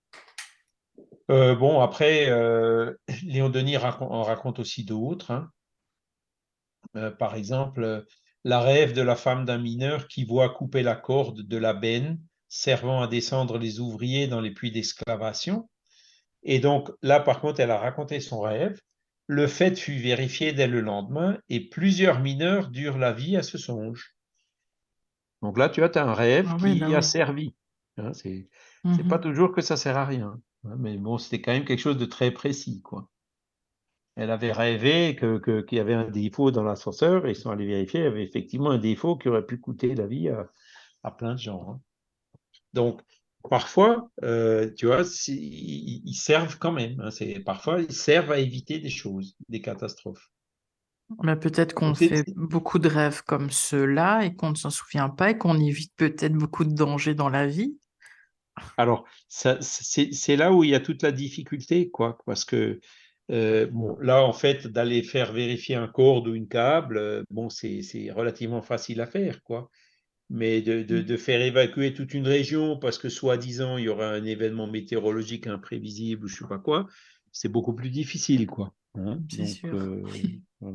Speaker 6: Euh, bon, après, euh, Léon Denis racon- en raconte aussi d'autres. Hein. Euh, par exemple, euh, la rêve de la femme d'un mineur qui voit couper la corde de la benne servant à descendre les ouvriers dans les puits d'excavation. Et donc là, par contre, elle a raconté son rêve. Le fait fut vérifié dès le lendemain et plusieurs mineurs durent la vie à ce songe. Donc là, tu as, t'as un rêve
Speaker 3: Ah oui, bah
Speaker 6: qui a
Speaker 3: oui.
Speaker 6: servi. Hein, c'est, c'est pas
Speaker 3: Mhm.
Speaker 6: toujours que ça sert à rien. Hein, mais bon, c'était quand même quelque chose de très précis, quoi. Elle avait rêvé que, que- qu'il y avait un défaut dans l'ascenseur et ils sont allés vérifier, il y avait effectivement un défaut qui aurait pu coûter la vie à, à plein de gens. Hein. Donc, parfois, euh, tu vois, si- ils, ils servent quand même. Hein, c'est, parfois, ils servent à éviter des choses, des catastrophes.
Speaker 3: Mais peut-être qu'on
Speaker 6: Donc, c'est-
Speaker 3: fait
Speaker 6: c'est-
Speaker 3: beaucoup de rêves comme ceux-là et qu'on ne s'en souvient pas et qu'on évite peut-être beaucoup de dangers dans la vie.
Speaker 6: alors, ça, c'est, c'est là où il y a toute la difficulté, quoi, parce que euh, bon, là, en fait, d'aller faire vérifier un corde ou une câble, euh, bon, c'est, c'est relativement facile à faire, quoi. Mais de, de- de faire évacuer toute une région parce que soi-disant il y aura un événement météorologique imprévisible ou je sais pas quoi, c'est beaucoup plus difficile, quoi. Hein.
Speaker 3: C'est
Speaker 6: Donc,
Speaker 3: sûr.
Speaker 6: euh, voilà.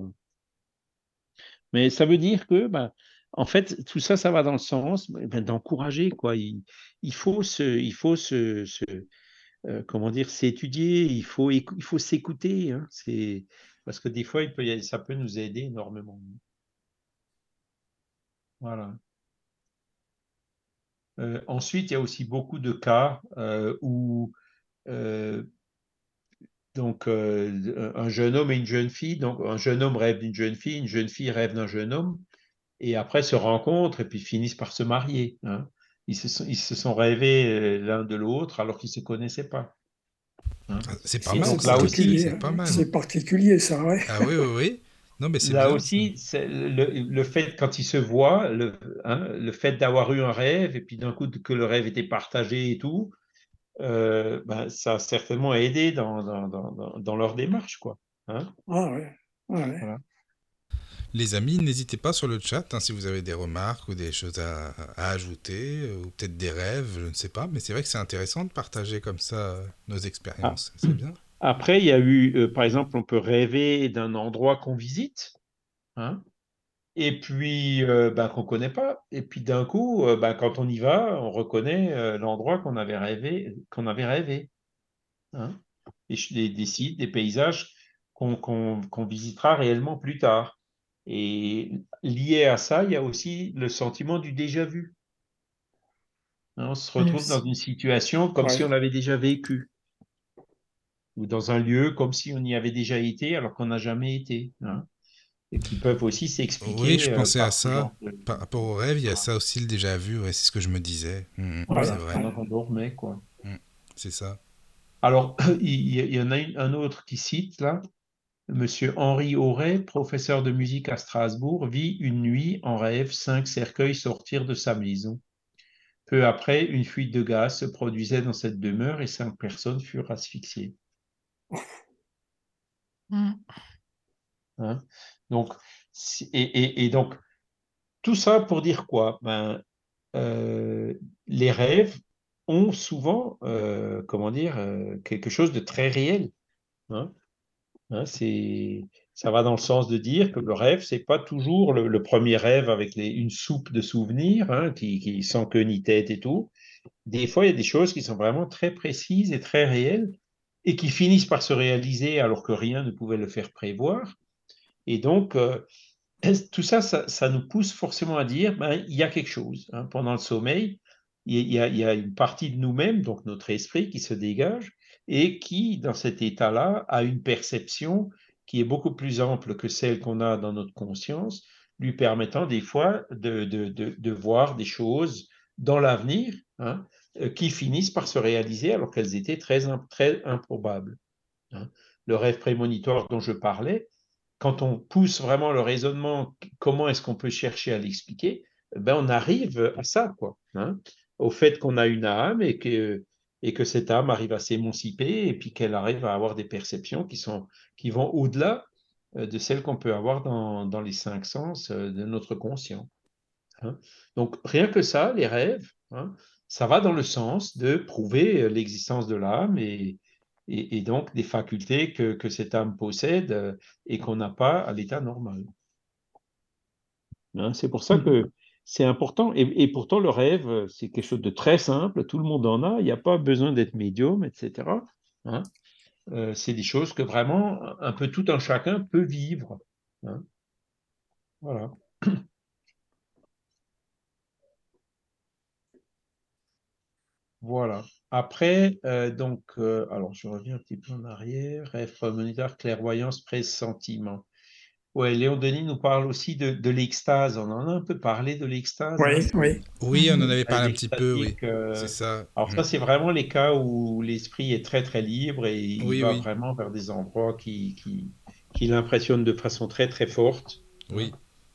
Speaker 6: Mais ça veut dire que, ben, en fait, tout ça, ça va dans le sens ben, d'encourager, quoi. Il, il faut se, il faut se, se, euh, comment dire, s'étudier, il faut, écou- il faut s'écouter. Hein. C'est parce que des fois, il peut, y a- ça peut nous aider énormément. Voilà. Euh, ensuite, il y a aussi beaucoup de cas euh, où euh, donc euh, un jeune homme et une jeune fille, donc un jeune homme rêve d'une jeune fille, une jeune fille rêve d'un jeune homme, et après se rencontrent et puis finissent par se marier. Hein. Ils se sont, ils se sont rêvés euh, l'un de l'autre alors qu'ils ne se connaissaient pas. Hein.
Speaker 4: Ah, c'est pas
Speaker 5: Ça,
Speaker 6: Et
Speaker 4: mal
Speaker 5: c'est
Speaker 6: donc
Speaker 4: ça
Speaker 6: là
Speaker 4: aussi,
Speaker 6: aussi,
Speaker 5: particulier,
Speaker 4: c'est
Speaker 5: hein.
Speaker 4: pas mal.
Speaker 5: C'est particulier, ça, ouais.
Speaker 4: Ah oui, oui, oui. Non, mais c'est
Speaker 6: là
Speaker 4: bien ça.
Speaker 6: aussi, c'est le, le fait quand ils se voient, le, hein, le fait d'avoir eu un rêve et puis d'un coup que le rêve était partagé et tout, euh, ben, ça a certainement aidé dans, dans, dans, dans- dans leur démarche, quoi. Hein,
Speaker 5: Ah, ouais. Ah, ouais.
Speaker 6: voilà.
Speaker 4: Les amis, n'hésitez pas sur le chat hein, si vous avez des remarques ou des choses à, à ajouter, euh, ou peut-être des rêves, je ne sais pas. Mais c'est vrai que c'est intéressant de partager comme ça euh, nos
Speaker 6: Ah.
Speaker 4: expériences. C'est bien.
Speaker 6: Après, il y a eu, euh, par exemple, on peut rêver d'un endroit qu'on visite, hein, et puis euh, ben, qu'on ne connaît pas. Et puis d'un coup, euh, ben, quand on y va, on reconnaît euh, l'endroit qu'on avait rêvé, qu'on avait rêvé. Hein. Des, ch- des- des sites, des paysages qu'on qu'on- qu'on visitera réellement plus tard. Et lié à ça, il y a aussi le sentiment du déjà vu. Hein, on se
Speaker 5: Oui,
Speaker 6: retrouve dans
Speaker 5: c'est-
Speaker 6: une situation comme si
Speaker 5: ouais.
Speaker 6: on l'avait déjà vécu, ou dans un lieu comme si on y avait déjà été alors qu'on n'a jamais été, hein, et qui peuvent aussi
Speaker 4: Oui, je
Speaker 6: s'expliquer euh,
Speaker 4: pensais à
Speaker 6: par ce
Speaker 4: ça.
Speaker 6: genre de...
Speaker 4: Par rapport au rêve, il y a ça aussi le déjà vu, ouais, c'est ce que je me disais. Mhm,
Speaker 5: Ouais,
Speaker 4: c'est
Speaker 6: Voilà,
Speaker 4: vrai.
Speaker 6: pendant qu'on dormait, quoi.
Speaker 4: Mhm, c'est ça.
Speaker 6: Alors, il y, il y en a une- un autre qui cite là, Monsieur Henri Auret, professeur de musique à Strasbourg, vit une nuit en rêve cinq cercueils sortir de sa maison. Peu après, une fuite de gaz se produisait dans cette demeure et cinq personnes furent asphyxiées.
Speaker 3: Mm.
Speaker 6: Hein. Donc, si- et, et- et donc, tout ça pour dire quoi? Ben, euh, les rêves ont souvent, euh, comment dire, euh, quelque chose de très réel. Hein. Hein, c'est, ça va dans le sens de dire que le rêve, c'est pas toujours le, le premier rêve avec les- une soupe de souvenirs, hein, qui, qui sans queue ni tête et tout. Des fois, il y a des choses qui sont vraiment très précises et très réelles et qui finissent par se réaliser alors que rien ne pouvait le faire prévoir. Et donc, euh, tout ça, ça, ça nous pousse forcément à dire, ben, il y a quelque chose. Hein. Pendant le sommeil, il y, a, il y a une partie de nous-mêmes, donc notre esprit, qui se dégage et qui, dans cet état-là, a une perception qui est beaucoup plus ample que celle qu'on a dans notre conscience, lui permettant des fois de, de, de, de voir des choses dans l'avenir, hein, euh, qui finissent par se réaliser alors qu'elles étaient très, très improbables. Hein. Le rêve prémonitoire dont je parlais, quand on pousse vraiment le raisonnement, comment est-ce qu'on peut chercher à l'expliquer, ben on arrive à ça, quoi. Hein, au fait qu'on a une âme et que, et que cette âme arrive à s'émanciper et puis qu'elle arrive à avoir des perceptions qui sont, qui vont au-delà euh, de celles qu'on peut avoir dans, dans les cinq sens euh, de notre conscient. Hein. Donc, rien que ça, les rêves, hein, ça va dans le sens de prouver euh, l'existence de l'âme et, et, et donc des facultés que, que cette âme possède euh, et qu'on n'a pas à l'état normal. Hein, c'est pour ça
Speaker 5: Mhm.
Speaker 6: que c'est important. Et, et pourtant, le rêve, euh, c'est quelque chose de très simple, tout le monde en a, il n'y a pas besoin d'être médium, et cetera. Hein. Euh, c'est des choses que vraiment un peu tout un chacun peut vivre. Hein. Voilà. Voilà. Après, euh, donc, euh, alors je reviens un petit peu en arrière. Rêve prémonitoire, clairvoyance, pressentiment. Ouais, Léon Denis nous parle aussi de, de l'extase. On en a un peu parlé de l'extase, hein,
Speaker 5: Oui,
Speaker 6: c'est
Speaker 5: oui.
Speaker 4: Oui, on en
Speaker 3: Mhm.
Speaker 4: avait
Speaker 6: rêve
Speaker 4: parlé un petit peu, oui.
Speaker 6: extatique.
Speaker 4: C'est
Speaker 6: euh,
Speaker 4: ça.
Speaker 6: Alors
Speaker 4: Mm.
Speaker 6: ça, c'est vraiment les cas où l'esprit est très très libre et il
Speaker 4: Oui,
Speaker 6: va
Speaker 4: oui,
Speaker 6: vraiment vers des endroits qui, qui, qui l'impressionnent de façon très très forte. Hein.
Speaker 4: oui.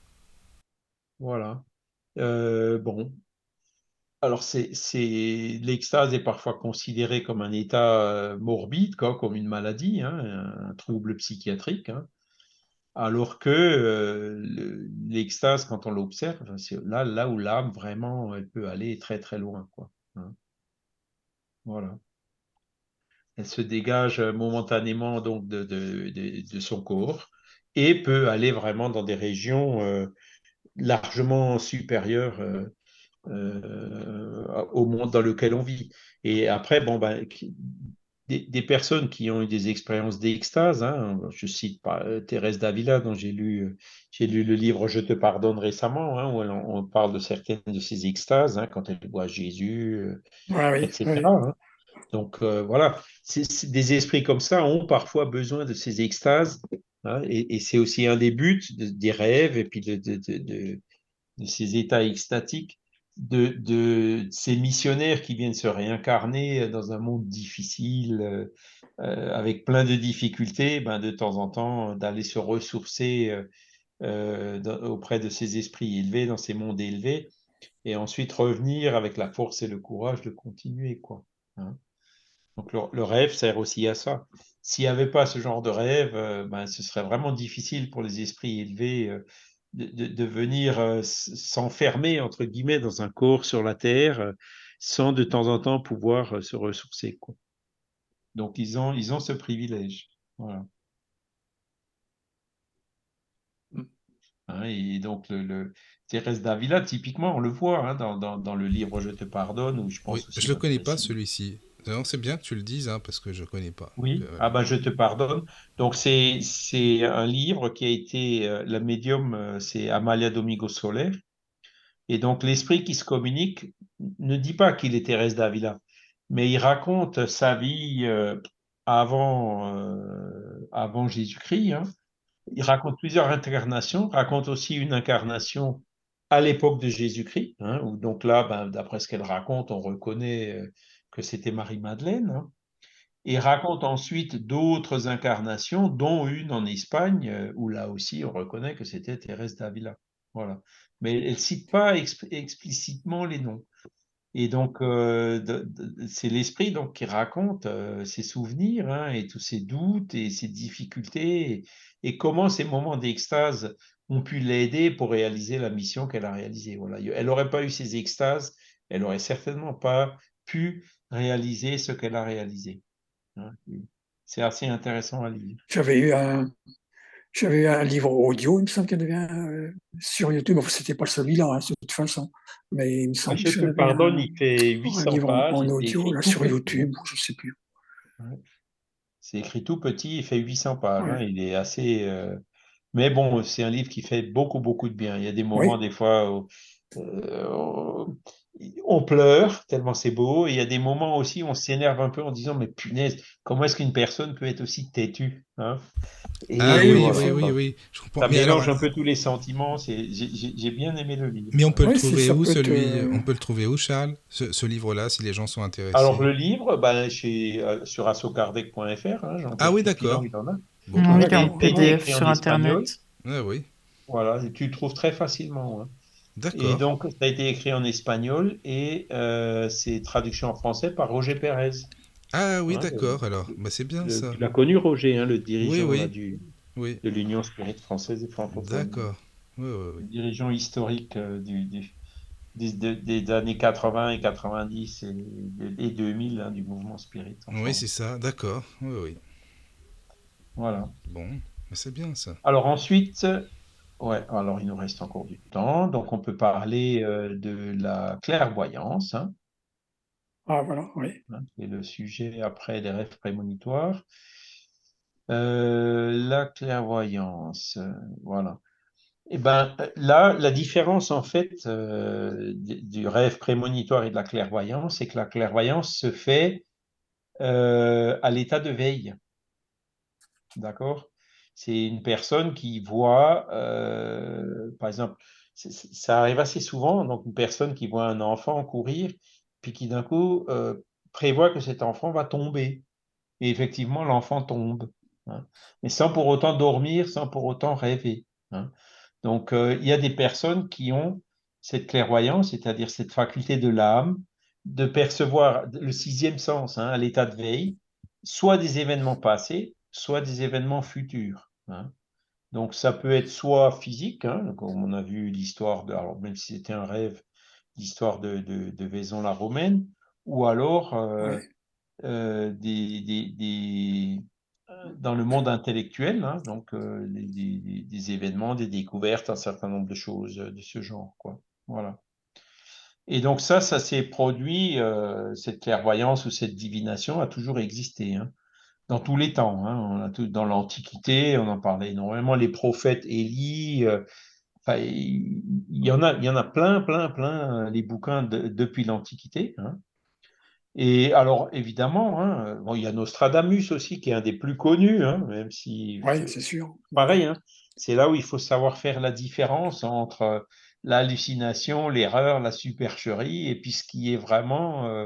Speaker 6: Voilà. Euh, bon, alors, c'est, c'est, l'extase est parfois considérée comme un état euh, morbide, quoi, comme une maladie, hein, un, un trouble psychiatrique, hein, alors que euh, le- l'extase, quand on l'observe, c'est là, là où l'âme vraiment elle peut aller très très loin, quoi. Hein. Voilà. Elle se dégage euh, momentanément donc de, de, de, de son corps et peut aller vraiment dans des régions euh, largement supérieures euh, euh, au monde dans lequel on vit. Et après, bon, ben, qui- des, des personnes qui ont eu des expériences d'extase, hein, je cite pas, euh, Thérèse d'Avila, dont j'ai lu, euh, j'ai lu le livre Je te pardonne récemment, hein, où elle- on parle de certaines de ces extases, hein, quand elle voit Jésus, euh,
Speaker 5: Ouais, oui, oui.
Speaker 6: et cetera. Hein. Donc euh, voilà, c'est, c'est des esprits comme ça ont parfois besoin de ces extases, hein, et, et c'est aussi un des buts de- des rêves et puis de, de, de, de- de ces états extatiques, de, de ces missionnaires qui viennent se réincarner dans un monde difficile, euh, euh, avec plein de difficultés, ben, de temps en temps, d'aller se ressourcer euh, euh, dans- auprès de ces esprits élevés, dans ces mondes élevés, et ensuite revenir avec la force et le courage de continuer, quoi. Hein. Donc le, le rêve sert aussi à ça. S'il n'y avait pas ce genre de rêve, euh, ben, ce serait vraiment difficile pour les esprits élevés euh, de, de, de venir euh, s- s'enfermer, entre guillemets, dans un corps sur la Terre, euh, sans de temps en temps pouvoir euh, se ressourcer, quoi. Donc ils ont, ils ont ce privilège. Voilà. Hein, et donc le, le Thérèse d'Avila, typiquement, on le voit hein, dans, dans, dans le livre Je te pardonne, ou je
Speaker 4: Oui,
Speaker 6: pense aussi
Speaker 4: je le
Speaker 6: dans le
Speaker 4: connais pas
Speaker 6: récit.
Speaker 4: celui-ci. Non, c'est bien que tu le dises, hein, parce que je connais pas. Donc,
Speaker 6: Oui,
Speaker 4: euh,
Speaker 6: ah
Speaker 4: voilà.
Speaker 6: ben je te pardonne. Donc c'est c'est un livre qui a été euh, la médium, euh, c'est Amalia Domingo Soler, Et donc, l'esprit qui se communique ne dit pas qu'il est Thérèse d'Avila, mais il raconte sa vie euh, avant, euh, avant Jésus-Christ. Hein. Il raconte plusieurs incarnations, raconte aussi une incarnation à l'époque de Jésus-Christ. Hein, où donc là, ben, d'après ce qu'elle raconte, on reconnaît euh, que c'était Marie-Madeleine. Hein. Et raconte ensuite d'autres incarnations, dont une en Espagne, euh, où là aussi on reconnaît que c'était Thérèse d'Avila. Voilà. Mais elle ne cite pas exp- explicitement les noms. Et donc, euh, de- de- c'est l'esprit donc qui raconte euh, ses souvenirs hein, et tous ses doutes et ses difficultés et, et comment ces moments d'extase ont pu l'aider pour réaliser la mission qu'elle a réalisée. Voilà. Elle n'aurait pas eu ces extases, elle n'aurait certainement pas pu réaliser ce qu'elle a réalisé. Hein. C'est assez intéressant à lire.
Speaker 5: J'avais eu un, j'avais eu un livre audio, il me semble qu'il y en avait un euh, sur YouTube. Enfin, c'était pas celui-là, hein, de toute façon. Mais il me semble
Speaker 6: Je
Speaker 5: qu'il y
Speaker 6: te
Speaker 5: en avait
Speaker 6: pardonne,
Speaker 5: un,
Speaker 6: il fait
Speaker 5: un
Speaker 6: huit cents
Speaker 5: livre en,
Speaker 6: pages,
Speaker 5: en
Speaker 6: c'est
Speaker 5: audio,
Speaker 6: écrit
Speaker 5: là,
Speaker 6: tout
Speaker 5: sur
Speaker 6: petit.
Speaker 5: YouTube, je sais plus.
Speaker 6: Ouais. C'est écrit tout petit, il fait huit cents pages. Hein,
Speaker 5: Ouais.
Speaker 6: il est assez. euh, Mais bon, c'est un livre qui fait beaucoup, beaucoup de bien. Il y a des moments,
Speaker 5: Oui,
Speaker 6: des fois, où euh, on pleure tellement c'est beau. Et il y a des moments aussi où on s'énerve un peu en disant, mais punaise, comment est-ce qu'une personne peut être aussi têtue hein
Speaker 4: Ah
Speaker 5: oui,
Speaker 6: Et
Speaker 5: oui,
Speaker 4: oui,
Speaker 5: enfin,
Speaker 4: oui,
Speaker 6: voilà,
Speaker 4: oui,
Speaker 6: quoi.
Speaker 4: oui, je comprends.
Speaker 6: Ça
Speaker 4: Mais alors,
Speaker 6: mélange un peu tous les sentiments. C'est, j'ai, j'ai- j'ai bien aimé le livre.
Speaker 4: mais on peut le
Speaker 5: oui, c'est-
Speaker 4: trouver
Speaker 5: ça
Speaker 4: où,
Speaker 5: peut être.
Speaker 4: celui, on
Speaker 5: euh,
Speaker 4: peut le trouver où, Charles, ce, ce livre-là, si les gens sont
Speaker 6: Alors,
Speaker 4: intéressés?
Speaker 6: le livre, ben, chez, euh, sur assokardec point f r, hein,
Speaker 4: Ah oui,
Speaker 6: Jean-Pierre Coquillan,
Speaker 4: d'accord.
Speaker 6: il en a.
Speaker 4: Bon, bah,
Speaker 3: Oui, il est
Speaker 4: ok.
Speaker 3: en
Speaker 5: D'accord,
Speaker 6: Et ça a
Speaker 5: ouais,
Speaker 6: été
Speaker 5: ouais.
Speaker 3: P D F
Speaker 6: écrit en
Speaker 3: sur
Speaker 6: espagnol.
Speaker 3: Internet.
Speaker 4: Ah oui,
Speaker 6: Voilà, et tu le trouves très facilement. Hein. Et
Speaker 4: d'accord.
Speaker 6: donc, ça a été écrit en espagnol et euh, c'est traduction en français par Roger Pérez.
Speaker 4: Ah oui,
Speaker 6: Hein, le-
Speaker 4: d'accord, alors. Bah, c'est bien
Speaker 6: le-
Speaker 4: ça.
Speaker 6: tu l'as connu, Roger, hein, le
Speaker 4: Oui,
Speaker 6: dirigeant là,
Speaker 4: oui,
Speaker 6: du,
Speaker 4: oui.
Speaker 6: de l'Union Spirit française et francophone,
Speaker 4: D'accord. Oui, oui, oui.
Speaker 6: le dirigeant historique euh, du, du- des, de- des années quatre-vingts et quatre-vingt-dix et, et deux mille hein, du mouvement Spirit en
Speaker 4: Oui, c'est
Speaker 6: France.
Speaker 4: ça, d'accord. Oui, oui.
Speaker 6: Voilà.
Speaker 4: Bon, mais c'est bien ça.
Speaker 6: Alors ensuite, ouais, alors il nous reste encore du temps, donc on peut parler euh, de la clairvoyance. Hein.
Speaker 5: Ah, voilà, oui.
Speaker 6: Hein, qui est le sujet après les rêves prémonitoires. Euh, la clairvoyance, euh, voilà. Et ben là, la différence en fait euh, du du rêve prémonitoire et de la clairvoyance, c'est que la clairvoyance se fait euh, à l'état de veille, d'accord? C'est une personne qui voit, euh, par exemple, c'est- c'est- ça arrive assez souvent, donc une personne qui voit un enfant courir, puis qui d'un coup euh, prévoit que cet enfant va tomber. Et effectivement, l'enfant tombe, hein. Mais sans pour autant dormir, sans pour autant rêver, hein. Donc, euh, il y a des personnes qui ont cette clairvoyance, c'est-à-dire cette faculté de l'âme, de percevoir le sixième sens, hein, à l'état de veille, soit des événements passés, soit des événements futurs, hein. Donc, ça peut être soit physique, hein, comme on a vu l'histoire de, alors même si c'était un rêve, l'histoire de, de, de Vaison la Romaine, ou alors euh,
Speaker 5: Ouais.
Speaker 6: euh, des, des, des- euh, dans le monde intellectuel, hein, donc euh, des, des- des événements, des découvertes, un certain nombre de choses euh, de ce genre, quoi. Voilà. Et donc ça, ça s'est produit, euh, cette clairvoyance ou cette divination a toujours existé, hein, dans tous les temps, hein. On a tout, dans l'Antiquité, on en parlait énormément, les prophètes Élie, euh, enfin, il il y en a, il y en a plein, plein, plein, euh, les bouquins de- depuis l'Antiquité, hein. Et alors, évidemment, hein, bon, il y a Nostradamus aussi, qui est un des plus connus, hein, même si,
Speaker 5: Ouais, c'est sûr.
Speaker 6: pareil, hein, c'est là où il faut savoir faire la différence entre euh, l'hallucination, l'erreur, la supercherie, et puis ce qui est vraiment euh,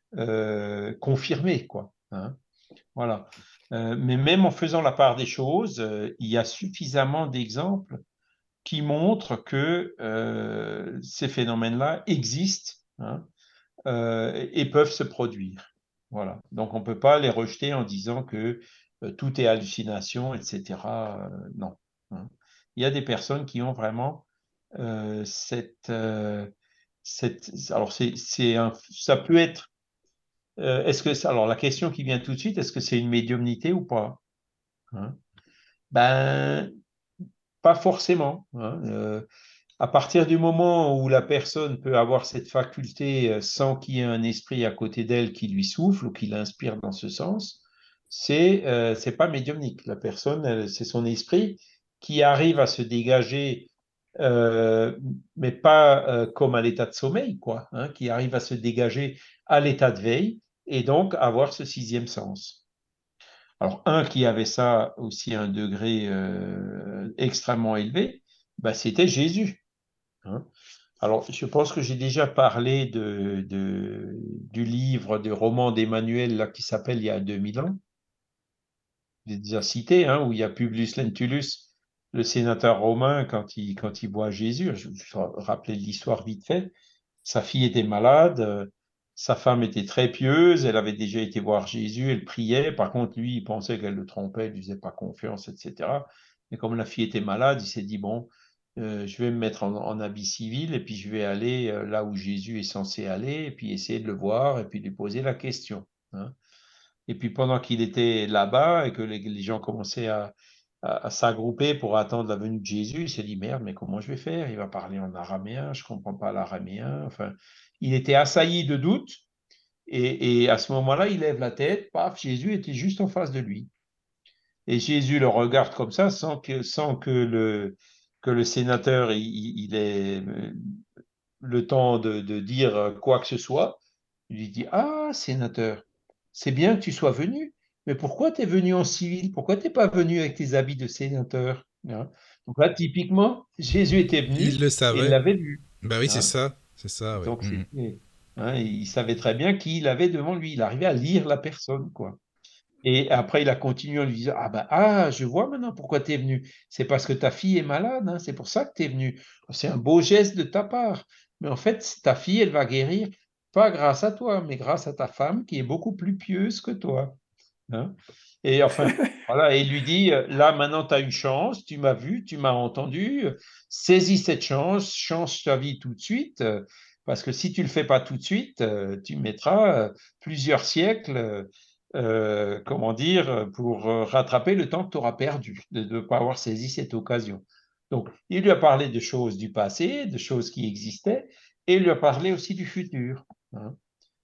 Speaker 6: euh, confirmé, quoi, hein. Voilà. Euh, mais même en faisant la part des choses, euh, il y a suffisamment d'exemples qui montrent que euh, ces phénomènes-là existent, hein, euh, et peuvent se produire. Voilà. Donc, on ne peut pas les rejeter en disant que euh, tout est hallucination, et cetera. Euh, non. Hein. Il y a des personnes qui ont vraiment euh, cette, euh, cette. Alors, c'est, c'est un, ça peut être. Euh, est-ce que, alors, la question qui vient tout de suite, est-ce que c'est une médiumnité ou pas? Hein. Ben, pas forcément. Hein. Euh, À partir du moment où la personne peut avoir cette faculté euh, sans qu'il y ait un esprit à côté d'elle qui lui souffle ou qui l'inspire dans ce sens, c'est euh, c'est pas médiumnique. La personne, elle, c'est son esprit qui arrive à se dégager euh, mais pas euh, comme à l'état de sommeil, quoi, hein, qui arrive à se dégager à l'état de veille et donc avoir ce sixième sens. Alors, un qui avait ça aussi à un degré euh, extrêmement élevé, bah, c'était Jésus, hein. Alors, je pense que j'ai déjà parlé de, de- du livre, du roman d'Emmanuel là, qui s'appelle Il y a deux mille ans. J'ai déjà cité, hein, où il y a Publius Lentulus, le sénateur romain, quand il, quand il voit Jésus. Je, je vais rappeler l'histoire vite fait. Sa fille était malade, euh, sa femme était très pieuse, elle avait déjà été voir Jésus, elle priait. Par contre, lui, il pensait qu'elle le trompait, il lui faisait pas confiance, et cetera. Mais comme la fille était malade, il s'est dit, bon, euh, je vais me mettre en, en habit civil et puis je vais aller euh, là où Jésus est censé aller et puis essayer de le voir et puis lui poser la question, hein. Et puis pendant qu'il était là-bas et que les, les gens commençaient à, à, à s'agrouper pour attendre la venue de Jésus, il s'est dit, merde, mais comment je vais faire? Il va parler en araméen, je comprends pas l'araméen. Enfin, il était assailli de doutes et, et à ce moment-là, il lève la tête, paf, Jésus était juste en face de lui. Et Jésus le regarde comme ça sans que, sans que, le, que le sénateur il, il ait le temps de, de dire quoi que ce soit. Il lui dit, ah, sénateur, c'est bien que tu sois venu, mais pourquoi tu es venu en civil? Pourquoi tu n'es pas venu avec tes habits de sénateur? Hein. Donc là, typiquement, Jésus était
Speaker 4: Il
Speaker 6: venu
Speaker 4: le
Speaker 6: et il
Speaker 4: savait.
Speaker 6: l'avait vu,
Speaker 4: Bah oui, c'est
Speaker 6: hein.
Speaker 4: ça. C'est ça, ouais.
Speaker 6: Donc,
Speaker 4: Mm.
Speaker 6: c'était, hein, il savait très bien qui il avait devant lui. Il arrivait à lire la personne, quoi. Et après, il a continué en lui disant, ah ben, ah, je vois maintenant pourquoi tu es venu. C'est parce que ta fille est malade, hein, c'est pour ça que tu es venu. C'est un beau geste de ta part. Mais en fait, ta fille, elle va guérir, pas grâce à toi, mais grâce à ta femme qui est beaucoup plus pieuse que toi, hein. Et enfin, voilà, et il lui dit, euh, là, maintenant, tu as une chance, tu m'as vu, tu m'as entendu, euh, saisis cette chance, change ta vie tout de suite, euh, parce que si tu le fais pas tout de suite, euh, tu mettras euh, plusieurs siècles, euh, comment dire, pour euh, rattraper le temps que tu auras perdu, de ne pas avoir saisi cette occasion. Donc, il lui a parlé de choses du passé, de choses qui existaient, et il lui a parlé aussi du futur, hein.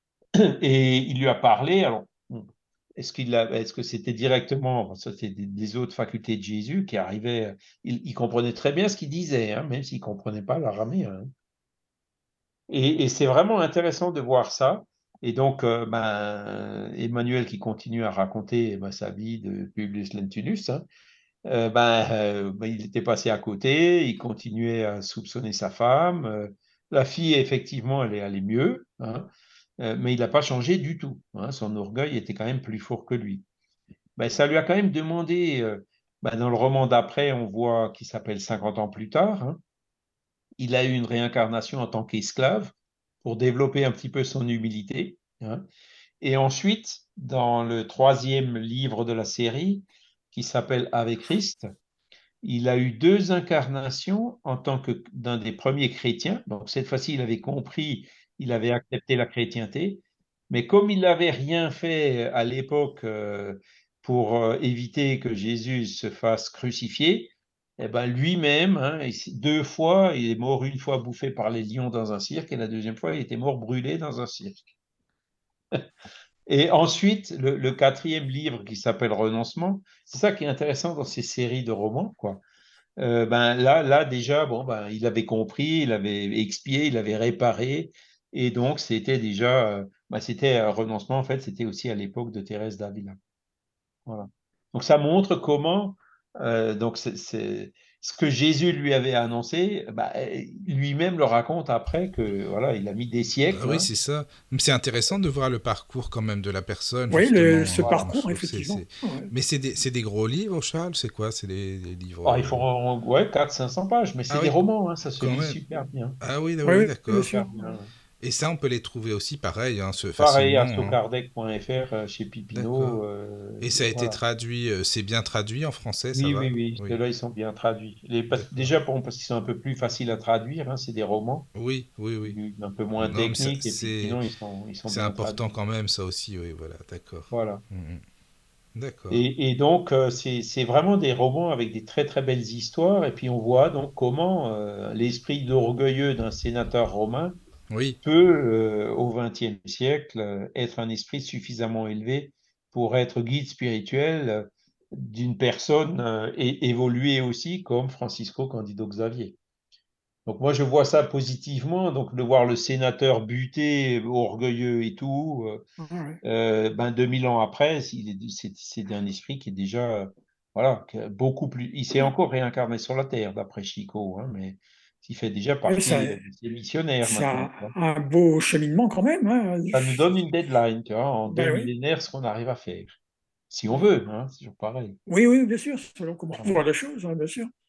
Speaker 6: Et il lui a parlé, alors, bon, est-ce qu'il a, est-ce que c'était directement, ça c'était des, des autres facultés de Jésus qui arrivaient, il, il comprenait très bien ce qu'il disait, hein, même s'il ne comprenait pas l'araméen, hein. Et, et c'est vraiment intéressant de voir ça. Et donc, euh, ben, Emmanuel qui continue à raconter ben, sa vie de Publius Lentulus, hein, euh, ben, euh, ben, il était passé à côté, il continuait à soupçonner sa femme. Euh, la fille, effectivement, elle est allée mieux, hein, euh, mais il n'a pas changé du tout, hein. Son orgueil était quand même plus fort que lui. Ben, ça lui a quand même demandé, euh, ben, dans le roman d'après, on voit qu'il s'appelle cinquante ans plus tard, hein, il a eu une réincarnation en tant qu'esclave pour développer un petit peu son humilité, hein. Et ensuite, dans le troisième livre de la série, qui s'appelle Avec Christ, il a eu deux incarnations en tant que d'un des premiers chrétiens. Donc cette fois-ci, il avait compris, il avait accepté la chrétienté. Mais comme il n'avait rien fait à l'époque euh, pour euh, éviter que Jésus se fasse crucifier, eh ben lui-même, hein, deux fois, il est mort une fois bouffé par les lions dans un cirque et la deuxième fois, il était mort brûlé dans un cirque. Et ensuite, le, le quatrième livre qui s'appelle Renoncement, c'est ça qui est intéressant dans ces séries de romans, quoi. Euh, ben là, là déjà, bon, ben, il avait compris, il avait expié, il avait réparé, et donc c'était déjà, euh, ben, c'était un renoncement, en fait, c'était aussi à l'époque de Thérèse d'Avila. Voilà. Donc ça montre comment, euh, donc c'est, c'est- ce que Jésus lui avait annoncé, ben, lui-même le raconte après que, voilà, il a mis des
Speaker 4: Bah
Speaker 6: siècles,
Speaker 4: oui,
Speaker 6: hein.
Speaker 4: c'est ça. Mais c'est intéressant de voir le parcours quand même de la personne,
Speaker 5: Oui, le-
Speaker 4: justement.
Speaker 5: ce
Speaker 4: Hein.
Speaker 6: Voilà.
Speaker 4: Je
Speaker 5: parcours,
Speaker 4: trouve que c'est,
Speaker 5: effectivement.
Speaker 4: c'est...
Speaker 5: Ouais.
Speaker 4: Mais c'est des, c'est des gros livres, Charles? C'est quoi? C'est des, des livres...
Speaker 6: Ah, ils
Speaker 4: euh,
Speaker 6: font, ouais, quatre cinq cents pages, mais c'est
Speaker 4: Ah
Speaker 6: des
Speaker 4: oui,
Speaker 6: romans, hein, ça se
Speaker 4: quand
Speaker 6: lit
Speaker 4: même.
Speaker 6: super bien.
Speaker 4: Ah oui,
Speaker 5: Oui,
Speaker 4: oui,
Speaker 5: oui, bien
Speaker 4: d'accord.
Speaker 6: Super
Speaker 5: sûr.
Speaker 6: bien.
Speaker 5: Ouais.
Speaker 4: Et ça, on peut les trouver aussi pareil, hein, ce-
Speaker 6: Pareil à
Speaker 4: facilement. Hein.
Speaker 6: stocardec point F R euh, chez
Speaker 4: D'accord.
Speaker 6: Pipineau. euh,
Speaker 4: Et ça a été
Speaker 6: voilà.
Speaker 4: traduit, euh, c'est bien traduit en français, ça
Speaker 6: Oui, oui,
Speaker 4: va?
Speaker 6: oui.
Speaker 4: Oui,
Speaker 6: Ceux-là, ils sont bien traduits. Les, parce-
Speaker 4: d'accord.
Speaker 6: déjà, pour, parce qu'ils sont un peu plus faciles à traduire, hein, c'est des romans,
Speaker 4: Oui, oui, oui.
Speaker 6: un peu moins
Speaker 4: Non, mais ça-
Speaker 6: techniques, et puis
Speaker 4: c'est,
Speaker 6: sinon, ils sont, ils sont
Speaker 4: c'est
Speaker 6: bien
Speaker 4: important
Speaker 6: traduits.
Speaker 4: quand même, ça aussi, oui, voilà, d'accord.
Speaker 6: Voilà.
Speaker 4: Mhm. D'accord.
Speaker 6: Et, et donc, euh, c'est, c'est vraiment des romans avec des très, très belles histoires. Et puis, on voit donc comment euh, l'esprit orgueilleux d'un sénateur romain
Speaker 4: Oui,
Speaker 6: peut, euh, au vingtième siècle, euh, être un esprit suffisamment élevé pour être guide spirituel euh, d'une personne euh, et évoluer aussi comme Francisco Candido Xavier. Donc moi, je vois ça positivement. Donc de voir le sénateur buté, orgueilleux et tout, euh,
Speaker 5: Ouais.
Speaker 6: euh, ben deux mille ans après, il est- c'est c'est un esprit qui est déjà, euh, voilà, qui a beaucoup plus. Il s'est encore réincarné sur la Terre, d'après Chico, hein, mais il fait déjà
Speaker 5: Oui, ça,
Speaker 6: partie euh, des missionnaires
Speaker 5: c'est
Speaker 6: maintenant,
Speaker 5: un,
Speaker 6: quoi.
Speaker 5: un beau cheminement quand même, hein.
Speaker 6: Ça nous donne une deadline, tu vois, en deux
Speaker 5: Ben oui.
Speaker 6: millénaires, ce qu'on arrive à faire. Si on
Speaker 5: Mm.
Speaker 6: veut, hein, c'est toujours pareil.
Speaker 5: Oui, oui, bien sûr, selon comment on
Speaker 6: Voilà.
Speaker 5: voit les choses, hein, bien sûr.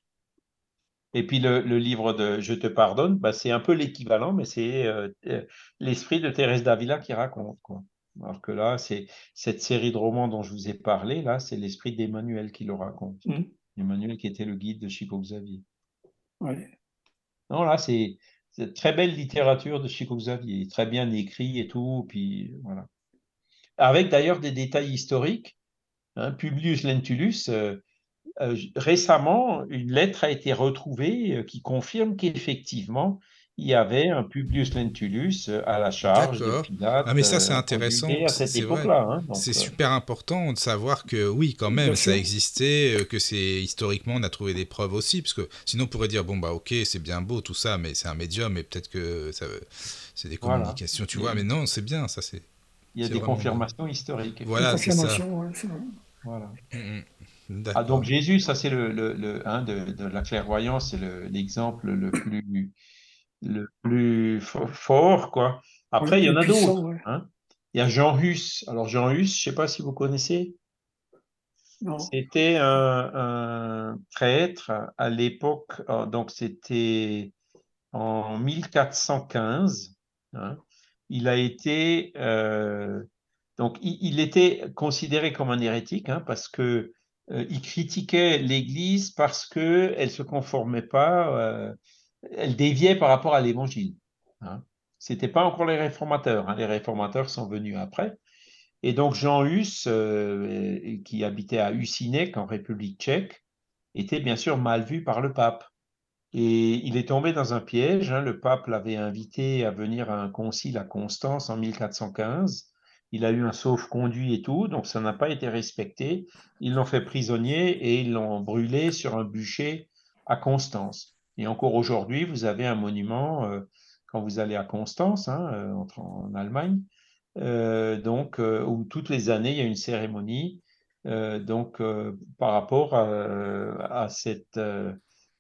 Speaker 6: Et puis le, le livre de Je te pardonne, bah, c'est un peu l'équivalent, mais c'est euh, euh, l'esprit de Thérèse d'Avila qui raconte, quoi. Alors que là, c'est cette série de romans dont je vous ai parlé, là, c'est l'esprit d'Emmanuel qui le raconte.
Speaker 5: Mm.
Speaker 6: Emmanuel qui était le guide de Chico Xavier.
Speaker 5: Ouais.
Speaker 6: Non, là, c'est c'est très belle littérature de Chico Xavier, très bien écrit et tout, puis voilà. Avec d'ailleurs des détails historiques, hein, Publius Lentulus, euh, Euh, récemment, une lettre a été retrouvée euh, qui confirme qu'effectivement, il y avait un Publius Lentulus euh, à la charge de
Speaker 4: D'accord. Ah,
Speaker 6: Pilate
Speaker 4: mais ça, c'est
Speaker 6: euh,
Speaker 4: intéressant,
Speaker 6: condamné à
Speaker 4: c'est
Speaker 6: cette
Speaker 4: c'est vrai.
Speaker 6: époque-là, hein.
Speaker 4: C'est
Speaker 6: Donc, euh,
Speaker 4: super important de savoir que oui, quand
Speaker 5: Bien
Speaker 4: même, ça
Speaker 5: sûr.
Speaker 4: existait, euh, que c'est historiquement, on a trouvé des preuves aussi, parce que sinon on pourrait dire, bon, bah ok, c'est bien beau tout ça, mais c'est un médium, et peut-être que ça, c'est des
Speaker 6: voilà.
Speaker 4: communications, tu vois,
Speaker 6: Et
Speaker 4: mais non, c'est bien, ça, c'est
Speaker 6: il y a
Speaker 4: c'est
Speaker 6: des
Speaker 4: vraiment bien.
Speaker 6: confirmations historiques,
Speaker 5: Une
Speaker 4: Voilà, c'est
Speaker 6: effectivement.
Speaker 4: ça.
Speaker 5: confirmation, ouais, c'est vrai.
Speaker 6: Voilà.
Speaker 4: Mm, mm.
Speaker 6: Ah, donc
Speaker 4: D'accord.
Speaker 6: Jésus, ça c'est le, le, le- hein, de, de la clairvoyance, c'est le- l'exemple le, plus le plus fo- fort, quoi.
Speaker 5: Oui,
Speaker 6: Après, il y en
Speaker 5: le
Speaker 6: a
Speaker 5: puissant,
Speaker 6: d'autres,
Speaker 5: ouais.
Speaker 6: hein. Il y a Jean Hus. Alors Jean Hus, je sais pas si vous connaissez.
Speaker 5: Non.
Speaker 6: C'était un, un prêtre à l'époque, euh, donc c'était en mille quatre cent quinze, hein. Il a été, euh, donc il, il était considéré comme un hérétique, hein, parce que euh, il critiquait l'Église parce que elle se conformait pas, euh, elle déviait par rapport à l'Évangile, hein. C'était pas encore les réformateurs, hein. Les réformateurs sont venus après. Et donc Jean Hus, euh, qui habitait à Husinec, en République tchèque, était bien sûr mal vu par le pape. Et il est tombé dans un piège, hein. Le pape l'avait invité à venir à un concile à Constance en mille quatre cent quinze. Il a eu un sauf-conduit et tout, donc ça n'a pas été respecté. Ils l'ont fait prisonnier et ils l'ont brûlé sur un bûcher à Constance. Et encore aujourd'hui, vous avez un monument, euh, quand vous allez à Constance, hein, euh, en, en Allemagne, euh, donc euh, où toutes les années il y a une cérémonie, euh, donc euh, par rapport à, à cette euh,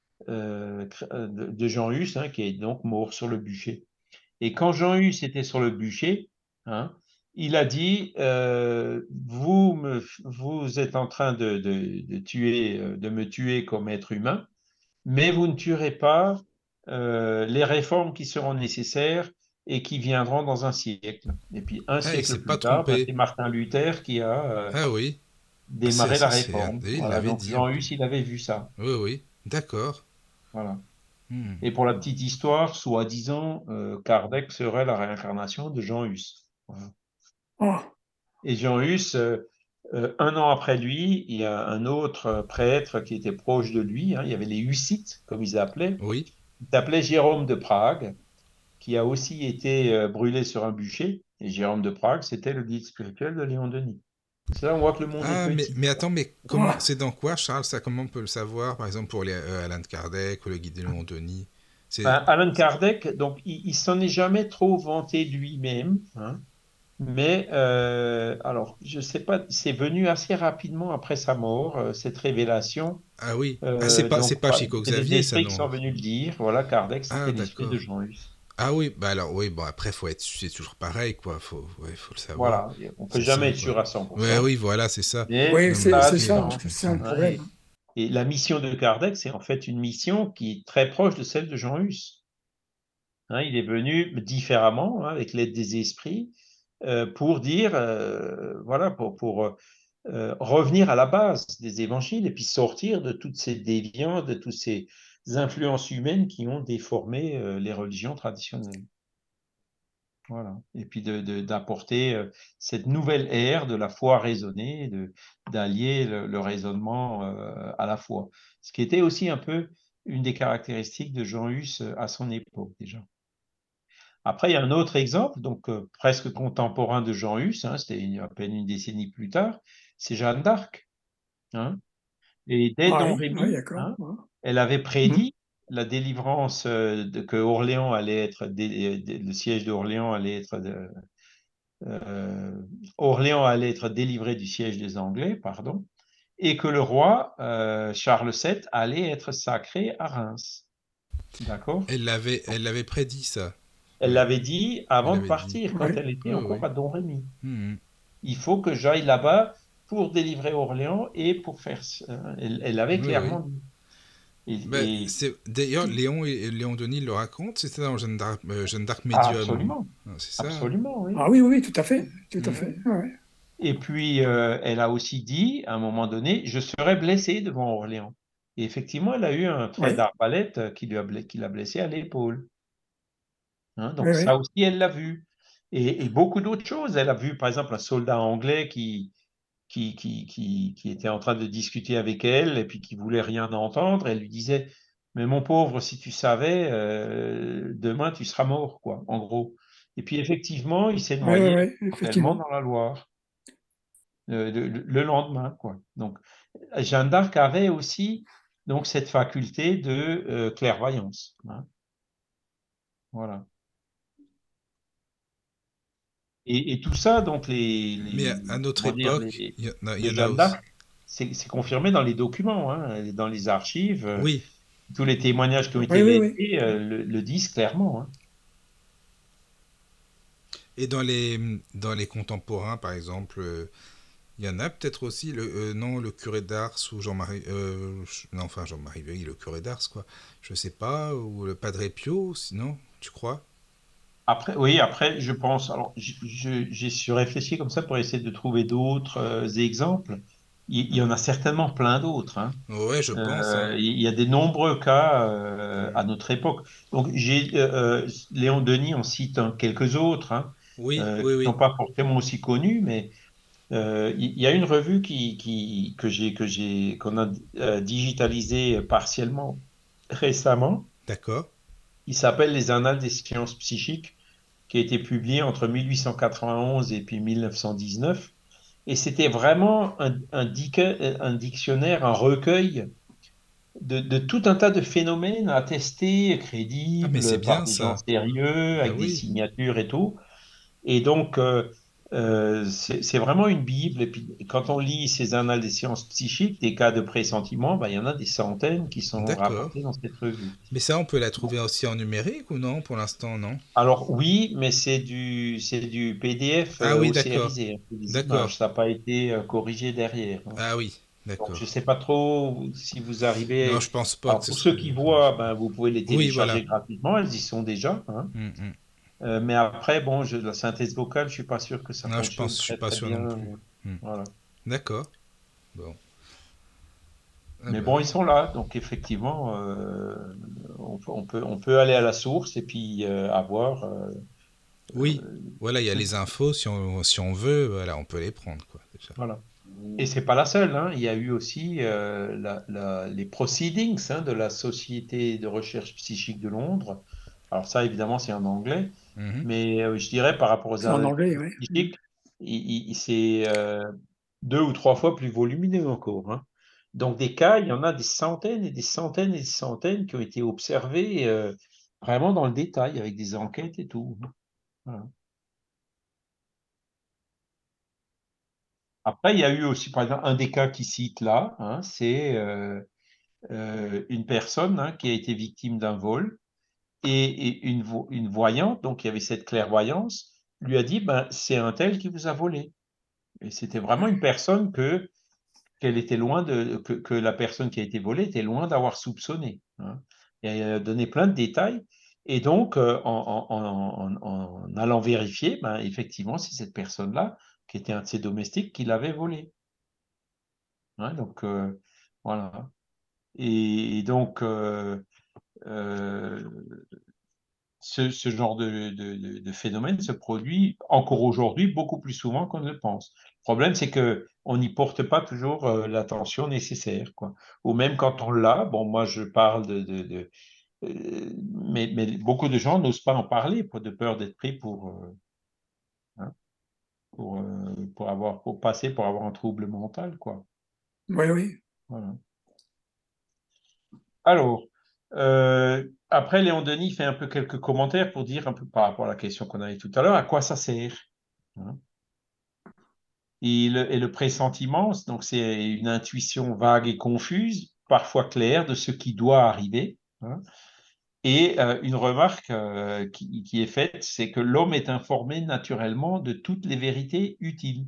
Speaker 6: euh, de, de Jean Hus, hein, qui est donc mort sur le bûcher. Et quand Jean Hus était sur le bûcher, hein, il a dit euh, vous me, vous êtes en train de, de, de tuer, euh, de me tuer comme être humain, mais vous ne tuerez pas euh, les réformes qui seront nécessaires et qui viendront dans un siècle. Et puis un
Speaker 4: Ah, il
Speaker 6: siècle
Speaker 4: s'est pas
Speaker 6: plus tard, ben,
Speaker 4: trompé.
Speaker 6: c'est Martin Luther qui a euh,
Speaker 4: Ah oui. Ah, c'est,
Speaker 6: démarré la
Speaker 4: ça, c'est,
Speaker 6: réforme.
Speaker 4: il
Speaker 6: Voilà,
Speaker 4: l'avait
Speaker 6: donc
Speaker 4: dit en
Speaker 6: Jean
Speaker 4: plus.
Speaker 6: Hus, il avait vu ça.
Speaker 4: Oui, oui. D'accord.
Speaker 6: Voilà.
Speaker 4: Hmm.
Speaker 6: Et pour la petite histoire, soi-disant, euh, Kardec serait la réincarnation de Jean Hus. Voilà.
Speaker 5: Ah,
Speaker 6: Et Jean Hus, euh, euh, un an après lui, il y a un autre euh, prêtre qui était proche de lui, hein, il y avait les Hussites, comme ils appelaient.
Speaker 4: Oui.
Speaker 6: Il s'appelait Jérôme de Prague, qui a aussi été euh, brûlé sur un bûcher. Et Jérôme de Prague, c'était le guide spirituel de Léon Denis. C'est là où on voit que le monde est
Speaker 4: Ah, mais,
Speaker 6: petit,
Speaker 4: mais
Speaker 6: quoi.
Speaker 4: attends, mais comment,
Speaker 5: ah,
Speaker 4: c'est dans quoi, Charles, ça, comment on peut le savoir, par exemple, pour les, euh, Alain de Kardec ou le guide de Léon Denis? C'est,
Speaker 6: Ben, Alan Kardec, donc, il, il s'en est jamais trop vanté de lui-même, hein. Mais euh, alors, je sais pas, c'est venu assez rapidement après sa mort, euh, cette révélation.
Speaker 4: ah oui. Ah, c'est
Speaker 6: Euh,
Speaker 4: pas, c'est
Speaker 6: donc,
Speaker 4: pas
Speaker 6: pas-
Speaker 4: Chico
Speaker 6: c'est des
Speaker 4: Xavier, ça,
Speaker 6: esprits qui
Speaker 4: non?
Speaker 6: sont venus le dire. Voilà, Kardec,
Speaker 4: Ah,
Speaker 6: c'était l'esprit de
Speaker 4: d'accord.
Speaker 6: Jean Hus.
Speaker 4: Ah oui, bah alors, oui, bon, après, faut être, c'est toujours pareil, quoi, faut, ouais, faut le savoir.
Speaker 6: Voilà, on peut
Speaker 4: C'est
Speaker 6: jamais
Speaker 4: ça,
Speaker 6: être
Speaker 4: quoi.
Speaker 6: sûr à cent pour
Speaker 4: Ouais,
Speaker 6: cent,
Speaker 4: oui, voilà, c'est ça.
Speaker 6: mais
Speaker 5: oui,
Speaker 4: Non, mais
Speaker 5: c'est
Speaker 6: ça a
Speaker 5: c'est
Speaker 6: du
Speaker 4: ok,
Speaker 5: ça,
Speaker 4: je
Speaker 6: sens,
Speaker 5: c'est un
Speaker 4: comprends.
Speaker 6: hein.
Speaker 5: problème.
Speaker 6: Et, et la mission de Kardec, c'est en fait une mission qui est très proche de celle de Jean Hus. Hein, il est venu différemment, hein, avec l'aide des esprits, euh, pour dire, euh, voilà, pour, pour euh, revenir à la base des évangiles et puis sortir de toutes ces déviances, de toutes ces influences humaines qui ont déformé euh, les religions traditionnelles. Voilà. Et puis de, de, d'apporter euh, cette nouvelle ère de la foi raisonnée, de, d'allier le, le raisonnement euh, à la foi. Ce qui était aussi un peu une des caractéristiques de Jean Hus euh, à son époque déjà. Après, il y a un autre exemple, donc euh, presque contemporain de Jean Hus, hein, c'était une- à peine une décennie plus tard, c'est Jeanne d'Arc, hein. Et dès
Speaker 5: Ah
Speaker 6: Don
Speaker 5: oui, oui,
Speaker 6: Rémy,
Speaker 5: d'accord.
Speaker 6: hein,
Speaker 5: Ouais.
Speaker 6: elle avait
Speaker 5: Mhm.
Speaker 6: prédit la délivrance euh, de, que Orléans allait être, dé- dé- le siège d'Orléans allait être, de- euh, Orléans allait être délivré du siège des Anglais, pardon, et que le roi euh, Charles sept allait être sacré à Reims. D'accord?
Speaker 4: Elle l'avait, elle l'avait prédit ça.
Speaker 6: Elle
Speaker 4: Oui,
Speaker 6: l'avait dit
Speaker 4: elle
Speaker 6: avant de
Speaker 4: l'avait dit.
Speaker 6: partir, quand
Speaker 5: Ouais.
Speaker 6: elle était
Speaker 4: Oui,
Speaker 6: encore
Speaker 4: oui.
Speaker 6: à Domrémy.
Speaker 4: Mhm.
Speaker 6: Il faut que j'aille là-bas pour délivrer Orléans et pour faire. ça. Elle, elle l'avait
Speaker 4: Oui, oui.
Speaker 6: clairement dit.
Speaker 4: Ben,
Speaker 6: Et, et-
Speaker 4: c'est d'ailleurs Léon et Léon Denis le racontent. C'était dans Jeanne d'Arc, euh, Jeanne d'Arc
Speaker 6: ah,
Speaker 4: médium.
Speaker 6: absolument,
Speaker 4: Ah, c'est ça. Hein.
Speaker 6: absolument, oui.
Speaker 5: Ah oui, oui, oui, tout à fait, tout à
Speaker 4: Mhm.
Speaker 5: fait. Ouais.
Speaker 6: Et puis, euh, elle a aussi dit, à un moment donné, je serai blessée devant Orléans. Et effectivement, elle a eu un trait
Speaker 5: Ouais.
Speaker 6: d'arbalète qui lui a, ble- qui l'a blessée à l'épaule. Hein,
Speaker 5: Oui,
Speaker 6: donc ça
Speaker 5: oui.
Speaker 6: aussi, elle l'a vu. Et, et beaucoup d'autres choses. Elle a vu, par exemple, un soldat anglais qui, qui, qui, qui, qui était en train de discuter avec elle et puis qui voulait rien entendre. Elle lui disait, mais mon pauvre, si tu savais, euh, demain tu seras mort, quoi, en gros. Et puis effectivement, il s'est
Speaker 5: Oui, oui,
Speaker 6: noyé
Speaker 5: oui,
Speaker 6: mortellement
Speaker 5: effectivement.
Speaker 6: dans la Loire euh, le, le lendemain, quoi. Donc Jeanne d'Arc avait aussi donc cette faculté de euh, clairvoyance. Hein. Voilà. Et, et tout ça, donc les,
Speaker 4: Mais
Speaker 6: les,
Speaker 4: à, à notre
Speaker 6: comment dire,
Speaker 4: époque,
Speaker 6: les,
Speaker 4: il y, en a- il y
Speaker 6: les
Speaker 4: en a
Speaker 6: Jeanne
Speaker 4: aussi.
Speaker 6: d'Arc, c'est c'est confirmé dans les documents, hein, dans les archives. euh,
Speaker 4: Oui.
Speaker 6: Tous les témoignages qui ont été
Speaker 5: Oui, oui, oui.
Speaker 6: laissés euh, le, le disent clairement. Hein.
Speaker 4: Et dans les dans les contemporains, par exemple, euh, il y en a peut-être aussi le euh, non le curé d'Ars ou Jean-Marie euh, non enfin Jean-Marie Veuilly, le curé d'Ars quoi. Je sais pas ou le Padre Pio, sinon tu crois?
Speaker 6: Après, oui, après, je pense, alors, je- je- j'ai su réfléchir comme ça pour essayer de trouver d'autres euh, exemples. Il, il y en a certainement plein d'autres. Hein.
Speaker 4: Ouais, je pense. Hein.
Speaker 6: Euh, il y a des nombreux cas euh, à notre époque. Donc, j'ai euh, euh, Léon Denis en cite hein, quelques autres, hein,
Speaker 4: Oui,
Speaker 6: euh,
Speaker 4: oui,
Speaker 6: qui ne sont
Speaker 4: oui.
Speaker 6: pas forcément aussi connus, mais euh, il il y a une revue qui, qui, que j'ai, que j'ai, qu'on a euh, digitalisée partiellement récemment,
Speaker 4: D'accord.
Speaker 6: qui s'appelle Les Annales des sciences psychiques, qui a été publiée entre mille huit cent quatre-vingt-onze et puis mille neuf cent dix-neuf. Et c'était vraiment un, un, dic- un dictionnaire, un recueil de, de tout un tas de phénomènes attestés,
Speaker 4: Ah mais c'est
Speaker 6: crédibles, par
Speaker 4: bien
Speaker 6: des gens
Speaker 4: ça.
Speaker 6: sérieux,
Speaker 4: Bah
Speaker 6: avec des
Speaker 4: oui.
Speaker 6: signatures et tout. Et donc, euh, euh, c'est c'est vraiment une Bible. Et puis, quand on lit ces annales des sciences psychiques, des cas de pressentiment, ben, il y en a des centaines qui sont
Speaker 4: D'accord.
Speaker 6: rapportés dans cette revue.
Speaker 4: Mais ça on peut la
Speaker 6: Bon.
Speaker 4: trouver aussi en numérique ou non pour l'instant non?
Speaker 6: Alors oui, mais c'est du, c'est du P D F
Speaker 4: Ah
Speaker 6: euh,
Speaker 4: oui, d'accord.
Speaker 6: ossérisé, hein, c'est des
Speaker 4: D'accord.
Speaker 6: images, ça n'a pas été euh, corrigé derrière. Hein.
Speaker 4: Ah oui,
Speaker 6: Donc je ne
Speaker 4: d'accord.
Speaker 6: sais pas trop si vous
Speaker 4: Non,
Speaker 6: arrivez.
Speaker 4: je pense pas que
Speaker 6: Alors
Speaker 4: ce
Speaker 6: pour
Speaker 4: soit
Speaker 6: ceux qui
Speaker 4: mieux.
Speaker 6: voient, ben, vous pouvez les
Speaker 4: Oui, voilà.
Speaker 6: télécharger gratuitement, elles y sont déjà. Hein.
Speaker 4: Mm, mm.
Speaker 6: Euh, mais après, bon, je, la synthèse vocale, je suis pas sûr que ça
Speaker 4: Non, je
Speaker 6: fonctionne
Speaker 4: pense, je suis
Speaker 6: très
Speaker 4: pas
Speaker 6: très
Speaker 4: sûr
Speaker 6: bien.
Speaker 4: non plus. Mm.
Speaker 6: Voilà.
Speaker 4: D'accord. Bon. Ah
Speaker 6: Mais
Speaker 4: bah,
Speaker 6: bon, ils sont là, donc effectivement, euh, on, peut, on peut on peut aller à la source et puis euh, avoir. euh,
Speaker 4: oui,
Speaker 6: euh,
Speaker 4: voilà, il y a
Speaker 6: tout-
Speaker 4: les infos, si on, si on veut, voilà, on peut les prendre, quoi, déjà.
Speaker 6: voilà. Et c'est pas la seule, hein. Il y a eu aussi euh, la- la- les proceedings hein, de la Société de recherche psychique de Londres. Alors ça, évidemment, c'est en anglais,
Speaker 4: Mhm.
Speaker 6: mais euh, je dirais par rapport aux
Speaker 5: C'est en
Speaker 6: analyses
Speaker 5: anglais, oui.
Speaker 6: psychiques, il- il- c'est euh, deux ou trois fois plus volumineux encore. Hein. Donc des cas, il y en a des centaines et des centaines et des centaines qui ont été observés euh, vraiment dans le détail, avec des enquêtes et tout. Voilà. Après, il y a eu aussi, par exemple, un des cas qui cite là, hein, c'est euh, euh, une personne hein, qui a été victime d'un vol et, et une, vo- une voyante, donc il y avait cette clairvoyance, lui a dit, ben, c'est un tel qui vous a volé. Et c'était vraiment une personne que qu'elle était loin de que, que la personne qui a été volée était loin d'avoir soupçonné. Hein. Et elle a donné plein de détails. Et donc, euh, en, en- en- en allant vérifier, ben, effectivement, c'est cette personne-là qui était un de ses domestiques qui l'avait volé. Hein. Donc, euh, voilà. Et, et donc, euh, euh, ce, ce genre de, de- de- de phénomène se produit encore aujourd'hui beaucoup plus souvent qu'on ne le pense. Le problème, c'est que on n'y porte pas toujours euh, l'attention nécessaire, quoi. Ou même quand on l'a, bon, moi je parle de, de- de- euh, mais, mais beaucoup de gens n'osent pas en parler pour de peur d'être pris pour, euh, hein, pour, euh, pour avoir, pour passer pour avoir un trouble mental, quoi.
Speaker 5: Oui, oui.
Speaker 6: Voilà. Alors. Euh, après, Léon Denis fait un peu quelques commentaires pour dire un peu par rapport à la question qu'on avait tout à l'heure, à quoi ça sert, hein. Et le, et le pressentiment, donc c'est une intuition vague et confuse, parfois claire, de ce qui doit arriver, hein. Et euh, une remarque euh, qui, qui est faite, c'est que l'homme est informé naturellement de toutes les vérités utiles,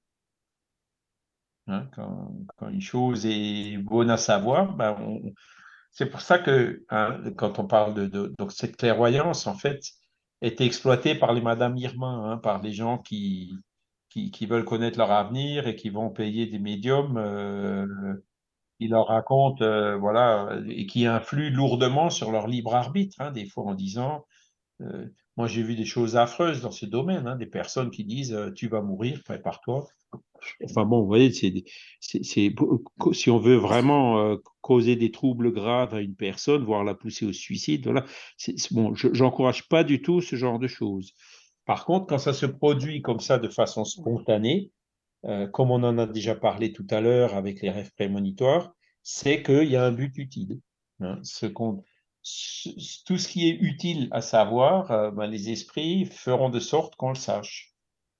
Speaker 6: hein. Quand, quand une chose est bonne à savoir, ben on, c'est pour ça que hein, quand on parle de, de- donc cette clairvoyance, en fait, est exploitée par les Madame Irma, hein, par les gens qui, qui, qui veulent connaître leur avenir et qui vont payer des médiums euh, qui leur racontent, euh, voilà, et qui influent lourdement sur leur libre arbitre, hein, des fois en disant, euh, moi j'ai vu des choses affreuses dans ce domaine, hein, des personnes qui disent, euh, tu vas mourir, prépare-toi. Enfin bon, vous voyez, c'est, c'est, c'est- si on veut vraiment euh, causer des troubles graves à une personne, voire la pousser au suicide, voilà, c'est, c'est- bon, je n'encourage pas du tout ce genre de choses. Par contre, quand ça se produit comme ça de façon spontanée, euh, comme on en a déjà parlé tout à l'heure avec les rêves prémonitoires, c'est qu'il y a un but utile, hein. Ce qu'on, ce- tout ce qui est utile à savoir, euh, ben, les esprits feront de sorte qu'on le sache.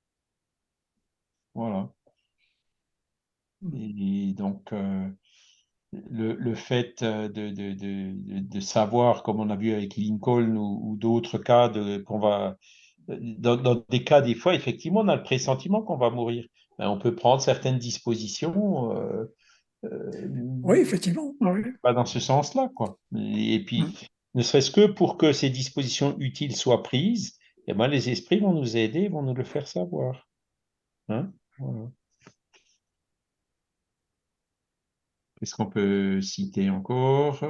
Speaker 6: Voilà. Et donc, euh, le, le fait euh, de, de, de, de savoir, comme on a vu avec Lincoln ou, ou d'autres cas, de, qu'on va, dans, dans des cas, des fois, effectivement, on a le pressentiment qu'on va mourir. Ben, on peut prendre certaines dispositions euh, euh,
Speaker 5: Oui, effectivement. Ah oui.
Speaker 6: pas dans ce sens-là, quoi. Et puis,
Speaker 5: Mm.
Speaker 6: ne serait-ce que pour que ces dispositions utiles soient prises, eh ben, les esprits vont nous aider, vont nous le faire savoir. Hein. Voilà. Qu'est-ce qu'on peut citer encore?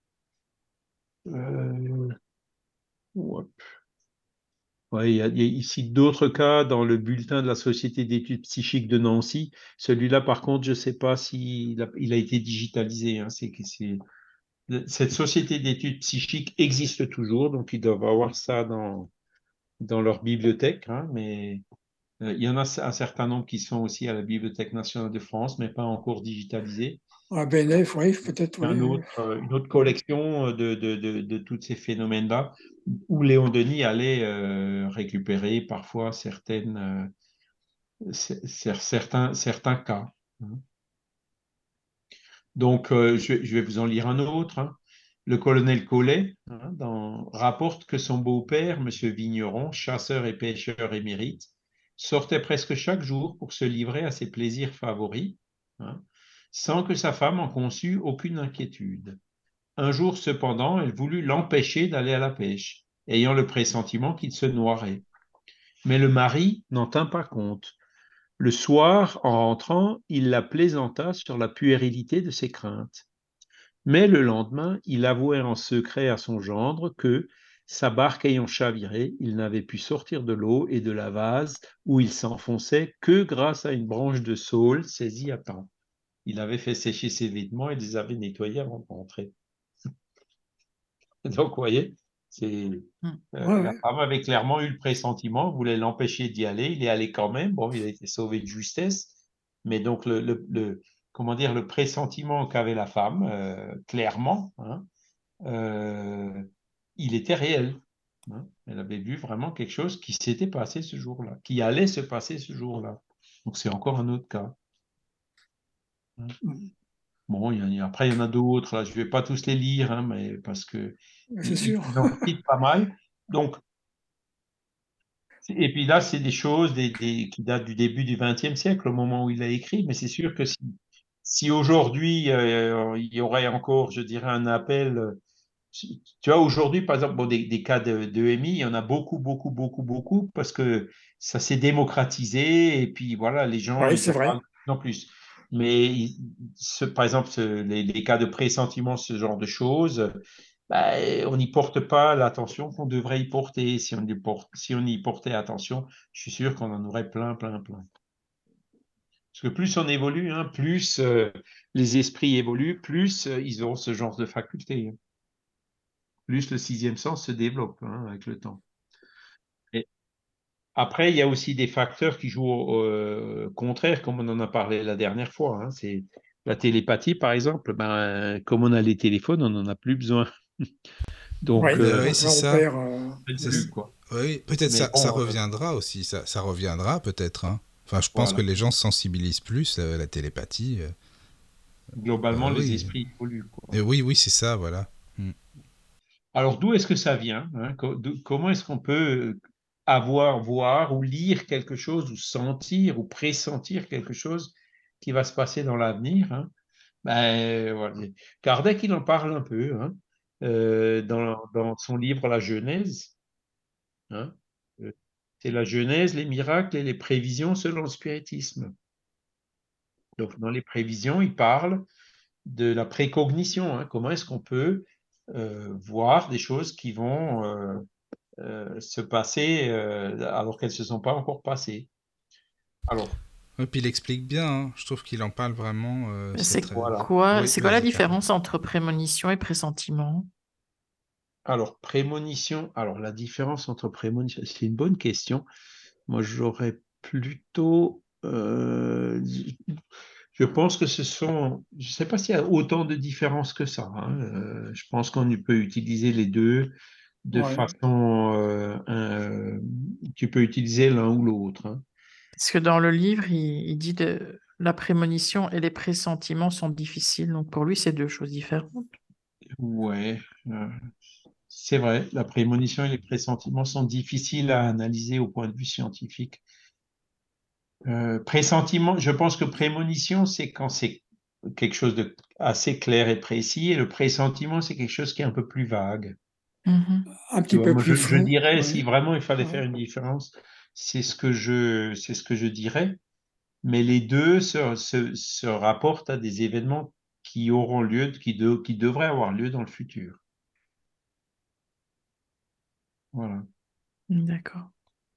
Speaker 6: Euh, ouais. Ouais, il y a, il y a ici d'autres cas dans le bulletin de la Société d'études psychiques de Nancy. Celui-là, par contre, je ne sais pas s'il a, il a été digitalisé, hein. C'est, que c'est, cette Société d'études psychiques existe toujours, donc ils doivent avoir ça dans, dans leur bibliothèque, hein, mais euh, il y en a un certain nombre qui sont aussi à la Bibliothèque nationale de France, mais pas encore digitalisés.
Speaker 5: À B N F, oui, peut-être, oui.
Speaker 6: Un
Speaker 5: Oui.
Speaker 6: autre, euh, une autre collection de, de, de, de tous ces phénomènes-là, où Léon Denis allait euh, récupérer parfois certaines, euh, c- cer- certains, certains cas, hein. Donc, euh, je, je vais vous en lire un autre, hein. Le colonel Collet, hein, dans- rapporte que son beau-père, monsieur Vigneron, chasseur et pêcheur émérite, sortait presque chaque jour pour se livrer à ses plaisirs favoris, hein, sans que sa femme en conçût aucune inquiétude. Un jour cependant, elle voulut l'empêcher d'aller à la pêche, ayant le pressentiment qu'il se noierait. Mais le mari n'en tint pas compte. Le soir, en rentrant, il la plaisanta sur la puérilité de ses craintes. Mais le lendemain, il avouait en secret à son gendre que, sa barque ayant chaviré, il n'avait pu sortir de l'eau et de la vase où il s'enfonçait que grâce à une branche de saule saisie à temps. Il avait fait sécher ses vêtements et les avait nettoyés avant de rentrer. Donc, vous voyez, c'est,
Speaker 3: Mm.
Speaker 6: euh,
Speaker 5: Ouais,
Speaker 6: la
Speaker 5: ouais.
Speaker 6: femme avait clairement eu le pressentiment, voulait l'empêcher d'y aller. Il est allé quand même. Bon, il a été sauvé de justesse. Mais donc, le, le, le- comment dire, le pressentiment qu'avait la femme, euh, clairement, hein, euh, il était réel, hein. Elle avait vu vraiment quelque chose qui s'était passé ce jour-là, qui allait se passer ce jour-là. Donc, c'est encore un autre cas, hein.
Speaker 5: Mm.
Speaker 6: Bon, il y a- il y a- après, il y en a d'autres. Là, je ne vais pas tous les lire, hein, mais parce que
Speaker 5: C'est
Speaker 6: ils
Speaker 5: sûr.
Speaker 6: ils en citent pas mal. Donc, et puis là, c'est des choses des, des- qui datent du début du vingtième siècle, au moment où il a écrit. Mais c'est sûr que si, si aujourd'hui, euh, il y aurait encore, je dirais, un appel. euh, si- Tu vois, aujourd'hui, par exemple, bon, des, des cas de, de E M I, il y en a beaucoup, beaucoup, beaucoup, beaucoup, parce que ça s'est démocratisé. Et puis voilà, les gens,
Speaker 5: Oui,
Speaker 6: ils
Speaker 5: c'est
Speaker 6: en parlent
Speaker 5: vrai.
Speaker 6: de plus en plus. Mais il- ce- par exemple, ce- les, les cas de pressentiment, ce genre de choses, bah, on n'y porte pas l'attention qu'on devrait y porter. Si on y porte, si on y portait attention, je suis sûr qu'on en aurait plein, plein, plein. Parce que plus on évolue, hein, plus euh, les esprits évoluent, plus euh, ils ont ce genre de facultés, hein. Plus le sixième sens se développe, hein, avec le temps. Et après, il y a aussi des facteurs qui jouent au euh, contraire, comme on en a parlé la dernière fois, hein. C'est la télépathie, par exemple. Ben, comme on a les téléphones, on n'en a plus besoin.
Speaker 5: Oui,
Speaker 6: Donc,
Speaker 5: donc
Speaker 6: euh,
Speaker 4: Euh, oui, c'est
Speaker 5: là, on
Speaker 4: ça.
Speaker 5: perd. euh,
Speaker 6: c'est
Speaker 4: C'est-
Speaker 6: plus, quoi.
Speaker 4: Oui, peut-être
Speaker 6: Mais
Speaker 4: ça, ça
Speaker 6: bon, euh,
Speaker 4: reviendra aussi. Ça, ça reviendra peut-être, hein. Enfin, je pense que
Speaker 6: voilà.
Speaker 4: les gens se sensibilisent plus à la télépathie. euh.
Speaker 6: Globalement,
Speaker 4: Euh,
Speaker 6: les
Speaker 4: oui.
Speaker 6: esprits évoluent,
Speaker 4: Et
Speaker 6: quoi.
Speaker 4: oui, oui, c'est ça, voilà. Mm.
Speaker 6: Alors, d'où est-ce que ça vient, hein? Co- d'où- Comment est-ce qu'on peut avoir, voir ou lire quelque chose, ou sentir ou pressentir quelque chose qui va se passer dans l'avenir, hein? Ben, voilà. Kardec, il en parle un peu, hein, euh, dans, dans son livre La Genèse, hein. Euh, C'est la Genèse, les miracles et les prévisions selon le spiritisme. Donc, dans les prévisions, il parle de la précognition, hein. Comment est-ce qu'on peut euh, voir des choses qui vont euh, euh, se passer euh, alors qu'elles ne se sont pas encore passées. Alors,
Speaker 4: Et puis il explique bien, hein. Je trouve qu'il en parle vraiment. euh,
Speaker 3: Mais
Speaker 4: c'est
Speaker 3: c'est
Speaker 4: très.
Speaker 6: voilà.
Speaker 3: quoi,
Speaker 4: Oui,
Speaker 3: c'est quoi la
Speaker 4: vas-y, Karl.
Speaker 3: différence entre prémonition et pressentiment?
Speaker 6: Alors, prémonition. Alors, la différence entre prémonition, c'est une bonne question. Moi, j'aurais plutôt. euh, je pense que ce sont. Je ne sais pas s'il y a autant de différences que ça, hein. Euh, je pense qu'on peut utiliser les deux de
Speaker 5: ouais.
Speaker 6: façon. euh, euh, tu peux utiliser l'un ou l'autre, hein.
Speaker 3: Parce que dans le livre, il, il dit que la prémonition et les pressentiments sont difficiles. Donc pour lui, c'est deux choses différentes.
Speaker 6: Ouais. euh, C'est vrai, la prémonition et les pressentiments sont difficiles à analyser au point de vue scientifique. Euh, pressentiment, je pense que prémonition, c'est quand c'est quelque chose de assez clair et précis, et le pressentiment, c'est quelque chose qui est un peu plus vague.
Speaker 3: Mhm.
Speaker 5: Un
Speaker 6: Tu
Speaker 5: petit
Speaker 6: vois,
Speaker 5: peu
Speaker 6: moi,
Speaker 5: plus
Speaker 6: je, je
Speaker 5: flou.
Speaker 6: dirais,
Speaker 5: Oui.
Speaker 6: si vraiment il fallait
Speaker 5: Ouais.
Speaker 6: faire une différence, c'est ce que je, c'est ce que je dirais, mais les deux se, se, se rapportent à des événements qui auront lieu, qui, de- qui devraient avoir lieu dans le futur. Voilà.
Speaker 3: D'accord.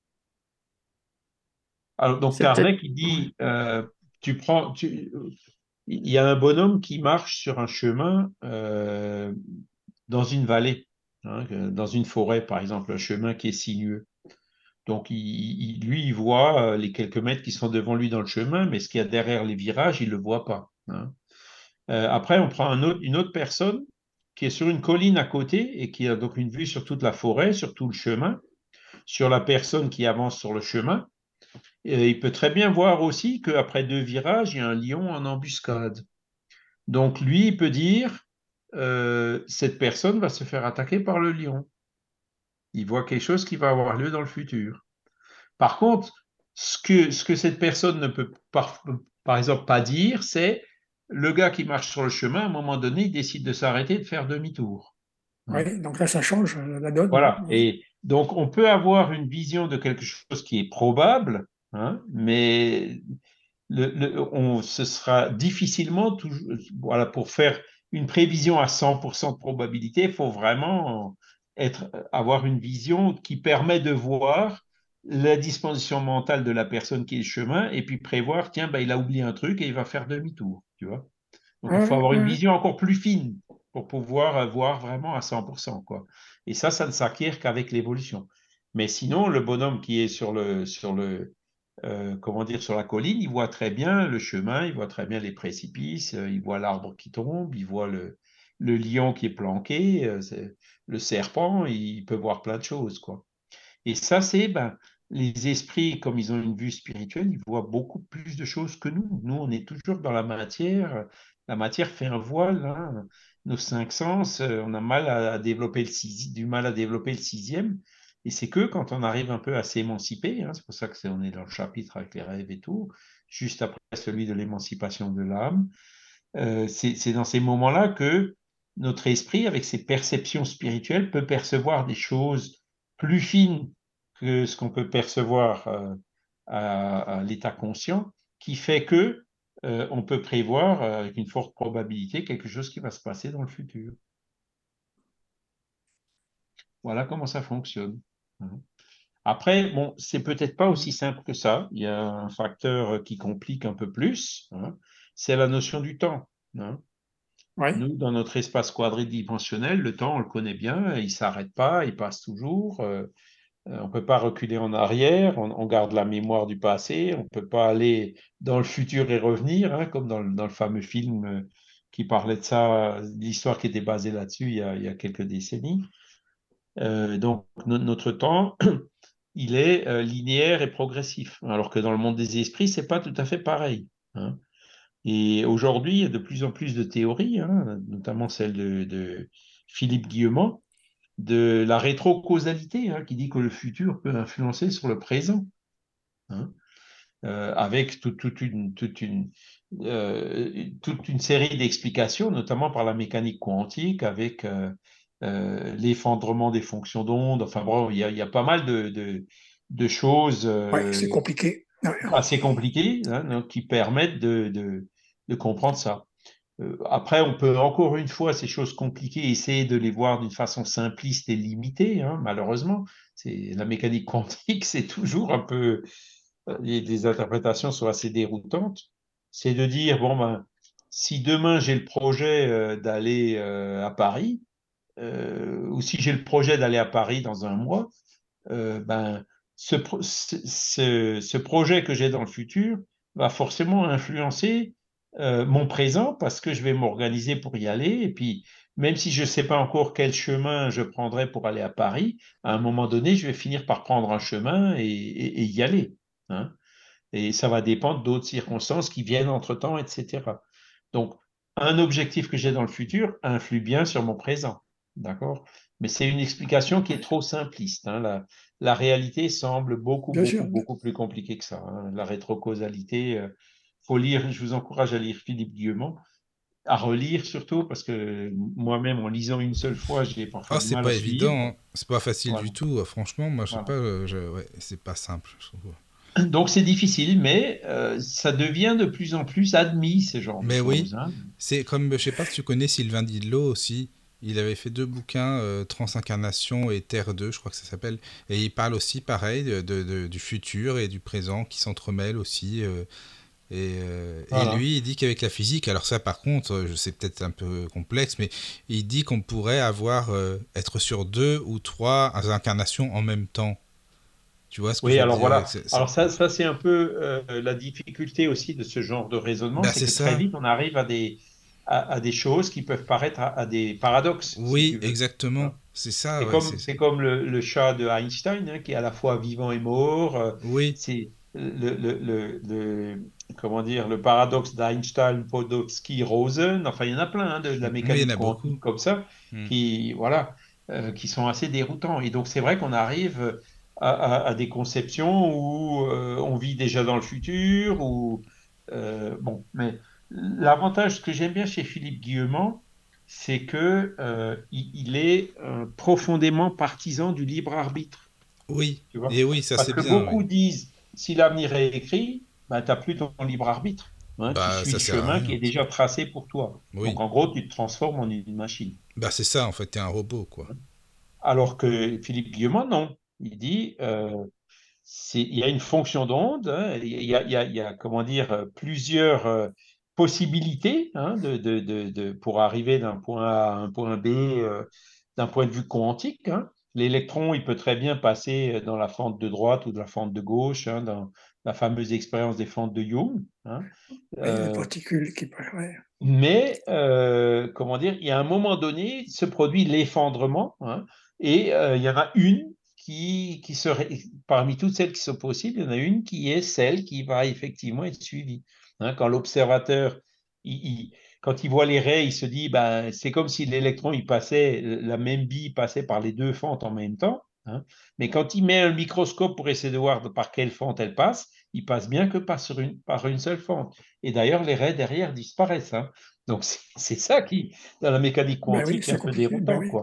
Speaker 6: Alors, donc,
Speaker 3: C'est peut-être...
Speaker 6: Kardec, il
Speaker 3: Ouais.
Speaker 6: dit, euh, tu prends, tu, il y a un bonhomme qui marche sur un chemin euh, dans une vallée, hein, dans une forêt, par exemple, un chemin qui est sinueux. Donc, il, il- lui, il voit euh, les quelques mètres qui sont devant lui dans le chemin, mais ce qu'il y a derrière les virages, il ne le voit pas, hein. Euh, après, on prend un autre- une autre personne qui est sur une colline à côté et qui a donc une vue sur toute la forêt, sur tout le chemin, sur la personne qui avance sur le chemin. Et il peut très bien voir aussi qu'après deux virages, il y a un lion en embuscade. Donc lui, il peut dire, euh, cette personne va se faire attaquer par le lion. Il voit quelque chose qui va avoir lieu dans le futur. Par contre, ce que, ce que cette personne ne peut par, par exemple pas dire, c'est le gars qui marche sur le chemin, à un moment donné, il décide de s'arrêter et de faire demi-tour, hein.
Speaker 5: Ouais. Donc là, ça change euh, la donne.
Speaker 6: Voilà.
Speaker 5: Ouais.
Speaker 6: Et donc, on peut avoir une vision de quelque chose qui est probable, hein, mais le, le- on, ce sera difficilement, toujours, voilà, pour faire une prévision à cent pour cent de probabilité, il faut vraiment être, avoir une vision qui permet de voir la disposition mentale de la personne qui est le chemin et puis prévoir, tiens, ben, il a oublié un truc et il va faire demi-tour, tu vois. Donc, il faut
Speaker 5: Ouais,
Speaker 6: avoir une
Speaker 5: ouais.
Speaker 6: vision encore plus fine pour pouvoir voir vraiment à cent pour cent, quoi. Et ça, ça ne s'acquiert qu'avec l'évolution. Mais sinon, le bonhomme qui est sur le, sur le, euh, comment dire, sur la colline, il voit très bien le chemin, il voit très bien les précipices, euh, il voit l'arbre qui tombe, il voit le, le lion qui est planqué, euh, c'est- le serpent, il peut voir plein de choses, quoi. Et ça, c'est ben, les esprits, comme ils ont une vue spirituelle, ils voient beaucoup plus de choses que nous. Nous, on est toujours dans la matière. La matière fait un voile, hein. Nos cinq sens, euh, on a mal à, à développer le sixi- du mal à développer le sixième. Et c'est que quand on arrive un peu à s'émanciper, hein, c'est pour ça que c'est, on est dans le chapitre avec les rêves et tout, juste après celui de l'émancipation de l'âme, euh, c'est c'est dans ces moments-là que notre esprit, avec ses perceptions spirituelles, peut percevoir des choses plus fines que ce qu'on peut percevoir euh, à, à l'état conscient, qui fait que euh, on peut prévoir euh, avec une forte probabilité quelque chose qui va se passer dans le futur. Voilà comment ça fonctionne, hein. Après, bon, c'est peut-être pas aussi simple que ça. Il y a un facteur qui complique un peu plus, hein, c'est la notion du temps, hein.
Speaker 5: Ouais.
Speaker 6: Nous, dans notre espace quadridimensionnel, le temps, on le connaît bien, il ne s'arrête pas, il passe toujours. euh, euh, on ne peut pas reculer en arrière, on, on garde la mémoire du passé, on ne peut pas aller dans le futur et revenir, hein, comme dans le, dans le fameux film qui parlait de ça, l'histoire qui était basée là-dessus il y a, il y a quelques décennies. Euh, donc, no- notre temps, il est euh, linéaire et progressif, alors que dans le monde des esprits, c'est pas tout à fait pareil, hein. Et aujourd'hui, il y a de plus en plus de théories, hein, notamment celle de, de Philippe Guillemot, de la rétrocausalité, hein, qui dit que le futur peut influencer sur le présent, hein, euh, avec tout- toute une, toute une, euh, toute une série d'explications, notamment par la mécanique quantique, avec euh, euh, l'effondrement des fonctions d'onde. Enfin bon, il y a, il y a pas mal de, de, de choses
Speaker 5: Ouais, c'est
Speaker 6: euh,
Speaker 5: compliqué. Ouais.
Speaker 6: assez compliquées, hein, donc, qui permettent de, de, de comprendre ça. Euh, après, on peut encore une fois, ces choses compliquées, essayer de les voir d'une façon simpliste et limitée, hein, malheureusement. C'est, la mécanique quantique, c'est toujours un peu, euh, les, les interprétations sont assez déroutantes. C'est de dire, bon, ben, si demain j'ai le projet euh, d'aller euh, à Paris, euh, ou si j'ai le projet d'aller à Paris dans un mois, euh, ben, ce, pro- ce, ce- ce projet que j'ai dans le futur va forcément influencer euh, mon présent parce que je vais m'organiser pour y aller. Et puis, même si je ne sais pas encore quel chemin je prendrai pour aller à Paris, à un moment donné, je vais finir par prendre un chemin et, et- et y aller, hein. Et ça va dépendre d'autres circonstances qui viennent entre-temps, et cetera. Donc, un objectif que j'ai dans le futur influe bien sur mon présent. D'accord? Mais c'est une explication qui est trop simpliste, hein. La, la réalité semble beaucoup,
Speaker 5: Bien sûr.
Speaker 6: beaucoup, beaucoup plus compliquée que ça, hein. La rétrocausalité, euh, faut lire, je vous encourage à lire Philippe Guillemot, à relire surtout, parce que moi-même, en lisant une seule fois, j'ai parfois
Speaker 4: Ah,
Speaker 6: du
Speaker 4: c'est
Speaker 6: mal à
Speaker 4: pas
Speaker 6: suivre.
Speaker 4: évident, hein. C'est pas facile
Speaker 6: Voilà,
Speaker 4: du tout. euh, Franchement, moi, je sais
Speaker 6: voilà.
Speaker 4: pas, euh, je- ouais, c'est pas simple, je trouve.
Speaker 6: Donc c'est difficile, mais euh, ça devient de plus en plus admis, ce genre de
Speaker 4: Mais oui,
Speaker 6: choses, hein.
Speaker 4: c'est comme, je sais pas si tu connais Sylvain Didlot aussi. Il avait fait deux bouquins, euh, Transincarnation et Terre deux, je crois que ça s'appelle. Et il parle aussi, pareil, de, de- du futur et du présent qui s'entremêlent aussi. euh, et, euh, et
Speaker 6: Voilà.
Speaker 4: lui, il dit qu'avec la physique, alors ça par contre, euh, je sais peut-être un peu complexe, mais il dit qu'on pourrait avoir, euh, être sur deux ou trois incarnations en même temps. Tu vois ce que
Speaker 6: Oui,
Speaker 4: je veux
Speaker 6: alors
Speaker 4: dire?
Speaker 6: voilà.
Speaker 4: C'est- c'est-
Speaker 6: Alors ça, ça c'est un peu euh, la difficulté aussi de ce genre de raisonnement,
Speaker 4: Bah
Speaker 6: c'est
Speaker 4: c'est
Speaker 6: que très
Speaker 4: ça.
Speaker 6: vite on arrive à des, à, à des choses qui peuvent paraître à, à des paradoxes, si
Speaker 4: Oui,
Speaker 6: tu veux,
Speaker 4: exactement.
Speaker 6: hein.
Speaker 4: C'est ça,
Speaker 6: C'est
Speaker 4: ouais.
Speaker 6: comme,
Speaker 4: C'est...
Speaker 6: c'est comme le, le chat de Einstein, hein, qui est à la fois vivant et mort. euh,
Speaker 4: Oui,
Speaker 6: c'est le, le, le, le- comment dire, le paradoxe d'Einstein, Podolsky, Rosen. Enfin, il y en a plein, hein, de, de la
Speaker 4: oui, il y en
Speaker 6: mécanique
Speaker 4: a beaucoup.
Speaker 6: quantique comme ça,
Speaker 4: Hmm.
Speaker 6: qui, voilà, euh, qui sont assez déroutants. Et donc, c'est vrai qu'on arrive à, à- à des conceptions où euh, on vit déjà dans le futur, ou euh, bon, mais l'avantage, ce que j'aime bien chez Philippe Guillemot, c'est que euh, il, il est euh, profondément partisan du libre arbitre,
Speaker 4: Oui,
Speaker 6: tu vois.
Speaker 4: et oui, ça
Speaker 6: Parce
Speaker 4: c'est
Speaker 6: que
Speaker 4: bien, oui.
Speaker 6: beaucoup disent, si l'avenir est écrit, ben, tu n'as plus ton libre arbitre, hein, tu
Speaker 4: Bah
Speaker 6: suis
Speaker 4: ça
Speaker 6: le
Speaker 4: sert à
Speaker 6: chemin qui
Speaker 4: rien.
Speaker 6: est déjà tracé pour toi. Donc
Speaker 4: Oui.
Speaker 6: en gros, tu te transformes en une machine.
Speaker 4: Bah c'est ça, en fait, t'es un robot, quoi.
Speaker 6: Alors que Philippe Guillemot, non. Il dit, euh, c'est, il y a une fonction d'onde, hein, il y a, il y a- il y a, comment dire, euh, plusieurs euh, possibilités, hein, de, de- de- de- pour arriver d'un point A à un point B, euh, d'un point de vue quantique, hein. L'électron, il peut très bien passer dans la fente de droite ou de la fente de gauche, hein, dans la fameuse expérience des fentes de Young, hein.
Speaker 5: Oui, les
Speaker 6: Euh,
Speaker 5: particules qui peuvent. Ouais.
Speaker 6: mais, euh, comment dire, il y a un moment donné, se produit l'effondrement, hein, et euh, il y en a une qui, qui serait, parmi toutes celles qui sont possibles, il y en a une qui est celle qui va effectivement être suivie, hein. Quand l'observateur, il, il- quand il voit les raies, il se dit, ben, c'est comme si l'électron, il passait, la même bille passait par les deux fentes en même temps, hein. Mais quand il met un microscope pour essayer de voir par quelle fente elle passe, il passe bien que par, sur une, par une seule fente. Et d'ailleurs, les raies derrière disparaissent, hein. Donc, c'est c'est ça qui, dans la mécanique
Speaker 5: Ben oui,
Speaker 6: quantique, est
Speaker 5: c'est
Speaker 6: un peu
Speaker 5: compliqué. Ben
Speaker 6: déroutant,
Speaker 5: oui.
Speaker 6: quoi.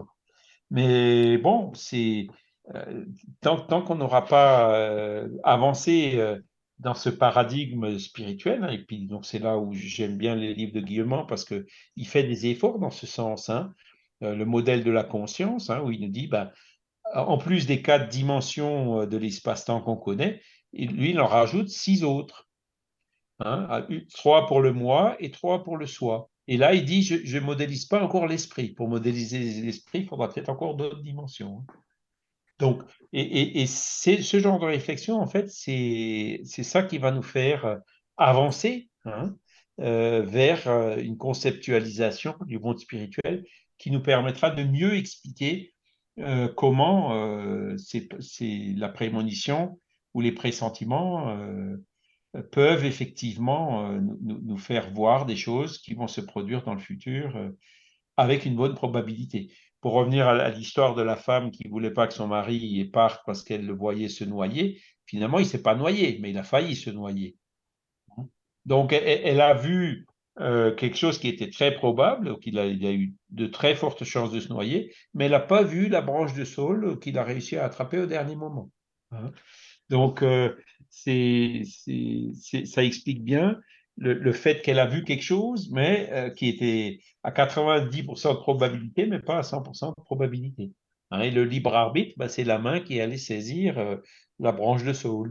Speaker 6: Mais bon, c'est euh, tant, tant qu'on n'aura pas euh, avancé euh, dans ce paradigme spirituel, hein, et puis donc c'est là où j'aime bien les livres de Guillemot parce que il fait des efforts dans ce sens, hein. Euh, le modèle de la conscience, hein, où il nous dit, ben, en plus des quatre dimensions euh, de l'espace-temps qu'on connaît, lui, il en rajoute six autres, hein, trois pour le moi et trois pour le soi. Et là, il dit, je ne modélise pas encore l'esprit. Pour modéliser l'esprit, il faudra peut-être encore d'autres dimensions, hein. Donc, et, et, et c'est ce genre de réflexion, en fait, c'est c'est ça qui va nous faire avancer, hein, euh, vers euh, une conceptualisation du monde spirituel qui nous permettra de mieux expliquer euh, comment euh, c'est, c'est la prémonition ou les pressentiments euh, peuvent effectivement euh, nous, nous faire voir des choses qui vont se produire dans le futur euh, avec une bonne probabilité. Pour revenir à, à l'histoire de la femme qui ne voulait pas que son mari parte parce qu'elle le voyait se noyer, finalement, il ne s'est pas noyé, mais il a failli se noyer. Donc, elle, elle a vu euh, quelque chose qui était très probable, qu'il a, il a eu de très fortes chances de se noyer, mais elle n'a pas vu la branche de saule qu'il a réussi à attraper au dernier moment. Hein. Donc, euh, c'est, c'est, c'est, ça explique bien le, le fait qu'elle a vu quelque chose, mais euh, qui était à quatre-vingt-dix pour cent de probabilité, mais pas à cent pour cent de probabilité. Hein, et le libre arbitre, bah, c'est la main qui allait saisir euh, la branche de saule.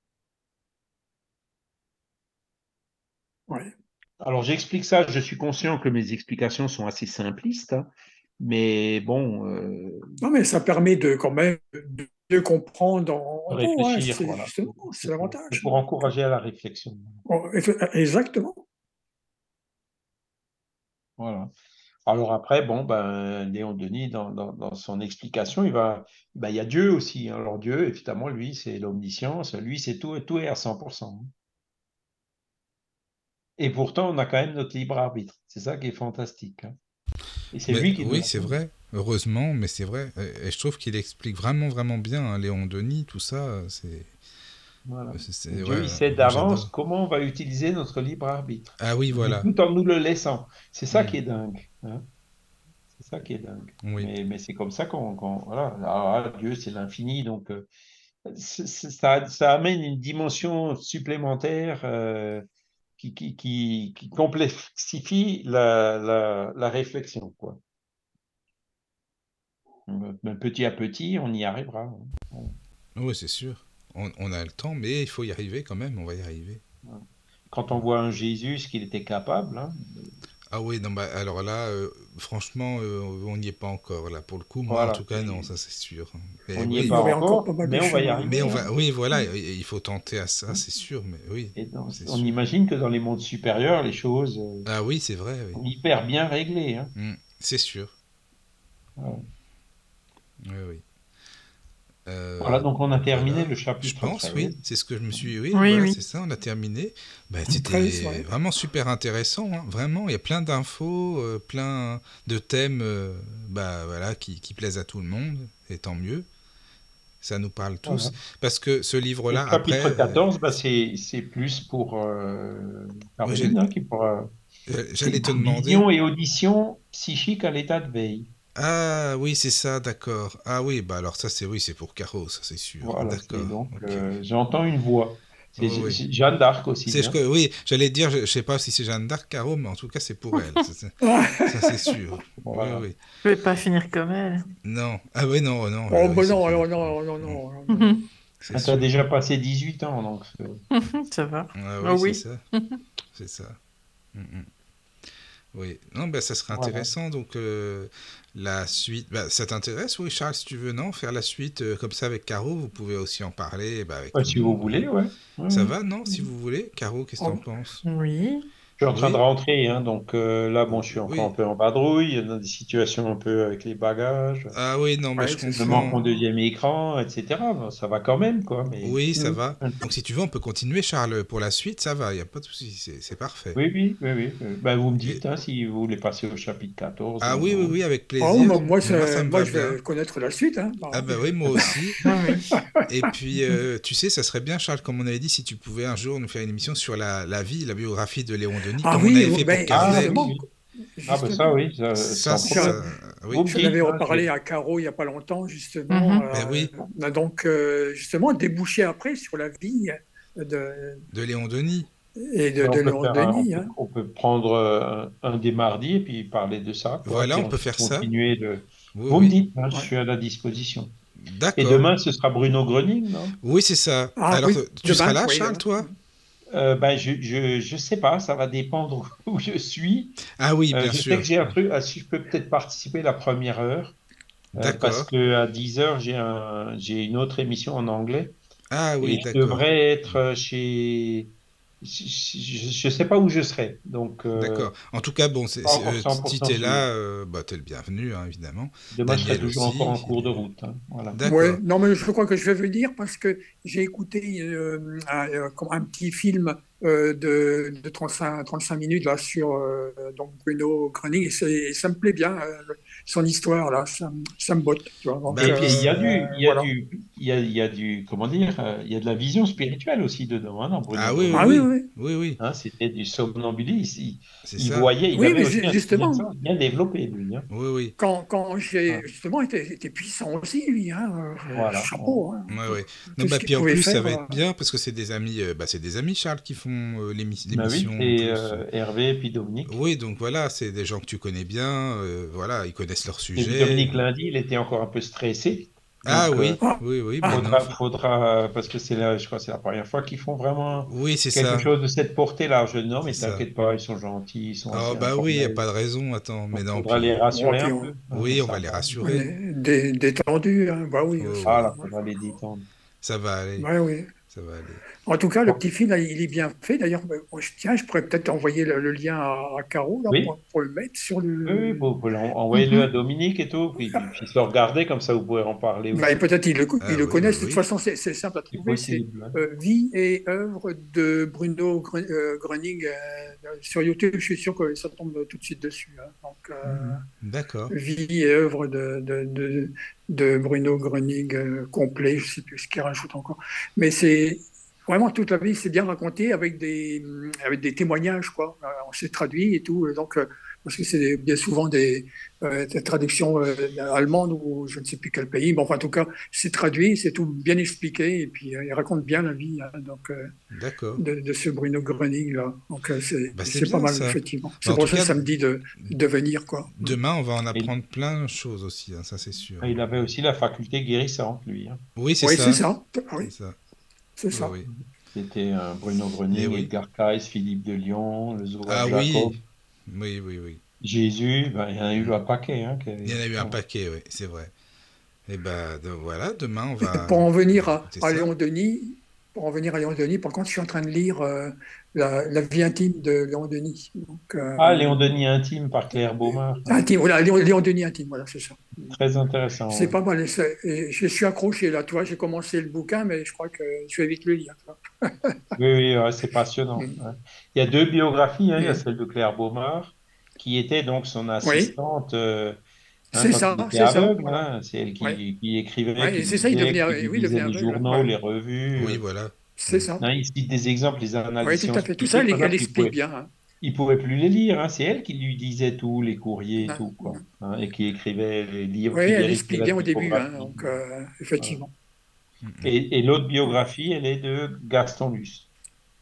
Speaker 5: Ouais.
Speaker 6: Alors, j'explique ça, je suis conscient que mes explications sont assez simplistes, hein, mais bon, euh,
Speaker 5: Non, mais ça permet de quand même de, de comprendre en, en gros, hein,
Speaker 6: réfléchir,
Speaker 5: c'est
Speaker 6: voilà.
Speaker 5: justement, c'est
Speaker 6: C'est pour, c'est
Speaker 5: l'avantage.
Speaker 6: pour encourager à la réflexion.
Speaker 5: Oh, exactement.
Speaker 6: Voilà. Alors après, bon, ben, Léon Denis, dans, dans, dans son explication, il va, ben, il y a Dieu aussi. Hein. Alors Dieu, évidemment, lui, c'est l'omniscience, lui, c'est tout, tout est à cent pour cent. Et pourtant, on a quand même notre libre arbitre. C'est ça qui est fantastique. Hein. Et c'est
Speaker 4: Mais,
Speaker 6: lui qui nous
Speaker 4: oui,
Speaker 6: l'a
Speaker 4: c'est
Speaker 6: donné.
Speaker 4: vrai, heureusement, mais c'est vrai. Et, et je trouve qu'il explique vraiment, vraiment bien, hein, Léon Denis, tout ça. C'est,
Speaker 6: Voilà.
Speaker 4: c'est, c'est-
Speaker 6: Dieu,
Speaker 4: ouais,
Speaker 6: il sait
Speaker 4: moi
Speaker 6: d'avance
Speaker 4: j'adore.
Speaker 6: comment on va utiliser notre libre arbitre,
Speaker 4: Ah oui,
Speaker 6: mais
Speaker 4: voilà.
Speaker 6: tout en nous le laissant. C'est ça
Speaker 4: Hmm,
Speaker 6: qui est dingue. Hein. C'est ça qui est dingue.
Speaker 4: oui.
Speaker 6: Mais, mais c'est comme ça qu'on, qu'on- voilà. Alors là, Dieu, c'est l'infini, donc euh, c'est- c'est- ça, ça amène une dimension supplémentaire euh, qui, qui, qui, qui complexifie la, la, la réflexion, quoi. Mais petit à petit, on y arrivera. Hein.
Speaker 4: Oui, c'est sûr. On, on a le temps, mais il faut y arriver quand même, on va y arriver.
Speaker 6: Quand on voit un Jésus, ce qu'il était capable, hein,
Speaker 4: Ah oui, non, bah, alors là, euh, franchement, euh, on n'y est pas encore. Là, pour le coup, moi, en
Speaker 6: voilà,
Speaker 4: tout cas, non, ça c'est sûr.
Speaker 6: on
Speaker 4: Mais
Speaker 6: n'y est
Speaker 4: oui,
Speaker 5: Il y
Speaker 6: pas
Speaker 5: aurait encore
Speaker 6: encore,
Speaker 5: pas mal de
Speaker 6: mais on va y
Speaker 5: chemin.
Speaker 4: mais on
Speaker 6: arriver. Hein.
Speaker 4: va, oui, voilà, il il faut tenter à ça, c'est sûr. Mais oui,
Speaker 6: Et donc,
Speaker 4: c'est
Speaker 6: on
Speaker 4: sûr.
Speaker 6: imagine que dans les mondes supérieurs, les choses euh,
Speaker 4: Ah oui, c'est vrai, oui.
Speaker 6: sont hyper bien réglées. Hein.
Speaker 4: Hmm, c'est sûr.
Speaker 6: Voilà.
Speaker 4: Oui, oui.
Speaker 6: Voilà,
Speaker 4: Euh,
Speaker 6: donc on a
Speaker 4: donc
Speaker 6: terminé
Speaker 4: voilà,
Speaker 6: le
Speaker 4: je
Speaker 6: chapitre
Speaker 4: pense, oui,
Speaker 6: treize.
Speaker 4: c'est ce que je me suis. Oui,
Speaker 3: Oui,
Speaker 4: voilà,
Speaker 3: oui.
Speaker 4: c'est ça, on a terminé. Ben,
Speaker 5: treize,
Speaker 4: c'était
Speaker 5: ouais.
Speaker 4: vraiment super intéressant, hein, vraiment. Il y a plein d'infos, euh, plein de thèmes euh, bah, voilà, qui, qui plaisent à tout le monde, et tant mieux. Ça nous parle tous.
Speaker 6: Voilà.
Speaker 4: Parce que ce
Speaker 6: Et
Speaker 4: livre-là,
Speaker 6: le
Speaker 4: après,
Speaker 6: chapitre
Speaker 4: euh,
Speaker 6: quatorze, bah, c'est, c'est plus pour euh,
Speaker 4: moi, j'ai-
Speaker 6: Caroline, hein, qui pourra.
Speaker 4: j'allais
Speaker 6: C'est
Speaker 4: te demander.
Speaker 6: vision et audition psychique à l'état de veille.
Speaker 4: Ah oui, c'est ça, d'accord. Ah oui, bah alors ça, c'est oui, c'est pour Caro, ça c'est sûr.
Speaker 6: Voilà, c'est
Speaker 4: D'accord,
Speaker 6: donc
Speaker 4: ok.
Speaker 6: euh, j'entends une voix. C'est
Speaker 4: Oui,
Speaker 6: Je-
Speaker 4: oui.
Speaker 6: c'est Jeanne d'Arc aussi.
Speaker 4: C'est,
Speaker 6: Hein.
Speaker 4: je- oui, j'allais dire, je, je sais pas si c'est Jeanne d'Arc, Caro, mais en tout cas, c'est pour elle. Ça, c'est ça, c'est sûr. Oui,
Speaker 6: Voilà.
Speaker 4: oui.
Speaker 3: Je vais pas finir comme elle.
Speaker 4: Non. Ah oui, non, non,
Speaker 5: Oh,
Speaker 4: euh, oui,
Speaker 5: ben
Speaker 4: c'est
Speaker 5: non,
Speaker 4: sûr.
Speaker 5: non, non, non,
Speaker 4: Mm,
Speaker 5: non, non, non.
Speaker 4: c'est
Speaker 6: Ah, t'as
Speaker 4: sûr.
Speaker 6: déjà passé dix-huit ans, donc. euh,
Speaker 3: Ça va.
Speaker 4: Ah
Speaker 3: Oh
Speaker 4: oui, c'est
Speaker 3: oui.
Speaker 4: ça. C'est ça. Mm, mm. Oui. Non, ben ça serait
Speaker 6: Voilà.
Speaker 4: intéressant. Donc, euh, la suite. Bah, ça t'intéresse, oui, Charles, si tu veux, non? Faire la suite euh, comme ça avec Caro, vous pouvez aussi en parler bah, avec
Speaker 6: Ouais,
Speaker 4: tout le
Speaker 6: si vous
Speaker 4: monde.
Speaker 6: voulez,
Speaker 4: Hein.
Speaker 6: ouais. Ouais,
Speaker 4: Ça
Speaker 6: ouais.
Speaker 4: va, non? Si vous voulez. Caro, qu'est-ce que t'en
Speaker 5: Oh,
Speaker 4: penses?
Speaker 3: Oui.
Speaker 6: Je suis en train de
Speaker 4: Oui.
Speaker 6: rentrer, hein, donc euh, là, bon, je suis encore un
Speaker 4: Oui.
Speaker 6: peu en vadrouille, il y a des situations un peu avec les bagages.
Speaker 4: Ah oui, non, mais
Speaker 5: ouais,
Speaker 4: je
Speaker 5: c'est
Speaker 6: Je me
Speaker 5: ça.
Speaker 6: manque
Speaker 4: comprends.
Speaker 6: mon deuxième écran, et cetera. Bon, ça va quand même, quoi. Mais
Speaker 4: Oui, ça
Speaker 5: Mm.
Speaker 4: va. Donc, si tu veux, on peut continuer, Charles, pour la suite, ça va, il n'y a pas de souci, c'est c'est parfait.
Speaker 6: oui, oui, oui, oui. oui. Ben, vous me
Speaker 4: Et-
Speaker 6: dites hein, si vous voulez passer au chapitre quatorze
Speaker 4: Ah
Speaker 6: ou
Speaker 4: oui, oui,
Speaker 6: non.
Speaker 4: oui, avec
Speaker 5: Ah, moi,
Speaker 4: plaisir.
Speaker 5: moi,
Speaker 4: Moi, ça
Speaker 5: ça-
Speaker 4: me
Speaker 5: moi,
Speaker 4: va
Speaker 5: je
Speaker 4: bien.
Speaker 5: vais connaître la suite. Hein.
Speaker 4: Ah
Speaker 5: Bah,
Speaker 4: bah oui, moi aussi.
Speaker 3: Oui, oui.
Speaker 4: Et puis, euh, tu sais, ça serait bien, Charles, comme on avait dit, si tu pouvais un jour nous faire une émission sur la, la vie, la biographie de Léon Denis,
Speaker 5: Ah
Speaker 4: comme on
Speaker 5: oui,
Speaker 4: avait
Speaker 5: oh,
Speaker 4: fait pour
Speaker 5: ben,
Speaker 6: Ah oui,
Speaker 4: Kardec.
Speaker 5: justement,
Speaker 6: oui. Ah ben ça,
Speaker 5: justement.
Speaker 6: oui, ça,
Speaker 4: Ça,
Speaker 6: sans
Speaker 5: J'en
Speaker 6: problème.
Speaker 4: ça, oui.
Speaker 6: Vous me
Speaker 5: j'en
Speaker 6: dites,
Speaker 5: avais
Speaker 6: hein, je
Speaker 5: reparlé
Speaker 6: vais...
Speaker 5: à Caro il n'y a pas longtemps, justement.
Speaker 3: Mhm.
Speaker 4: Ben
Speaker 5: Euh,
Speaker 4: oui,
Speaker 5: on a donc euh, justement débouché après sur la vie de,
Speaker 4: de Léon Denis.
Speaker 5: et de,
Speaker 6: ben,
Speaker 5: de
Speaker 6: on peut
Speaker 5: Léon
Speaker 6: faire un, on
Speaker 5: Denis.
Speaker 6: peut,
Speaker 5: Hein.
Speaker 6: on peut prendre euh, un, un des mardis et puis parler de ça, quoi.
Speaker 4: Voilà,
Speaker 6: Puis
Speaker 4: on peut
Speaker 6: ensuite
Speaker 4: faire ça.
Speaker 6: continuer le...
Speaker 4: Oui,
Speaker 6: Vous me
Speaker 4: oui.
Speaker 6: dites, hein, je
Speaker 5: Ouais.
Speaker 6: suis à la disposition. Et
Speaker 4: D'accord.
Speaker 6: demain, ce sera Bruno Gröning, non?
Speaker 4: Oui, c'est ça.
Speaker 5: Ah
Speaker 4: Alors,
Speaker 5: oui,
Speaker 4: tu seras
Speaker 5: demain,
Speaker 4: là,
Speaker 5: oui,
Speaker 4: Charles,
Speaker 5: demain.
Speaker 4: toi?
Speaker 6: Euh, ben, je, je, je sais pas, ça va dépendre où je suis.
Speaker 4: Ah oui,
Speaker 6: Euh,
Speaker 4: bien
Speaker 6: je sais que
Speaker 4: sûr.
Speaker 6: j'ai un truc, ah, si je peux peut-être participer la première heure, euh, parce
Speaker 4: D'accord.
Speaker 6: que à dix heures, j'ai un, j'ai une autre émission en anglais
Speaker 4: Ah
Speaker 6: et
Speaker 4: oui,
Speaker 6: je
Speaker 4: d'accord.
Speaker 6: devrais être chez, je ne sais pas où je serais. Donc, euh,
Speaker 4: D'accord. En tout cas, bon, c'est,
Speaker 6: pas
Speaker 4: c'est,
Speaker 6: encore
Speaker 4: euh,
Speaker 6: cent pour
Speaker 4: si
Speaker 6: cent
Speaker 4: t'es
Speaker 6: sûr.
Speaker 4: là, euh, bah, t'es le bienvenu, hein, évidemment.
Speaker 6: Demain, je serai
Speaker 4: Daniel
Speaker 6: toujours encore
Speaker 4: aussi.
Speaker 6: en
Speaker 4: si-
Speaker 6: cours de route. Hein. Voilà.
Speaker 5: Ouais,
Speaker 4: D'accord.
Speaker 5: non, mais je crois que je vais venir parce que j'ai écouté euh, un, euh, comme un petit film euh, de, de trente-cinq, trente-cinq minutes là, sur euh, donc Bruno Gröning et, c'est- et ça me plaît bien, euh, son histoire, là, ça, me- ça me botte. Tu vois,
Speaker 4: Bah,
Speaker 5: donc,
Speaker 6: Et
Speaker 5: euh,
Speaker 6: puis, il y a du, il y a
Speaker 5: voilà.
Speaker 6: du, il y a, il y a du, comment dire, euh, il y a de la vision spirituelle aussi dedans, hein, dans Bruno
Speaker 4: ah oui, oui,
Speaker 5: Ah oui,
Speaker 6: Gröning.
Speaker 4: oui.
Speaker 5: oui.
Speaker 4: Oui, oui.
Speaker 6: Hein, c'était du somnambulisme. Il,
Speaker 4: C'est
Speaker 6: il
Speaker 4: ça.
Speaker 6: voyait, il
Speaker 5: Oui,
Speaker 6: avait
Speaker 5: mais
Speaker 6: aussi
Speaker 5: ju-
Speaker 6: un sixième
Speaker 5: justement,
Speaker 6: sens bien développé, lui. Hein.
Speaker 4: Oui, oui.
Speaker 5: quand, quand j'ai
Speaker 6: Hein,
Speaker 5: justement été, été puissant aussi, lui, hein, euh,
Speaker 6: voilà. Hein.
Speaker 5: chapeau, hein,
Speaker 4: Ouais, ouais. Non,
Speaker 5: tout ce
Speaker 4: bah,
Speaker 5: qu'il
Speaker 4: puis en
Speaker 5: pouvait
Speaker 4: plus, ça
Speaker 5: faire.
Speaker 4: va
Speaker 5: euh,
Speaker 4: être bien parce que c'est des amis, euh, bah, c'est des amis, Charles, qui font euh, l'émi-
Speaker 6: Ben oui,
Speaker 4: l'émission en
Speaker 6: c'est
Speaker 4: plus.
Speaker 6: euh, Hervé et puis Dominique.
Speaker 4: Oui, donc voilà, c'est des gens que tu connais bien, euh, voilà, ils connaissent leur
Speaker 6: Et puis
Speaker 4: sujet.
Speaker 6: Dominique lundi, il était encore un peu stressé.
Speaker 4: Ah
Speaker 6: Donc, euh,
Speaker 4: oui,
Speaker 5: Ah,
Speaker 4: oui, oui, ben
Speaker 5: ah,
Speaker 4: non.
Speaker 6: faudra, faudra, parce que c'est là, je crois, que c'est la première fois qu'ils font vraiment
Speaker 4: Oui, c'est
Speaker 6: quelque
Speaker 4: ça,
Speaker 6: chose de cette portée-là. Je dis non,
Speaker 4: c'est
Speaker 6: mais
Speaker 4: ça.
Speaker 6: t'inquiète pas, ils sont gentils, ils sont
Speaker 4: Oh
Speaker 6: assez
Speaker 4: bah oui, il n'y a
Speaker 6: informels.
Speaker 4: pas de raison, attends, mais
Speaker 6: Donc,
Speaker 4: non,
Speaker 6: faudra les
Speaker 4: puis
Speaker 5: bon,
Speaker 6: rassurer
Speaker 5: puis
Speaker 6: un
Speaker 5: on,
Speaker 6: peu. Hein, mais
Speaker 4: oui, on
Speaker 6: ça
Speaker 4: va les
Speaker 6: va.
Speaker 5: on
Speaker 4: rassurer.
Speaker 5: est dé- détendu, hein, bah oui,
Speaker 4: Oh,
Speaker 5: ça,
Speaker 4: oui,
Speaker 6: Voilà, faudra les détendre.
Speaker 4: ça va aller,
Speaker 5: ouais, oui.
Speaker 4: ça va aller.
Speaker 5: En tout cas, le
Speaker 6: Bon.
Speaker 5: petit film, là, il est bien fait. D'ailleurs, ben, moi, je, tiens, je pourrais peut-être envoyer le, le lien à, à Caro là,
Speaker 6: Oui,
Speaker 5: pour, pour le mettre sur
Speaker 6: oui, oui,
Speaker 5: le.
Speaker 6: vous pouvez l'en- envoyez-le à
Speaker 3: Mhm.
Speaker 6: Dominique et tout, puis, puis, puis se le regarder, comme ça vous pourrez en parler
Speaker 5: Ben,
Speaker 6: aussi.
Speaker 5: peut-être ils le, ils
Speaker 4: Ah
Speaker 5: le
Speaker 4: oui, oui,
Speaker 5: connaissent. De toute
Speaker 4: oui.
Speaker 5: façon, c'est c'est simple à
Speaker 6: C'est
Speaker 5: trouver. C'est
Speaker 6: possible. Hein.
Speaker 5: euh, Vie et œuvre de Bruno Gre- euh, Gröning euh, sur YouTube. Je suis sûr que ça tombe tout de suite dessus. Hein. Donc, euh,
Speaker 4: D'accord,
Speaker 5: Vie et œuvre de, de, de, de Bruno Gröning euh, complet. Je ne sais plus ce qu'il rajoute encore. Mais c'est vraiment toute la vie, c'est bien raconté avec des, avec des témoignages, quoi. Euh, On s'est traduit et tout. Donc, euh, parce que c'est bien souvent des, euh, des traductions euh, allemandes ou je ne sais plus quel pays. Bon, enfin, en tout cas, c'est traduit, c'est tout bien expliqué et puis euh, il raconte bien la vie hein, donc, euh,
Speaker 4: d'accord.
Speaker 5: de, de ce Bruno Gröning là. Donc, euh, c'est
Speaker 4: Bah c'est
Speaker 5: c'est pas
Speaker 4: bien
Speaker 5: mal,
Speaker 4: ça.
Speaker 5: effectivement.
Speaker 4: Bah,
Speaker 5: C'est
Speaker 4: en
Speaker 5: pour
Speaker 4: tout
Speaker 5: ça que
Speaker 4: cas,
Speaker 5: ça me dit de, de venir, quoi.
Speaker 4: demain, on va en
Speaker 6: Et,
Speaker 4: apprendre plein de choses aussi, hein, ça c'est sûr.
Speaker 6: et il avait aussi la faculté guérissante, lui. Hein.
Speaker 4: Oui, c'est
Speaker 5: Oui, c'est
Speaker 4: ça,
Speaker 5: ça. Ah
Speaker 4: c'est
Speaker 5: oui,
Speaker 4: ça.
Speaker 5: c'est
Speaker 4: Oui,
Speaker 5: ça.
Speaker 4: oui.
Speaker 6: C'était euh, Bruno
Speaker 4: Et
Speaker 6: Gröning,
Speaker 4: oui.
Speaker 6: Edgar Cayce, Philippe de Lyon, le
Speaker 4: Ah
Speaker 6: Zoal Jacob,
Speaker 4: oui, oui, oui, oui.
Speaker 6: Jésus, ben, il y en a eu
Speaker 4: Mm.
Speaker 6: un paquet. Hein, qui
Speaker 4: Il y en a eu un
Speaker 6: bon.
Speaker 4: paquet, oui, c'est vrai. Et bah de- voilà, demain on
Speaker 5: Et
Speaker 4: va,
Speaker 5: pour en
Speaker 4: on
Speaker 5: venir
Speaker 4: va
Speaker 5: à,
Speaker 4: écouter
Speaker 5: à
Speaker 4: ça.
Speaker 5: Léon Denis, pour en venir à Léon Denis, par contre, je suis en train de lire euh, la, la vie intime de Léon Denis. Donc,
Speaker 6: Ah,
Speaker 5: euh,
Speaker 6: Léon Denis intime par Claire Baumard. Hein.
Speaker 5: intime, voilà, Léon, Léon Denis intime, voilà, c'est ça.
Speaker 6: Très intéressant,
Speaker 5: C'est
Speaker 6: oui.
Speaker 5: pas mal. c'est- et je suis accroché là, tu vois, j'ai commencé le bouquin, mais je crois que je vais vite le lire. Tu vois.
Speaker 6: Oui, oui, ouais, c'est passionnant.
Speaker 5: Mm.
Speaker 6: Ouais. Il y a deux biographies. Hein. Il y a
Speaker 5: Mm.
Speaker 6: celle de Claire Baumard, qui était donc son
Speaker 5: Oui,
Speaker 6: assistante euh, hein,
Speaker 5: c'est
Speaker 6: quand
Speaker 5: ça,
Speaker 6: il était
Speaker 5: c'est ça,
Speaker 6: aveugle.
Speaker 5: voilà.
Speaker 6: Hein. C'est elle
Speaker 5: Oui,
Speaker 6: qui, qui écrivait,
Speaker 5: ouais,
Speaker 6: qui
Speaker 5: et c'est ça, il
Speaker 6: lisait,
Speaker 5: devenait,
Speaker 6: qui
Speaker 5: oui, il
Speaker 6: divisait
Speaker 5: devenait
Speaker 6: les
Speaker 5: aveugle.
Speaker 6: journaux,
Speaker 5: Ouais.
Speaker 6: les revues.
Speaker 4: Oui,
Speaker 6: euh.
Speaker 4: voilà.
Speaker 5: C'est
Speaker 4: Mm.
Speaker 5: ça.
Speaker 6: Hein, il cite des exemples, les
Speaker 5: Oui,
Speaker 6: analyses
Speaker 5: tout à fait. Tout ça,
Speaker 6: scientifiques.
Speaker 5: elle,
Speaker 6: Par
Speaker 5: elle
Speaker 6: exemple, il
Speaker 5: explique
Speaker 6: pouvait,
Speaker 5: bien. Hein.
Speaker 6: il pouvait plus les lire. Hein. C'est elle qui lui disait tout, les courriers et
Speaker 5: Non,
Speaker 6: tout, quoi.
Speaker 5: non.
Speaker 6: Hein, et qui écrivait les livres,
Speaker 5: Oui,
Speaker 6: qui
Speaker 5: elle
Speaker 6: vérifiait
Speaker 5: explique
Speaker 6: la
Speaker 5: bien au début, hein,
Speaker 6: typographie.
Speaker 5: donc euh,
Speaker 6: Voilà.
Speaker 5: effectivement.
Speaker 4: Mm, mm.
Speaker 6: Et, et l'autre biographie, elle est de Gaston Luce.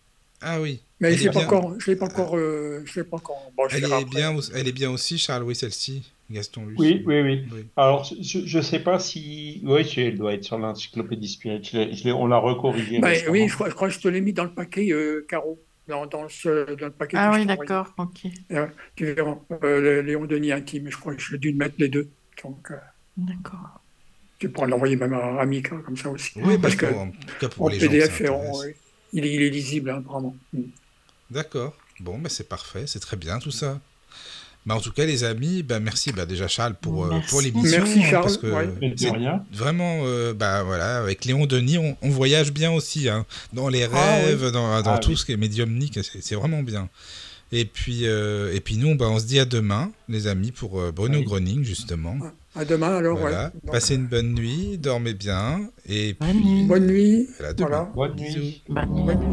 Speaker 4: Ah oui,
Speaker 5: Mais
Speaker 4: elle
Speaker 5: je
Speaker 4: est
Speaker 5: l'ai pas
Speaker 4: bien.
Speaker 5: encore, je l'ai pas
Speaker 4: Ah,
Speaker 5: encore, euh, je l'ai pas encore. Bon, je
Speaker 4: Elle
Speaker 5: verrai
Speaker 4: est
Speaker 5: après.
Speaker 4: bien, au- elle est bien aussi, Charles, oui, celle-ci, Gaston Luce.
Speaker 6: Oui, oui, oui.
Speaker 4: Oui.
Speaker 6: Alors, je ne sais pas si... Oui, si, elle doit être sur l'encyclopédie Spirit. Je l'ai- je l'ai- on l'a recorrigée
Speaker 5: Ben oui,
Speaker 6: récemment.
Speaker 5: je crois, je crois que je te l'ai mis dans le paquet, euh, Caro, dans, dans, ce, dans le paquet
Speaker 3: Ah
Speaker 5: que je
Speaker 3: oui,
Speaker 5: t'ai envoyé.
Speaker 3: d'accord, ok.
Speaker 5: Euh, tu verras, euh, le Léon Denis intime, je crois que j'ai dû mettre les deux. Donc, euh,
Speaker 3: D'accord.
Speaker 5: tu pourras l'envoyer même à, à Mika, comme ça aussi.
Speaker 4: Oui, bah,
Speaker 5: Parce
Speaker 4: pour,
Speaker 5: que
Speaker 4: en tout cas pour
Speaker 5: en
Speaker 4: les gens que ça
Speaker 5: P D F, on-
Speaker 4: intéresse.
Speaker 5: il est, il est lisible, hein, vraiment. Mm.
Speaker 4: D'accord. Bon, bah, c'est parfait, c'est très bien tout ça. Bah, en tout cas, les amis, bah, merci bah, déjà Charles pour, euh, pour
Speaker 3: Merci.
Speaker 4: l'émission.
Speaker 5: Merci,
Speaker 4: hein, parce
Speaker 5: Charles.
Speaker 4: que
Speaker 5: Ouais.
Speaker 6: Mais de
Speaker 4: c'est
Speaker 6: rien.
Speaker 4: vraiment, euh, bah, voilà, avec Léon Denis, on, on voyage bien aussi, hein, dans les
Speaker 5: Ah oui.
Speaker 4: rêves, dans, dans
Speaker 6: Ah
Speaker 4: tout
Speaker 6: oui.
Speaker 4: ce qui est médiumnique, c'est c'est vraiment bien. Et puis, euh, et puis nous, bah, on se dit à demain, les amis, pour euh, Bruno
Speaker 6: Oui.
Speaker 4: Gröning, justement.
Speaker 5: À demain, alors,
Speaker 4: Voilà.
Speaker 5: ouais. Donc,
Speaker 4: Passez une bonne nuit, dormez bien, et
Speaker 3: Bonne
Speaker 4: puis
Speaker 3: nuit.
Speaker 5: bonne nuit.
Speaker 4: à demain.
Speaker 5: Voilà.
Speaker 6: Bonne
Speaker 4: Bisous.
Speaker 6: nuit.
Speaker 3: Bonne nuit.
Speaker 5: Bonne nuit.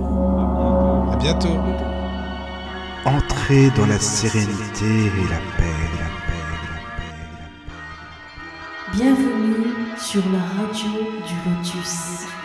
Speaker 6: À bientôt.
Speaker 4: À bientôt.
Speaker 1: Entrez dans la sérénité et la paix, la paix, la paix, la paix.
Speaker 2: Bienvenue sur la radio du Lotus.